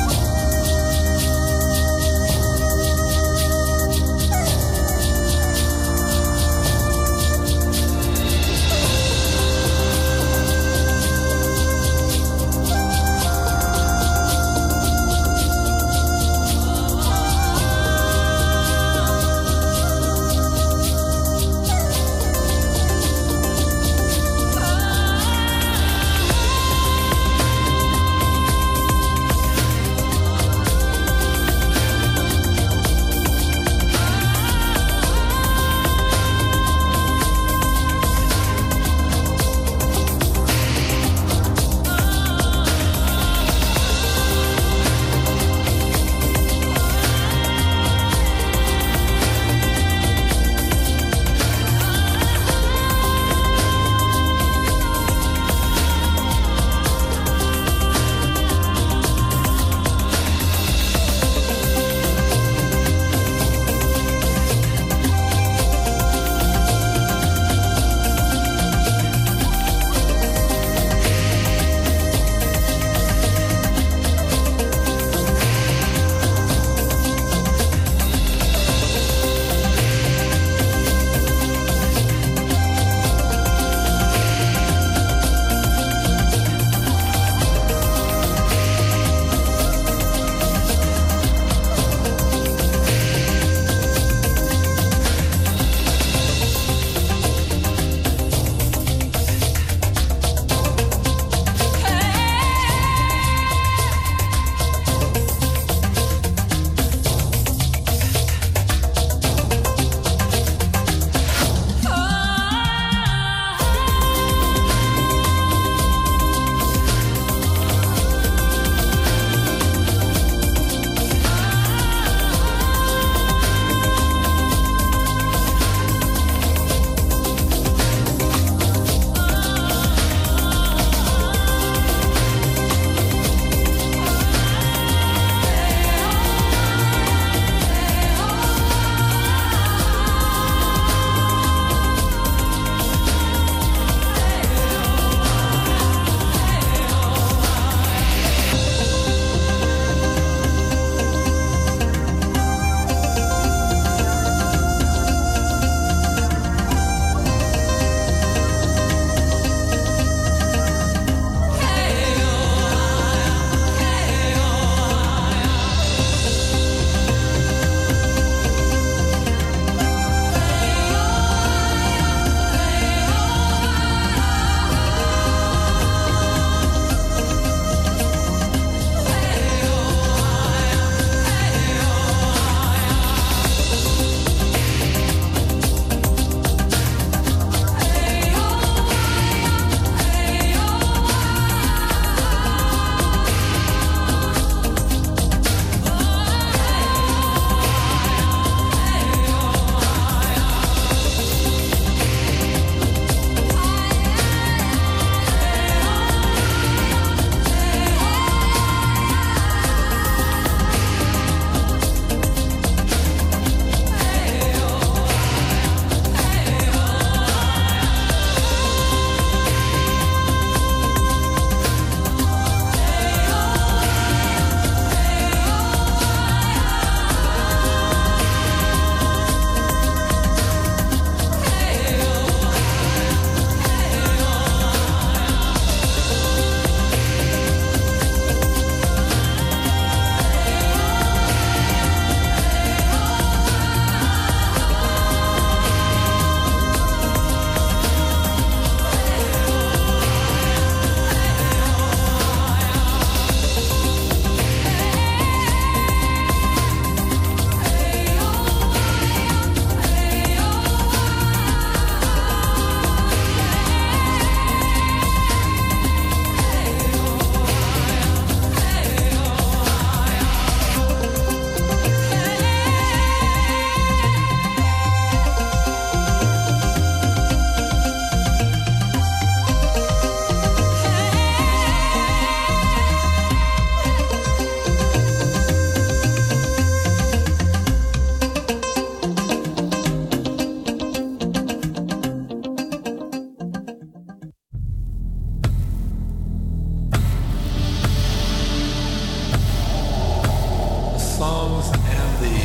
songs and the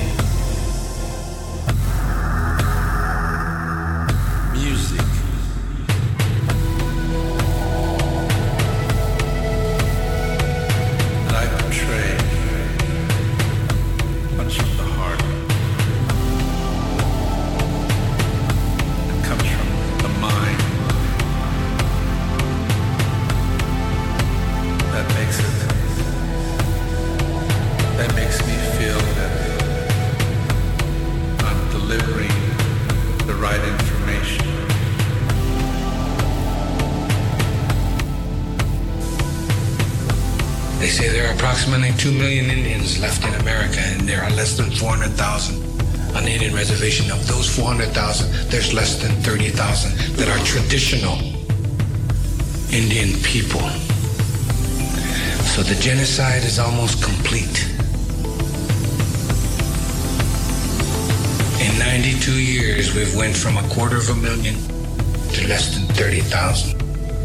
music. That I portray much from the heart. It comes from the mind. That makes it that makes me feel that I'm delivering the right information. They say there are approximately two million Indians left in America, and there are less than four hundred thousand on the Indian reservation. Of those four hundred thousand, there's less than thirty thousand that are traditional Indian people. So the genocide is almost complete. In ninety-two years, we've went from a quarter of a million to less than thirty thousand.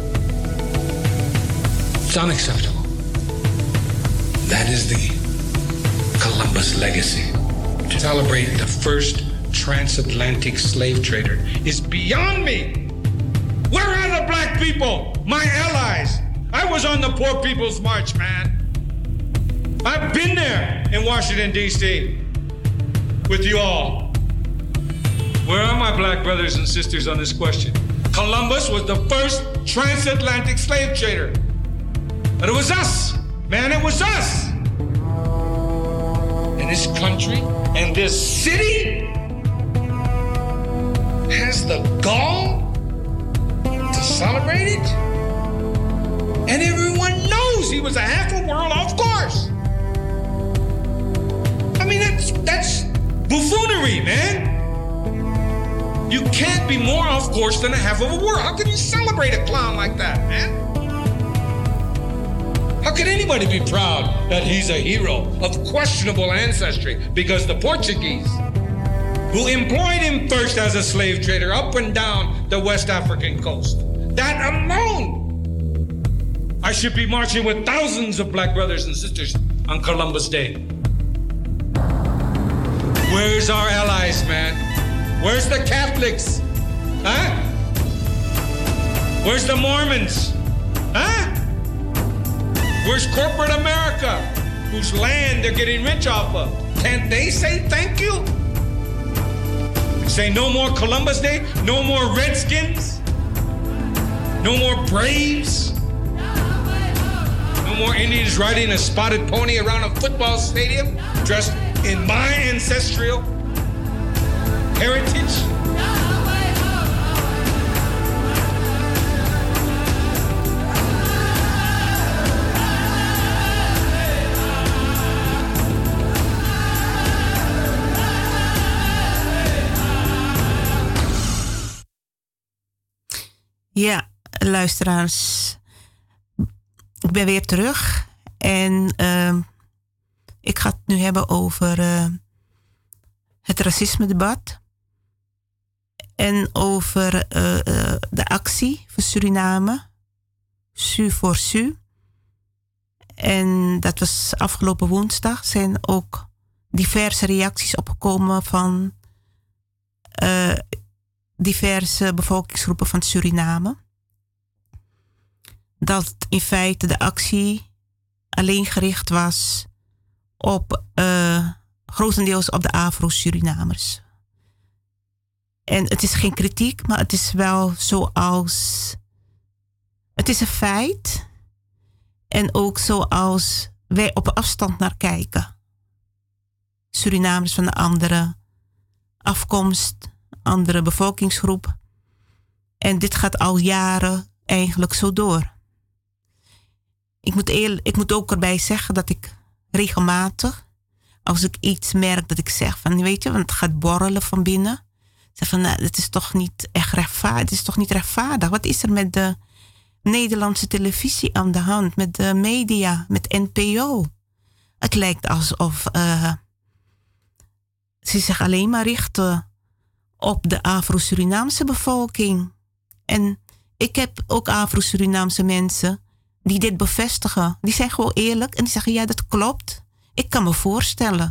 It's unacceptable. That is the Columbus legacy. To celebrate the first transatlantic slave trader is beyond me. Where are the black people, my allies? I was on the Poor People's March, man. I've been there in Washington, D C with you all. Where are my black brothers and sisters on this question? Columbus was the first transatlantic slave trader. But it was us, man, it was us. And this country and this city has the gall to celebrate it? And everyone knows he was a half a world off course. I mean, that's, that's buffoonery, man. You can't be more off course than a half of a world. How can you celebrate a clown like that, man? How can anybody be proud that he's a hero of questionable ancestry? Because the Portuguese, who employed him first as a slave trader up and down the West African coast, that alone, I should be marching with thousands of black brothers and sisters on Columbus Day. Where's our allies, man? Where's the Catholics? Huh? Where's the Mormons? Huh? Where's corporate America, whose land they're getting rich off of? Can't they say thank you? Say no more Columbus Day? No more Redskins? No more Braves? No more Indians riding a spotted pony around a football stadium dressed in my ancestral heritage? Ja, luisteraars. Ik ben weer terug. En uh, ik ga het nu hebben over uh, het racisme-debat. En over uh, uh, de actie voor Suriname. Su voor Su. En dat was afgelopen woensdag. Zijn ook diverse reacties opgekomen van uh, diverse bevolkingsgroepen van Suriname. Dat in feite de actie alleen gericht was op uh, grotendeels op de Afro-Surinamers. En het is geen kritiek, maar het is wel zoals... Het is een feit. En ook zoals wij op afstand naar kijken. Surinamers van een andere afkomst, andere bevolkingsgroep. En dit gaat al jaren eigenlijk zo door. Ik moet, eerlijk, ik moet ook erbij zeggen dat ik regelmatig, als ik iets merk dat ik zeg van, weet je, want het gaat borrelen van binnen. Zeg van, nou, het is toch niet echt rechtvaardig. Het is toch niet rechtvaardig. Wat is er met de Nederlandse televisie aan de hand? Met de media, met N P O? Het lijkt alsof uh, ze zich alleen maar richten op de Afro-Surinaamse bevolking. En ik heb ook Afro-Surinaamse mensen die dit bevestigen. Die zijn gewoon eerlijk en die zeggen, ja, dat klopt. Ik kan me voorstellen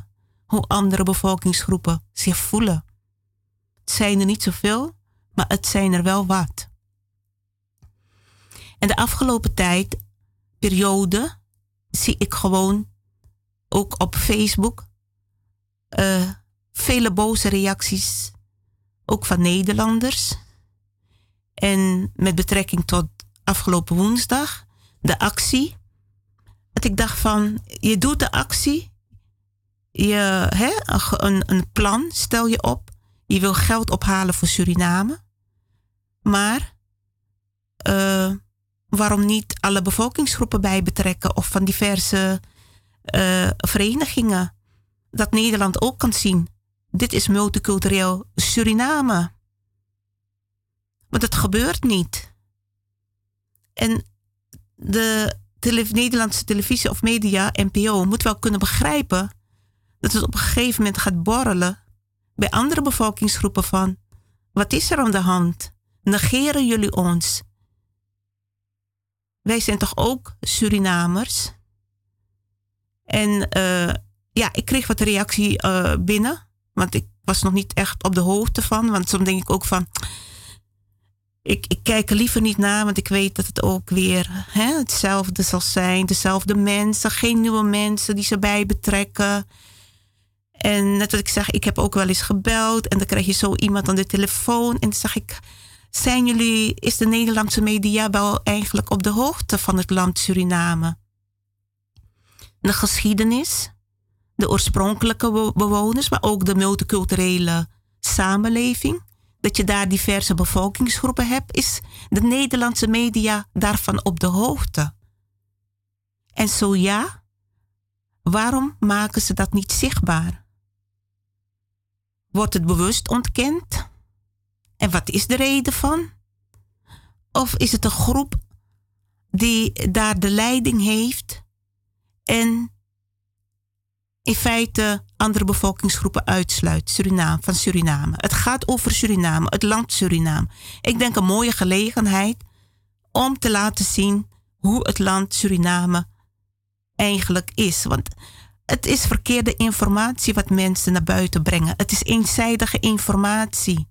hoe andere bevolkingsgroepen zich voelen. Het zijn er niet zoveel, maar het zijn er wel wat. En de afgelopen tijd, periode, zie ik gewoon ook op Facebook uh, vele boze reacties, ook van Nederlanders. En met betrekking tot afgelopen woensdag, de actie. Dat ik dacht van, je doet de actie, je, hè, een, een plan stel je op. Je wil geld ophalen voor Suriname. Maar uh, waarom niet alle bevolkingsgroepen bij betrekken of van diverse uh, verenigingen? Dat Nederland ook kan zien. Dit is multicultureel Suriname. Want het gebeurt niet. En de tele- Nederlandse televisie of media, N P O, moet wel kunnen begrijpen dat het op een gegeven moment gaat borrelen bij andere bevolkingsgroepen van, wat is er aan de hand? Negeren jullie ons? Wij zijn toch ook Surinamers? En uh, ja, ik kreeg wat reactie uh, binnen, want ik was nog niet echt op de hoogte van, want soms denk ik ook van, ik, ik kijk er liever niet naar, want ik weet dat het ook weer hè, hetzelfde zal zijn, dezelfde mensen, geen nieuwe mensen die ze bij betrekken. En net wat ik zeg, ik heb ook wel eens gebeld en dan krijg je zo iemand aan de telefoon en dan zeg ik, zijn jullie, is de Nederlandse media wel eigenlijk op de hoogte van het land Suriname? De geschiedenis, de oorspronkelijke bewoners, maar ook de multiculturele samenleving, dat je daar diverse bevolkingsgroepen hebt, is de Nederlandse media daarvan op de hoogte? En zo ja, waarom maken ze dat niet zichtbaar? Wordt het bewust ontkend? En wat is de reden van? Of is het een groep die daar de leiding heeft en in feite andere bevolkingsgroepen uitsluit Suriname, van Suriname? Het gaat over Suriname, het land Suriname. Ik denk een mooie gelegenheid om te laten zien hoe het land Suriname eigenlijk is. Want het is verkeerde informatie wat mensen naar buiten brengen. Het is eenzijdige informatie.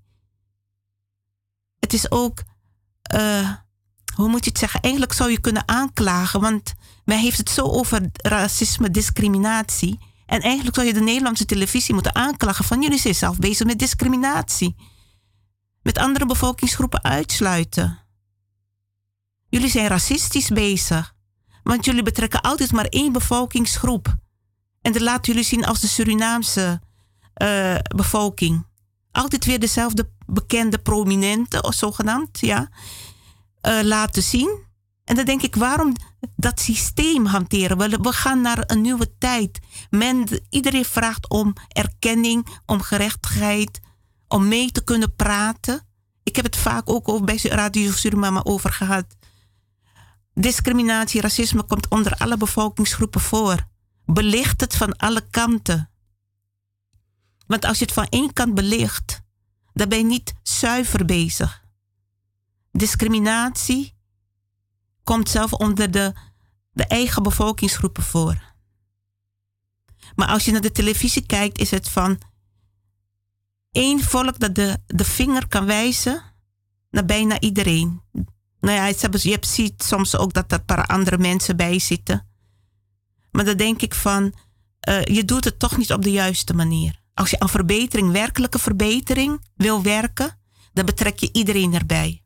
Het is ook, uh, hoe moet je het zeggen? Eigenlijk zou je kunnen aanklagen, want men heeft het zo over racisme, discriminatie. En eigenlijk zou je de Nederlandse televisie moeten aanklagen van jullie zijn zelf bezig met discriminatie. Met andere bevolkingsgroepen uitsluiten. Jullie zijn racistisch bezig. Want jullie betrekken altijd maar één bevolkingsgroep. En dat laten jullie zien als de Surinaamse uh, bevolking. Altijd weer dezelfde bekende prominenten, of zogenaamd, ja, uh, laten zien. En dan denk ik, waarom dat systeem hanteren? We, we gaan naar een nieuwe tijd. Men, iedereen vraagt om erkenning, om gerechtigheid, om mee te kunnen praten. Ik heb het vaak ook over bij Radio Suriname over gehad. Discriminatie, racisme komt onder alle bevolkingsgroepen voor. Belicht het van alle kanten. Want als je het van één kant belicht, dan ben je niet zuiver bezig. Discriminatie komt zelf onder de, de eigen bevolkingsgroepen voor. Maar als je naar de televisie kijkt, is het van één volk dat de, de vinger kan wijzen naar bijna iedereen. Nou ja, je ziet soms ook dat er een paar andere mensen bij zitten. Maar dan denk ik van, uh, je doet het toch niet op de juiste manier. Als je aan verbetering, werkelijke verbetering wil werken, dan betrek je iedereen erbij.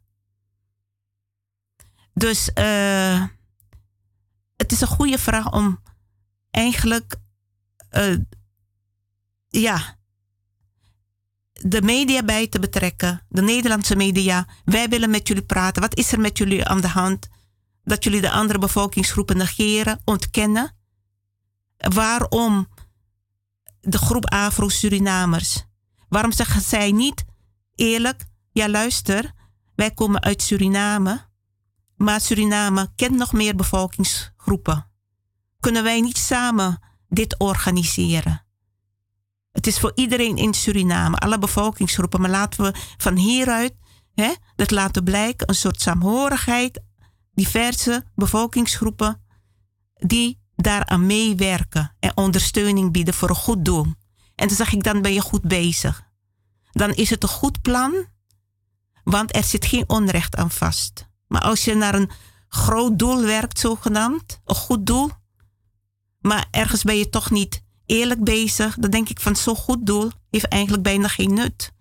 Dus uh, het is een goede vraag om eigenlijk uh, ja, de media bij te betrekken. De Nederlandse media. Wij willen met jullie praten. Wat is er met jullie aan de hand? Dat jullie de andere bevolkingsgroepen negeren, ontkennen. Waarom de groep Afro-Surinamers? Waarom zeggen zij niet eerlijk, ja luister, wij komen uit Suriname, maar Suriname kent nog meer bevolkingsgroepen. Kunnen wij niet samen dit organiseren? Het is voor iedereen in Suriname, alle bevolkingsgroepen, maar laten we van hieruit hè, dat laten blijken, een soort saamhorigheid, diverse bevolkingsgroepen die daaraan meewerken en ondersteuning bieden voor een goed doel. En toen zeg ik, dan ben je goed bezig. Dan is het een goed plan, want er zit geen onrecht aan vast. Maar als je naar een groot doel werkt, zogenaamd, een goed doel, maar ergens ben je toch niet eerlijk bezig, dan denk ik van zo'n goed doel heeft eigenlijk bijna geen nut.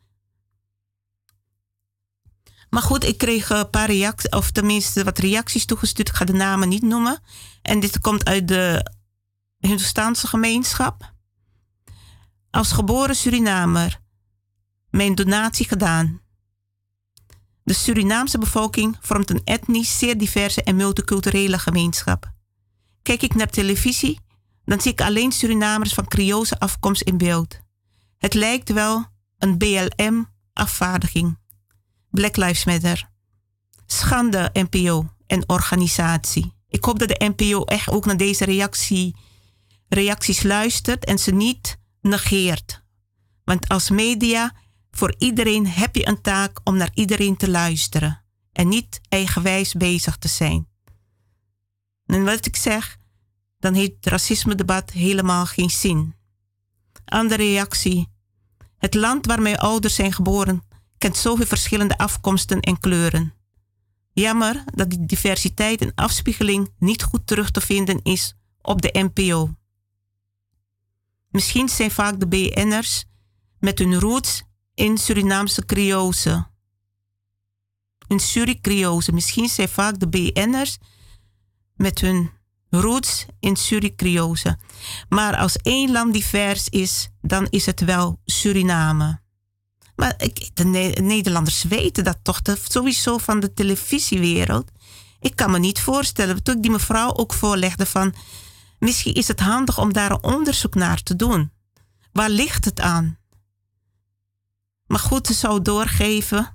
Maar goed, ik kreeg een paar reacties, of tenminste wat reacties toegestuurd. Ik ga de namen niet noemen. En dit komt uit de Hindoestaanse gemeenschap. Als geboren Surinamer, mijn donatie gedaan. De Surinaamse bevolking vormt een etnisch, zeer diverse en multiculturele gemeenschap. Kijk ik naar televisie, dan zie ik alleen Surinamers van Creoolse afkomst in beeld. Het lijkt wel een B L M-afvaardiging. Black Lives Matter. Schande N P O en organisatie. Ik hoop dat de N P O echt ook naar deze reactie, reacties luistert en ze niet negeert. Want als media, voor iedereen heb je een taak om naar iedereen te luisteren. En niet eigenwijs bezig te zijn. En wat ik zeg, dan heeft het racisme-debat helemaal geen zin. Andere reactie. Het land waar mijn ouders zijn geboren kent zoveel verschillende afkomsten en kleuren. Jammer dat die diversiteit en afspiegeling niet goed terug te vinden is op de N P O. Misschien zijn vaak de B N'ers met hun roots in Surinaamse Creoolse. In Suri-Creoolse. Misschien zijn vaak de B N'ers met hun roots in Suri-Creoolse. Maar als één land divers is, dan is het wel Suriname. Maar ik, de Nederlanders weten dat toch de, sowieso van de televisiewereld. Ik kan me niet voorstellen, toen ik die mevrouw ook voorlegde van, misschien is het handig om daar een onderzoek naar te doen. Waar ligt het aan? Maar goed, ze zou doorgeven.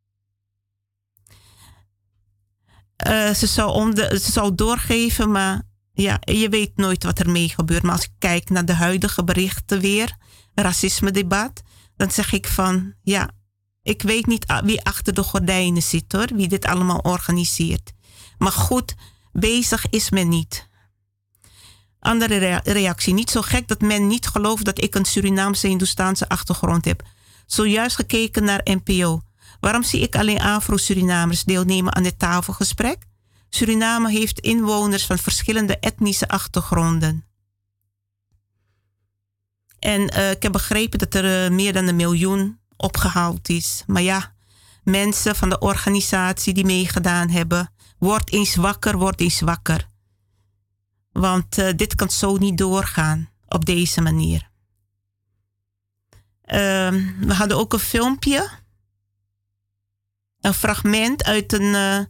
Uh, ze, zou om de, ze zou doorgeven, maar ja, je weet nooit wat er mee gebeurt. Maar als ik kijk naar de huidige berichten weer, racisme-debat, dan zeg ik van, ja, ik weet niet wie achter de gordijnen zit hoor, wie dit allemaal organiseert. Maar goed, bezig is men niet. Andere rea- reactie, niet zo gek dat men niet gelooft dat ik een Surinaamse Hindoestaanse achtergrond heb. Zojuist gekeken naar N P O. Waarom zie ik alleen Afro-Surinamers deelnemen aan dit tafelgesprek? Suriname heeft inwoners van verschillende etnische achtergronden. En uh, ik heb begrepen dat er uh, meer dan een miljoen opgehaald is. Maar ja, mensen van de organisatie die meegedaan hebben, word eens wakker, word eens wakker. Want uh, dit kan zo niet doorgaan op deze manier. Uh, we hadden ook een filmpje. Een fragment uit een... Uh,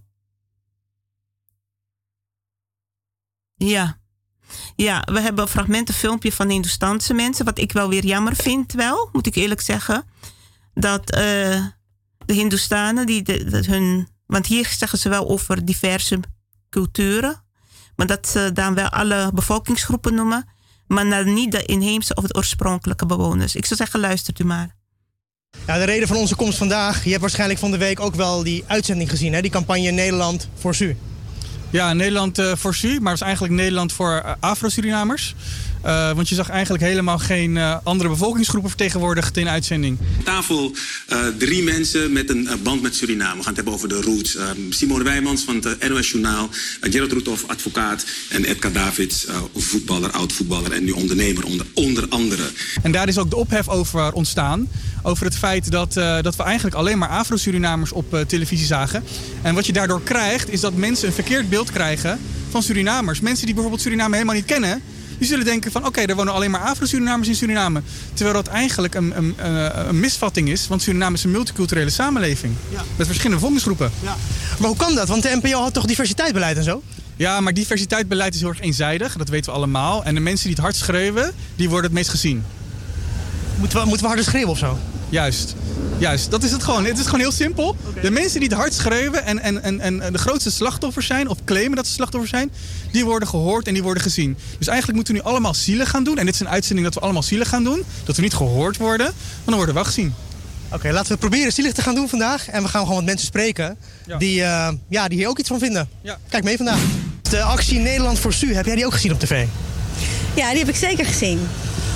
ja. Ja, we hebben een fragment, een filmpje van de Hindoestaanse mensen. Wat ik wel weer jammer vind wel, moet ik eerlijk zeggen. Dat uh, de Hindoestanen, die de, dat hun... Want hier zeggen ze wel over diverse culturen. Maar dat ze dan wel alle bevolkingsgroepen noemen. Maar niet de inheemse of de oorspronkelijke bewoners. Ik zou zeggen, luistert u maar. Ja, de reden van onze komst vandaag, je hebt waarschijnlijk van de week ook wel die uitzending gezien, hè? Die campagne Nederland voor Su. Ja, Nederland uh, voor Su, maar het is eigenlijk Nederland voor uh, Afro-Surinamers. Uh, want je zag eigenlijk helemaal geen uh, andere bevolkingsgroepen vertegenwoordigd in de uitzending. Tafel uh, drie mensen met een uh, band met Suriname. We gaan het hebben over de roots. Uh, Simone Wijmans van het uh, N O S Journaal. Uh, Gerald Roethoff, advocaat. En Edgar Davids, uh, voetballer, oud-voetballer en nu ondernemer onder, onder andere. En daar is ook de ophef over ontstaan. Over het feit dat, uh, dat we eigenlijk alleen maar Afro-Surinamers op uh, televisie zagen. En wat je daardoor krijgt, is dat mensen een verkeerd beeld krijgen van Surinamers. Mensen die bijvoorbeeld Suriname helemaal niet kennen, die zullen denken van oké, okay, er wonen alleen maar Afro-Surinamers in Suriname. Terwijl dat eigenlijk een, een, een misvatting is, want Suriname is een multiculturele samenleving. Ja. Met verschillende bevolkingsgroepen. Ja. Maar hoe kan dat? Want de N P O had toch diversiteitsbeleid en zo? Ja, maar diversiteitsbeleid is heel erg eenzijdig, dat weten we allemaal. En de mensen die het hard schreeuwen, die worden het meest gezien. Moeten we, moeten we harder schreeuwen of zo? Juist. Juist, dat is het gewoon. Het is gewoon heel simpel. Okay. De mensen die het hard schreeuwen en, en, en, en de grootste slachtoffers zijn, of claimen dat ze slachtoffers zijn, die worden gehoord en die worden gezien. Dus eigenlijk moeten we nu allemaal zielig gaan doen. En dit is een uitzending dat we allemaal zielig gaan doen. Dat we niet gehoord worden, maar dan worden we gezien. Oké, okay, laten we proberen zielig te gaan doen vandaag. En we gaan gewoon met mensen spreken ja. Die, uh, ja, die hier ook iets van vinden. Ja. Kijk mee vandaag. De actie Nederland voor Su, heb jij die ook gezien op tv? Ja, die heb ik zeker gezien.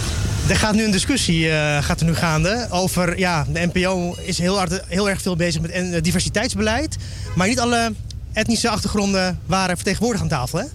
Er gaat nu een discussie uh, gaat er nu gaande over... Ja, de N P O is heel, hard, heel erg veel bezig met uh, diversiteitsbeleid. Maar niet alle etnische achtergronden waren vertegenwoordigd aan tafel, hè?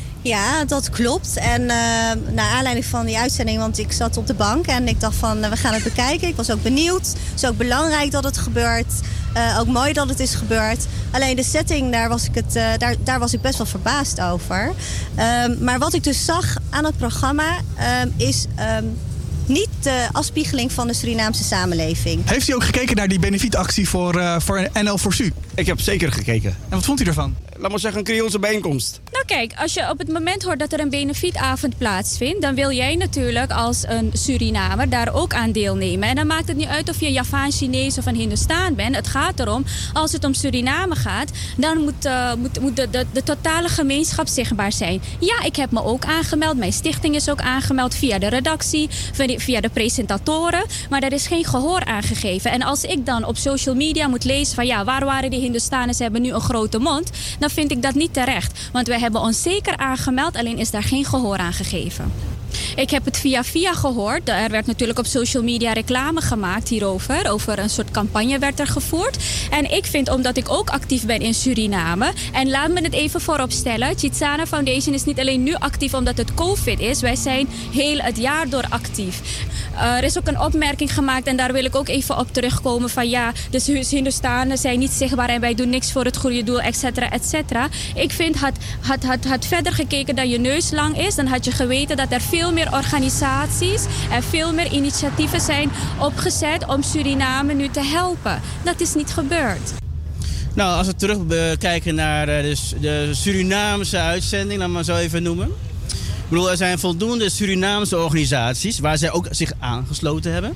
Ja, dat klopt. En uh, naar aanleiding van die uitzending, want ik zat op de bank en ik dacht van, uh, we gaan het bekijken. Ik was ook benieuwd. Het is ook belangrijk dat het gebeurt. Uh, ook mooi dat het is gebeurd. Alleen de setting, daar was ik, het, uh, daar, daar was ik best wel verbaasd over. Um, maar wat ik dus zag aan het programma um, is... Um, niet de afspiegeling van de Surinaamse samenleving. Heeft u ook gekeken naar die benefietactie voor, uh, voor N L voor S U? Ik heb zeker gekeken. En wat vond u ervan? Laat maar zeggen, een Creoolse bijeenkomst. Nou kijk, als je op het moment hoort dat er een benefietavond plaatsvindt... dan wil jij natuurlijk als een Surinamer daar ook aan deelnemen. En dan maakt het niet uit of je een Javaan, Chinees of een Hindustaan bent. Het gaat erom, als het om Suriname gaat... dan moet, uh, moet, moet de, de, de totale gemeenschap zichtbaar zijn. Ja, ik heb me ook aangemeld. Mijn stichting is ook aangemeld via de redactie... via de presentatoren, maar er is geen gehoor aangegeven. En als ik dan op social media moet lezen van ja, waar waren die Hindustanen, ze hebben nu een grote mond, dan vind ik dat niet terecht. Want wij hebben ons zeker aangemeld, alleen is daar geen gehoor aan gegeven. Ik heb het via via gehoord. Er werd natuurlijk op social media reclame gemaakt hierover. Over een soort campagne werd er gevoerd. En ik vind, omdat ik ook actief ben in Suriname... en laat me het even voorop stellen... Chitsana Foundation is niet alleen nu actief omdat het COVID is. Wij zijn heel het jaar door actief. Uh, er is ook een opmerking gemaakt en daar wil ik ook even op terugkomen... van ja, de Hindustanen zijn niet zichtbaar... en wij doen niks voor het goede doel, et cetera, et cetera. Ik vind, had, had, had, had verder gekeken dan je neus lang is... dan had je geweten dat er veel meer organisaties en veel meer initiatieven zijn opgezet om Suriname nu te helpen. Dat is niet gebeurd. Nou, als we terugkijken naar de, de Surinaamse uitzending, laat maar zo even noemen. Ik bedoel, er zijn voldoende Surinaamse organisaties waar zij ook zich aangesloten hebben.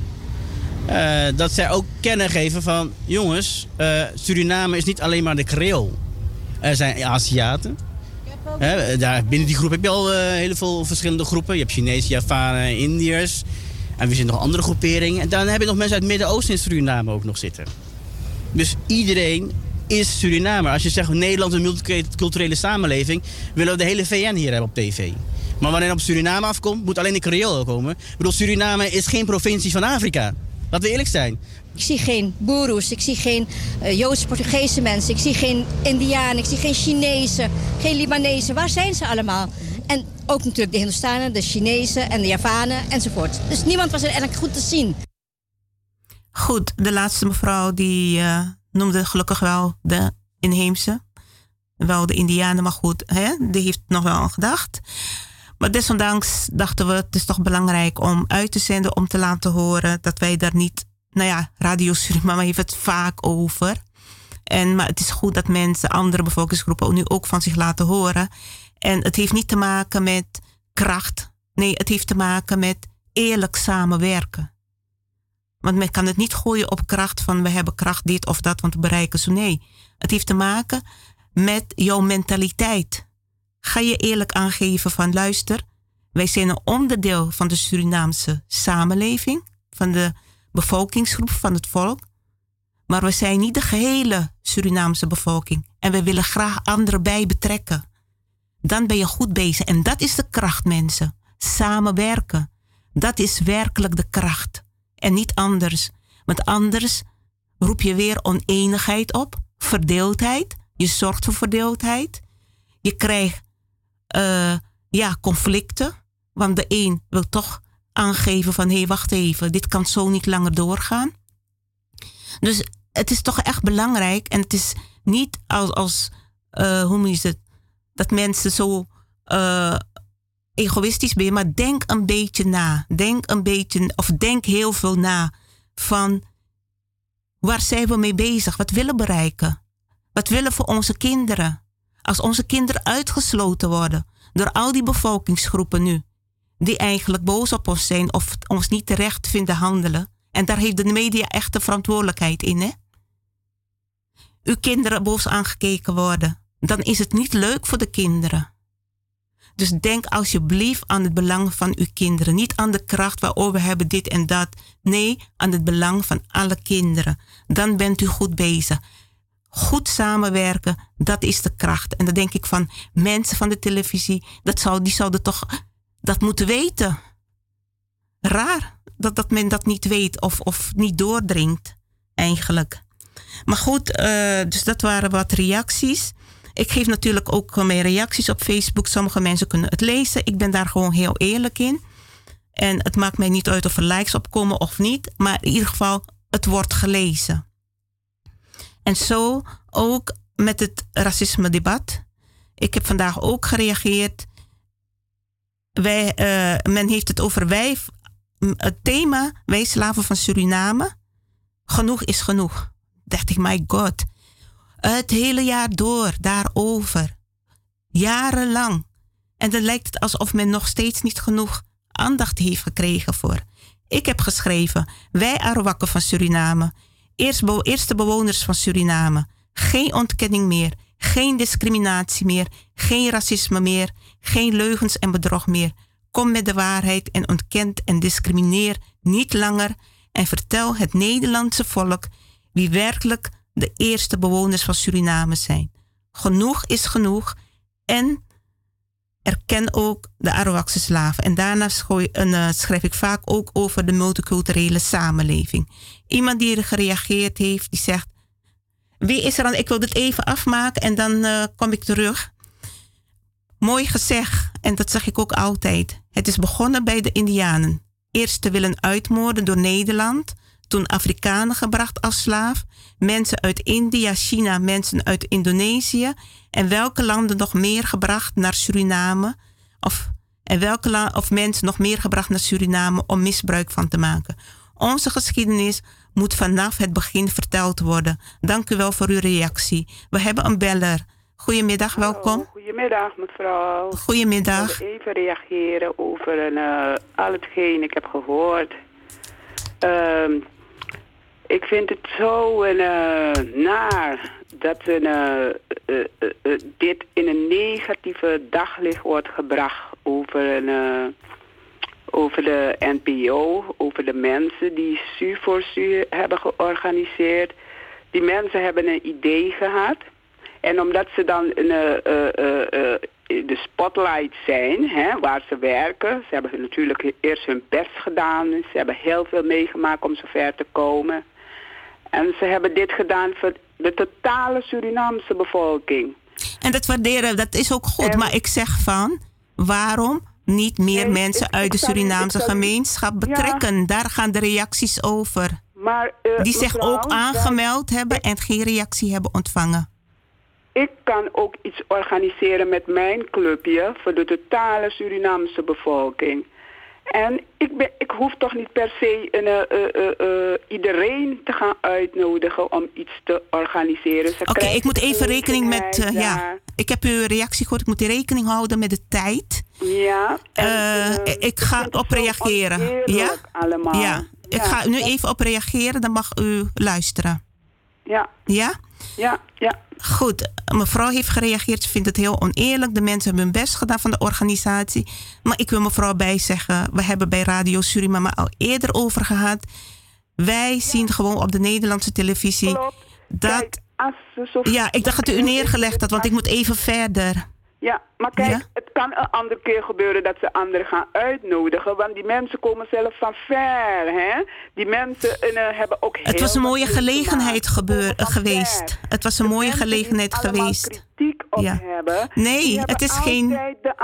Uh, dat zij ook kennen geven van, jongens, uh, Suriname is niet alleen maar de Creool. Er zijn Aziaten. He, daar, binnen die groep heb je al uh, heel veel verschillende groepen. Je hebt Chinezen, Javanen, Indiërs. En we zien nog andere groeperingen. En dan heb je nog mensen uit het Midden-Oosten in Suriname ook nog zitten. Dus iedereen is Surinamer. Als je zegt Nederland een multiculturele samenleving, willen we de hele V N hier hebben op tv. Maar wanneer het op Suriname afkomt, moet alleen de Creool komen. Ik bedoel, Suriname is geen provincie van Afrika. Laten we eerlijk zijn. Ik zie geen Boeroes, ik zie geen uh, Joods-Portugese mensen, ik zie geen Indianen, ik zie geen Chinezen, geen Libanezen. Waar zijn ze allemaal? En ook natuurlijk de Hindustanen, de Chinezen en de Javanen enzovoort. Dus niemand was er eigenlijk goed te zien. Goed, de laatste mevrouw die uh, noemde gelukkig wel de inheemse. Wel de Indianen, maar goed, hè? Die heeft nog wel aan gedacht. Maar desondanks dachten we, het is toch belangrijk om uit te zenden, om te laten horen dat wij daar niet... Nou ja, Radio Suriname heeft het vaak over. En, maar het is goed dat mensen, andere bevolkingsgroepen nu ook van zich laten horen. En het heeft niet te maken met kracht. Nee, het heeft te maken met eerlijk samenwerken. Want men kan het niet gooien op kracht van we hebben kracht dit of dat, want we bereiken zo. Nee, het heeft te maken met jouw mentaliteit. Ga je eerlijk aangeven van luister, wij zijn een onderdeel van de Surinaamse samenleving, van de bevolkingsgroep, van het volk. Maar we zijn niet de gehele Surinaamse bevolking. En we willen graag anderen bij betrekken. Dan ben je goed bezig. En dat is de kracht, mensen. Samenwerken. Dat is werkelijk de kracht. En niet anders. Want anders roep je weer oneenigheid op. Verdeeldheid. Je zorgt voor verdeeldheid. Je krijgt uh, ja, conflicten. Want de een wil toch aangeven van hé, hey, wacht even, dit kan zo niet langer doorgaan. Dus het is toch echt belangrijk en het is niet als, als uh, hoe moet je het, dat mensen zo uh, egoïstisch zijn, maar denk een beetje na. Denk een beetje, of denk heel veel na van waar zijn we mee bezig? Wat willen we bereiken? Wat willen we voor onze kinderen? Als onze kinderen uitgesloten worden door al die bevolkingsgroepen nu, die eigenlijk boos op ons zijn of ons niet terecht vinden handelen. En daar heeft de media echt de verantwoordelijkheid in, hè? Uw kinderen boos aangekeken worden, dan is het niet leuk voor de kinderen. Dus denk alsjeblieft aan het belang van uw kinderen. Niet aan de kracht waarover we hebben dit en dat. Nee, aan het belang van alle kinderen. Dan bent u goed bezig. Goed samenwerken, dat is de kracht. En dan denk ik van mensen van de televisie, dat zou, die zouden toch dat moeten weten. raar dat, dat men dat niet weet of, of niet doordringt eigenlijk. Maar goed, uh, dus dat waren wat reacties. Ik geef natuurlijk ook mijn reacties op Facebook. Sommige mensen kunnen het lezen. Ik ben daar gewoon heel eerlijk in. En het maakt mij niet uit of er likes op komen of niet. Maar in ieder geval, het wordt gelezen. En zo ook met het racisme-debat. Ik heb vandaag ook gereageerd. Wij, uh, men heeft het over wij. Het thema, wij slaven van Suriname. Genoeg is genoeg. Dacht ik, my god. Het hele jaar door, daarover. Jarenlang. En dan lijkt het alsof men nog steeds niet genoeg aandacht heeft gekregen voor. Ik heb geschreven, wij Arawakken van Suriname. Eerst be- eerste bewoners van Suriname. Geen ontkenning meer. Geen discriminatie meer. Geen racisme meer. Geen leugens en bedrog meer. Kom met de waarheid en ontkent en discrimineer niet langer. En vertel het Nederlandse volk wie werkelijk de eerste bewoners van Suriname zijn. Genoeg is genoeg. En erken ook de Arawakse slaven. En daarna schooi, uh, schrijf ik vaak ook over de multiculturele samenleving. Iemand die er gereageerd heeft, die zegt, wie is er aan? Ik wil dit even afmaken en dan uh, kom ik terug. Mooi gezegd, en dat zeg ik ook altijd. Het is begonnen bij de Indianen. Eerst te willen uitmoorden door Nederland. Toen Afrikanen gebracht als slaaf. Mensen uit India, China, mensen uit Indonesië. En welke landen nog meer gebracht naar Suriname? Of, en welke la- of mensen nog meer gebracht naar Suriname om misbruik van te maken? Onze geschiedenis moet vanaf het begin verteld worden. Dank u wel voor uw reactie. We hebben een beller. Goedemiddag, welkom. Oh, goedemiddag, mevrouw. Goedemiddag. Ik wil even reageren over een, uh, al hetgeen ik heb gehoord. Uh, ik vind het zo een, uh, naar dat een, uh, uh, uh, uh, dit in een negatieve daglicht wordt gebracht over, een, uh, over de N P O, over de mensen die S U voor S U hebben georganiseerd. Die mensen hebben een idee gehad. En omdat ze dan in uh, uh, uh, de spotlight zijn, hè, waar ze werken. Ze hebben natuurlijk eerst hun best gedaan. Ze hebben heel veel meegemaakt om zover te komen. En ze hebben dit gedaan voor de totale Surinaamse bevolking. En dat waarderen, dat is ook goed. En, maar ik zeg van, waarom niet meer nee, mensen ik, uit ik de Surinaamse niet, gemeenschap betrekken? Ja. Daar gaan de reacties over. Maar, uh, die zich mevrouw, ook aangemeld ja, hebben en geen reactie hebben ontvangen. Ik kan ook iets organiseren met mijn clubje voor de totale Surinaamse bevolking. En ik, ben, ik hoef toch niet per se een, uh, uh, uh, uh, iedereen te gaan uitnodigen om iets te organiseren. Oké, okay, ik moet even rekening met... Uh, ja, ik heb uw reactie gehoord. Ik moet rekening houden met de tijd. Ja. En, uh, uh, ik ga op reageren. Ja? Allemaal. Ja. Ik ja. ga nu even op reageren. Dan mag u luisteren. Ja. Ja? Ja, ja. Goed, mevrouw heeft gereageerd. Ze vindt het heel oneerlijk. De mensen hebben hun best gedaan van de organisatie. Maar ik wil mevrouw bijzeggen, we hebben bij Radio Surimama al eerder over gehad. Wij ja. zien gewoon op de Nederlandse televisie Klopt. dat... Kijk, als ze zo... Ja, ik dacht dat u neergelegd had, want ik moet even verder. Ja, maar kijk, ja? het kan een andere keer gebeuren dat ze anderen gaan uitnodigen. Want die mensen komen zelf van ver, hè. Die mensen uh, hebben ook heel... Het was een mooie gelegenheid gebeur, geweest. Ver. Het was een de mooie gelegenheid geweest. Kritiek op ja. hebben. Nee, het is geen...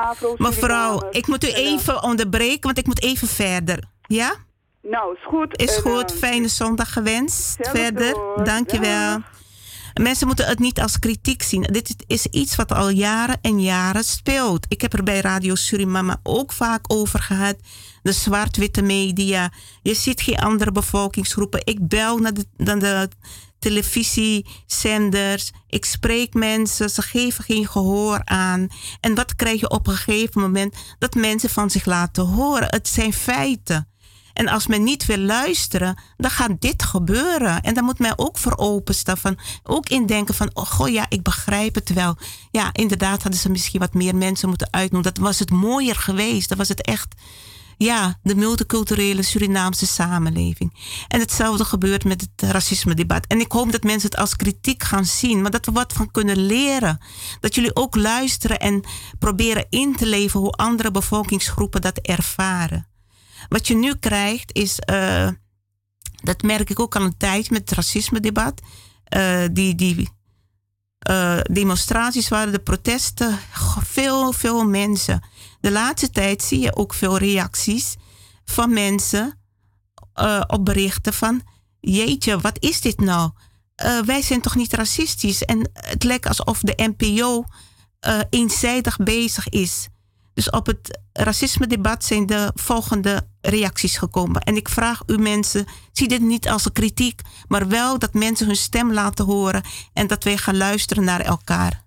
Mevrouw, ik moet u uh, even onderbreken, want ik moet even verder. Ja? Nou, is goed. Is goed. Uh, Fijne zondag gewenst. Verder. Dank je wel. Mensen moeten het niet als kritiek zien. Dit is iets wat al jaren en jaren speelt. Ik heb er bij Radio Surimama ook vaak over gehad. De zwart-witte media. Je ziet geen andere bevolkingsgroepen. Ik bel naar de, naar de televisiezenders. Ik spreek mensen. Ze geven geen gehoor aan. En wat krijg je op een gegeven moment? Dat mensen van zich laten horen. Het zijn feiten. En als men niet wil luisteren, dan gaat dit gebeuren. En dan moet men ook voor openstaan. Van, ook indenken van, oh goh, ja, ik begrijp het wel. Ja, inderdaad hadden ze misschien wat meer mensen moeten uitnodigen. Dat was het mooier geweest. Dat was het echt, ja, de multiculturele Surinaamse samenleving. En hetzelfde gebeurt met het racisme-debat. En ik hoop dat mensen het als kritiek gaan zien. Maar dat we wat van kunnen leren. Dat jullie ook luisteren en proberen in te leven hoe andere bevolkingsgroepen dat ervaren. Wat je nu krijgt is, uh, dat merk ik ook al een tijd met het racisme-debat. Uh, die die uh, demonstraties waren, de protesten, veel, veel mensen. De laatste tijd zie je ook veel reacties van mensen uh, op berichten van, jeetje, wat is dit nou? Uh, wij zijn toch niet racistisch? En het lijkt alsof de N P O uh, eenzijdig bezig is. Dus op het racisme-debat zijn de volgende reacties gekomen. En ik vraag u mensen, zie dit niet als een kritiek, maar wel dat mensen hun stem laten horen en dat wij gaan luisteren naar elkaar.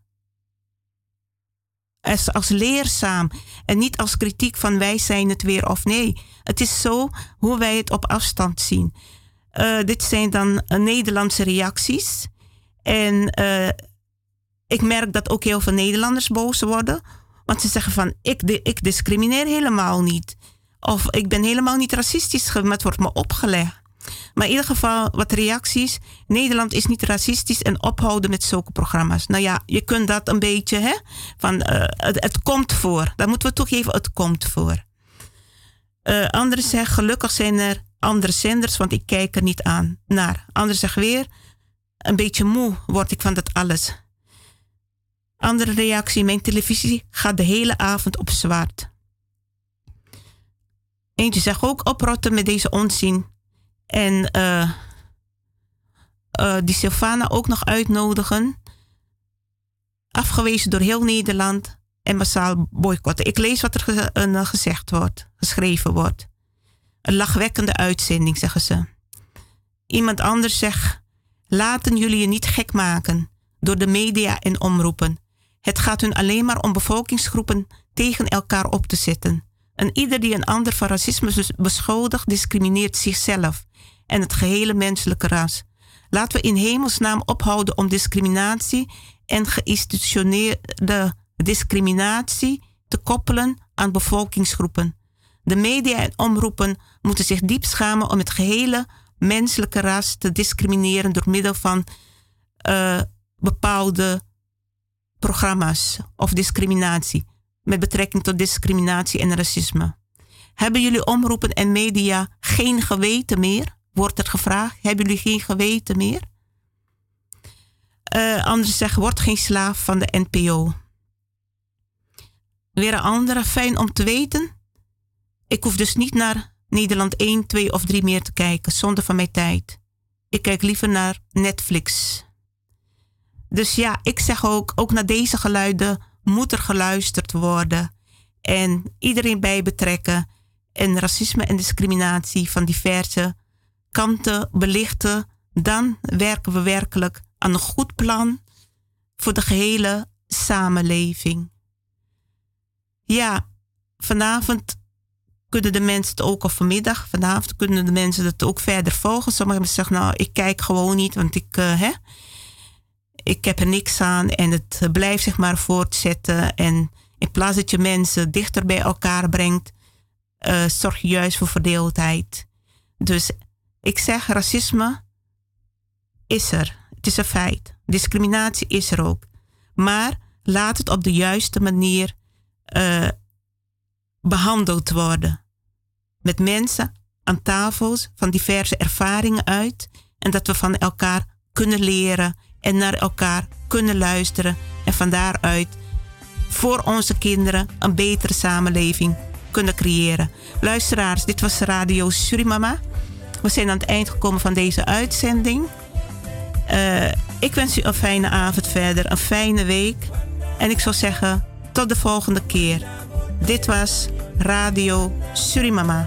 Als, als leerzaam en niet als kritiek van wij zijn het weer of nee. Het is zo hoe wij het op afstand zien. Uh, dit zijn dan uh, Nederlandse reacties. En uh, ik merk dat ook heel veel Nederlanders boos worden. Want ze zeggen van, ik, ik discrimineer helemaal niet. Of ik ben helemaal niet racistisch, maar het wordt me opgelegd. Maar in ieder geval, wat reacties. Nederland is niet racistisch en ophouden met zulke programma's. Nou ja, je kunt dat een beetje, hè. Van, uh, het, het komt voor. Daar moeten we toegeven, het komt voor. Uh, anderen zeggen, gelukkig zijn er andere zenders, want ik kijk er niet aan naar. Anderen zeggen weer, een beetje moe word ik van dat alles. Andere reactie, mijn televisie gaat de hele avond op zwart. Eentje zegt ook oprotten met deze onzin. En uh, uh, die Sylvana ook nog uitnodigen. Afgewezen door heel Nederland en massaal boycotten. Ik lees wat er ge- uh, gezegd wordt, geschreven wordt. Een lachwekkende uitzending, zeggen ze. Iemand anders zegt, laten jullie je niet gek maken door de media en omroepen. Het gaat hun alleen maar om bevolkingsgroepen tegen elkaar op te zetten. En ieder die een ander van racisme beschuldigt, discrimineert zichzelf en het gehele menselijke ras. Laten we in hemelsnaam ophouden om discriminatie en geïnstitutioneerde discriminatie te koppelen aan bevolkingsgroepen. De media en omroepen moeten zich diep schamen om het gehele menselijke ras te discrimineren door middel van uh, bepaalde programma's of discriminatie met betrekking tot discriminatie en racisme. Hebben jullie omroepen en media geen geweten meer? Wordt er gevraagd. Hebben jullie geen geweten meer? Uh, anderen zeggen, word geen slaaf van de N P O. Weer een andere, fijn om te weten. Ik hoef dus niet naar Nederland één, twee of drie meer te kijken, zonder van mijn tijd. Ik kijk liever naar Netflix. Dus ja, ik zeg ook, ook naar deze geluiden moet er geluisterd worden. En iedereen bij betrekken. En racisme en discriminatie van diverse kanten belichten. Dan werken we werkelijk aan een goed plan voor de gehele samenleving. Ja, vanavond kunnen de mensen het ook, of vanmiddag, vanavond kunnen de mensen het ook verder volgen. Sommigen mensen zeggen, nou, ik kijk gewoon niet, want ik, uh, hè, ik heb er niks aan. En het uh, blijft zich maar voortzetten. En in plaats dat je mensen dichter bij elkaar brengt, uh, zorg je juist voor verdeeldheid. Dus ik zeg, racisme is er. Het is een feit. Discriminatie is er ook. Maar laat het op de juiste manier uh, behandeld worden. Met mensen aan tafels van diverse ervaringen uit. En dat we van elkaar kunnen leren en naar elkaar kunnen luisteren. En van daaruit voor onze kinderen een betere samenleving kunnen creëren. Luisteraars, dit was Radio Surimama. We zijn aan het eind gekomen van deze uitzending. Uh, ik wens u een fijne avond verder, een fijne week. En ik zou zeggen, tot de volgende keer. Dit was Radio Surimama.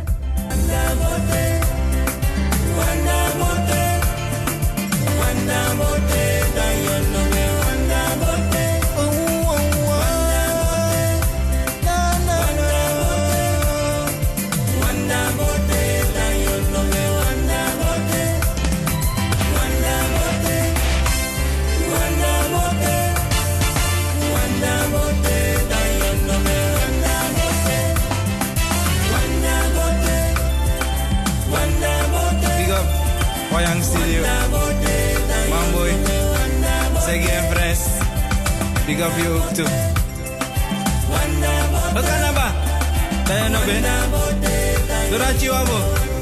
Wayang Studio, Mamboy, Segi en Fres, big up you ook toe. Wat kan er ba? Ben je nog binnen? Dorachi wabo.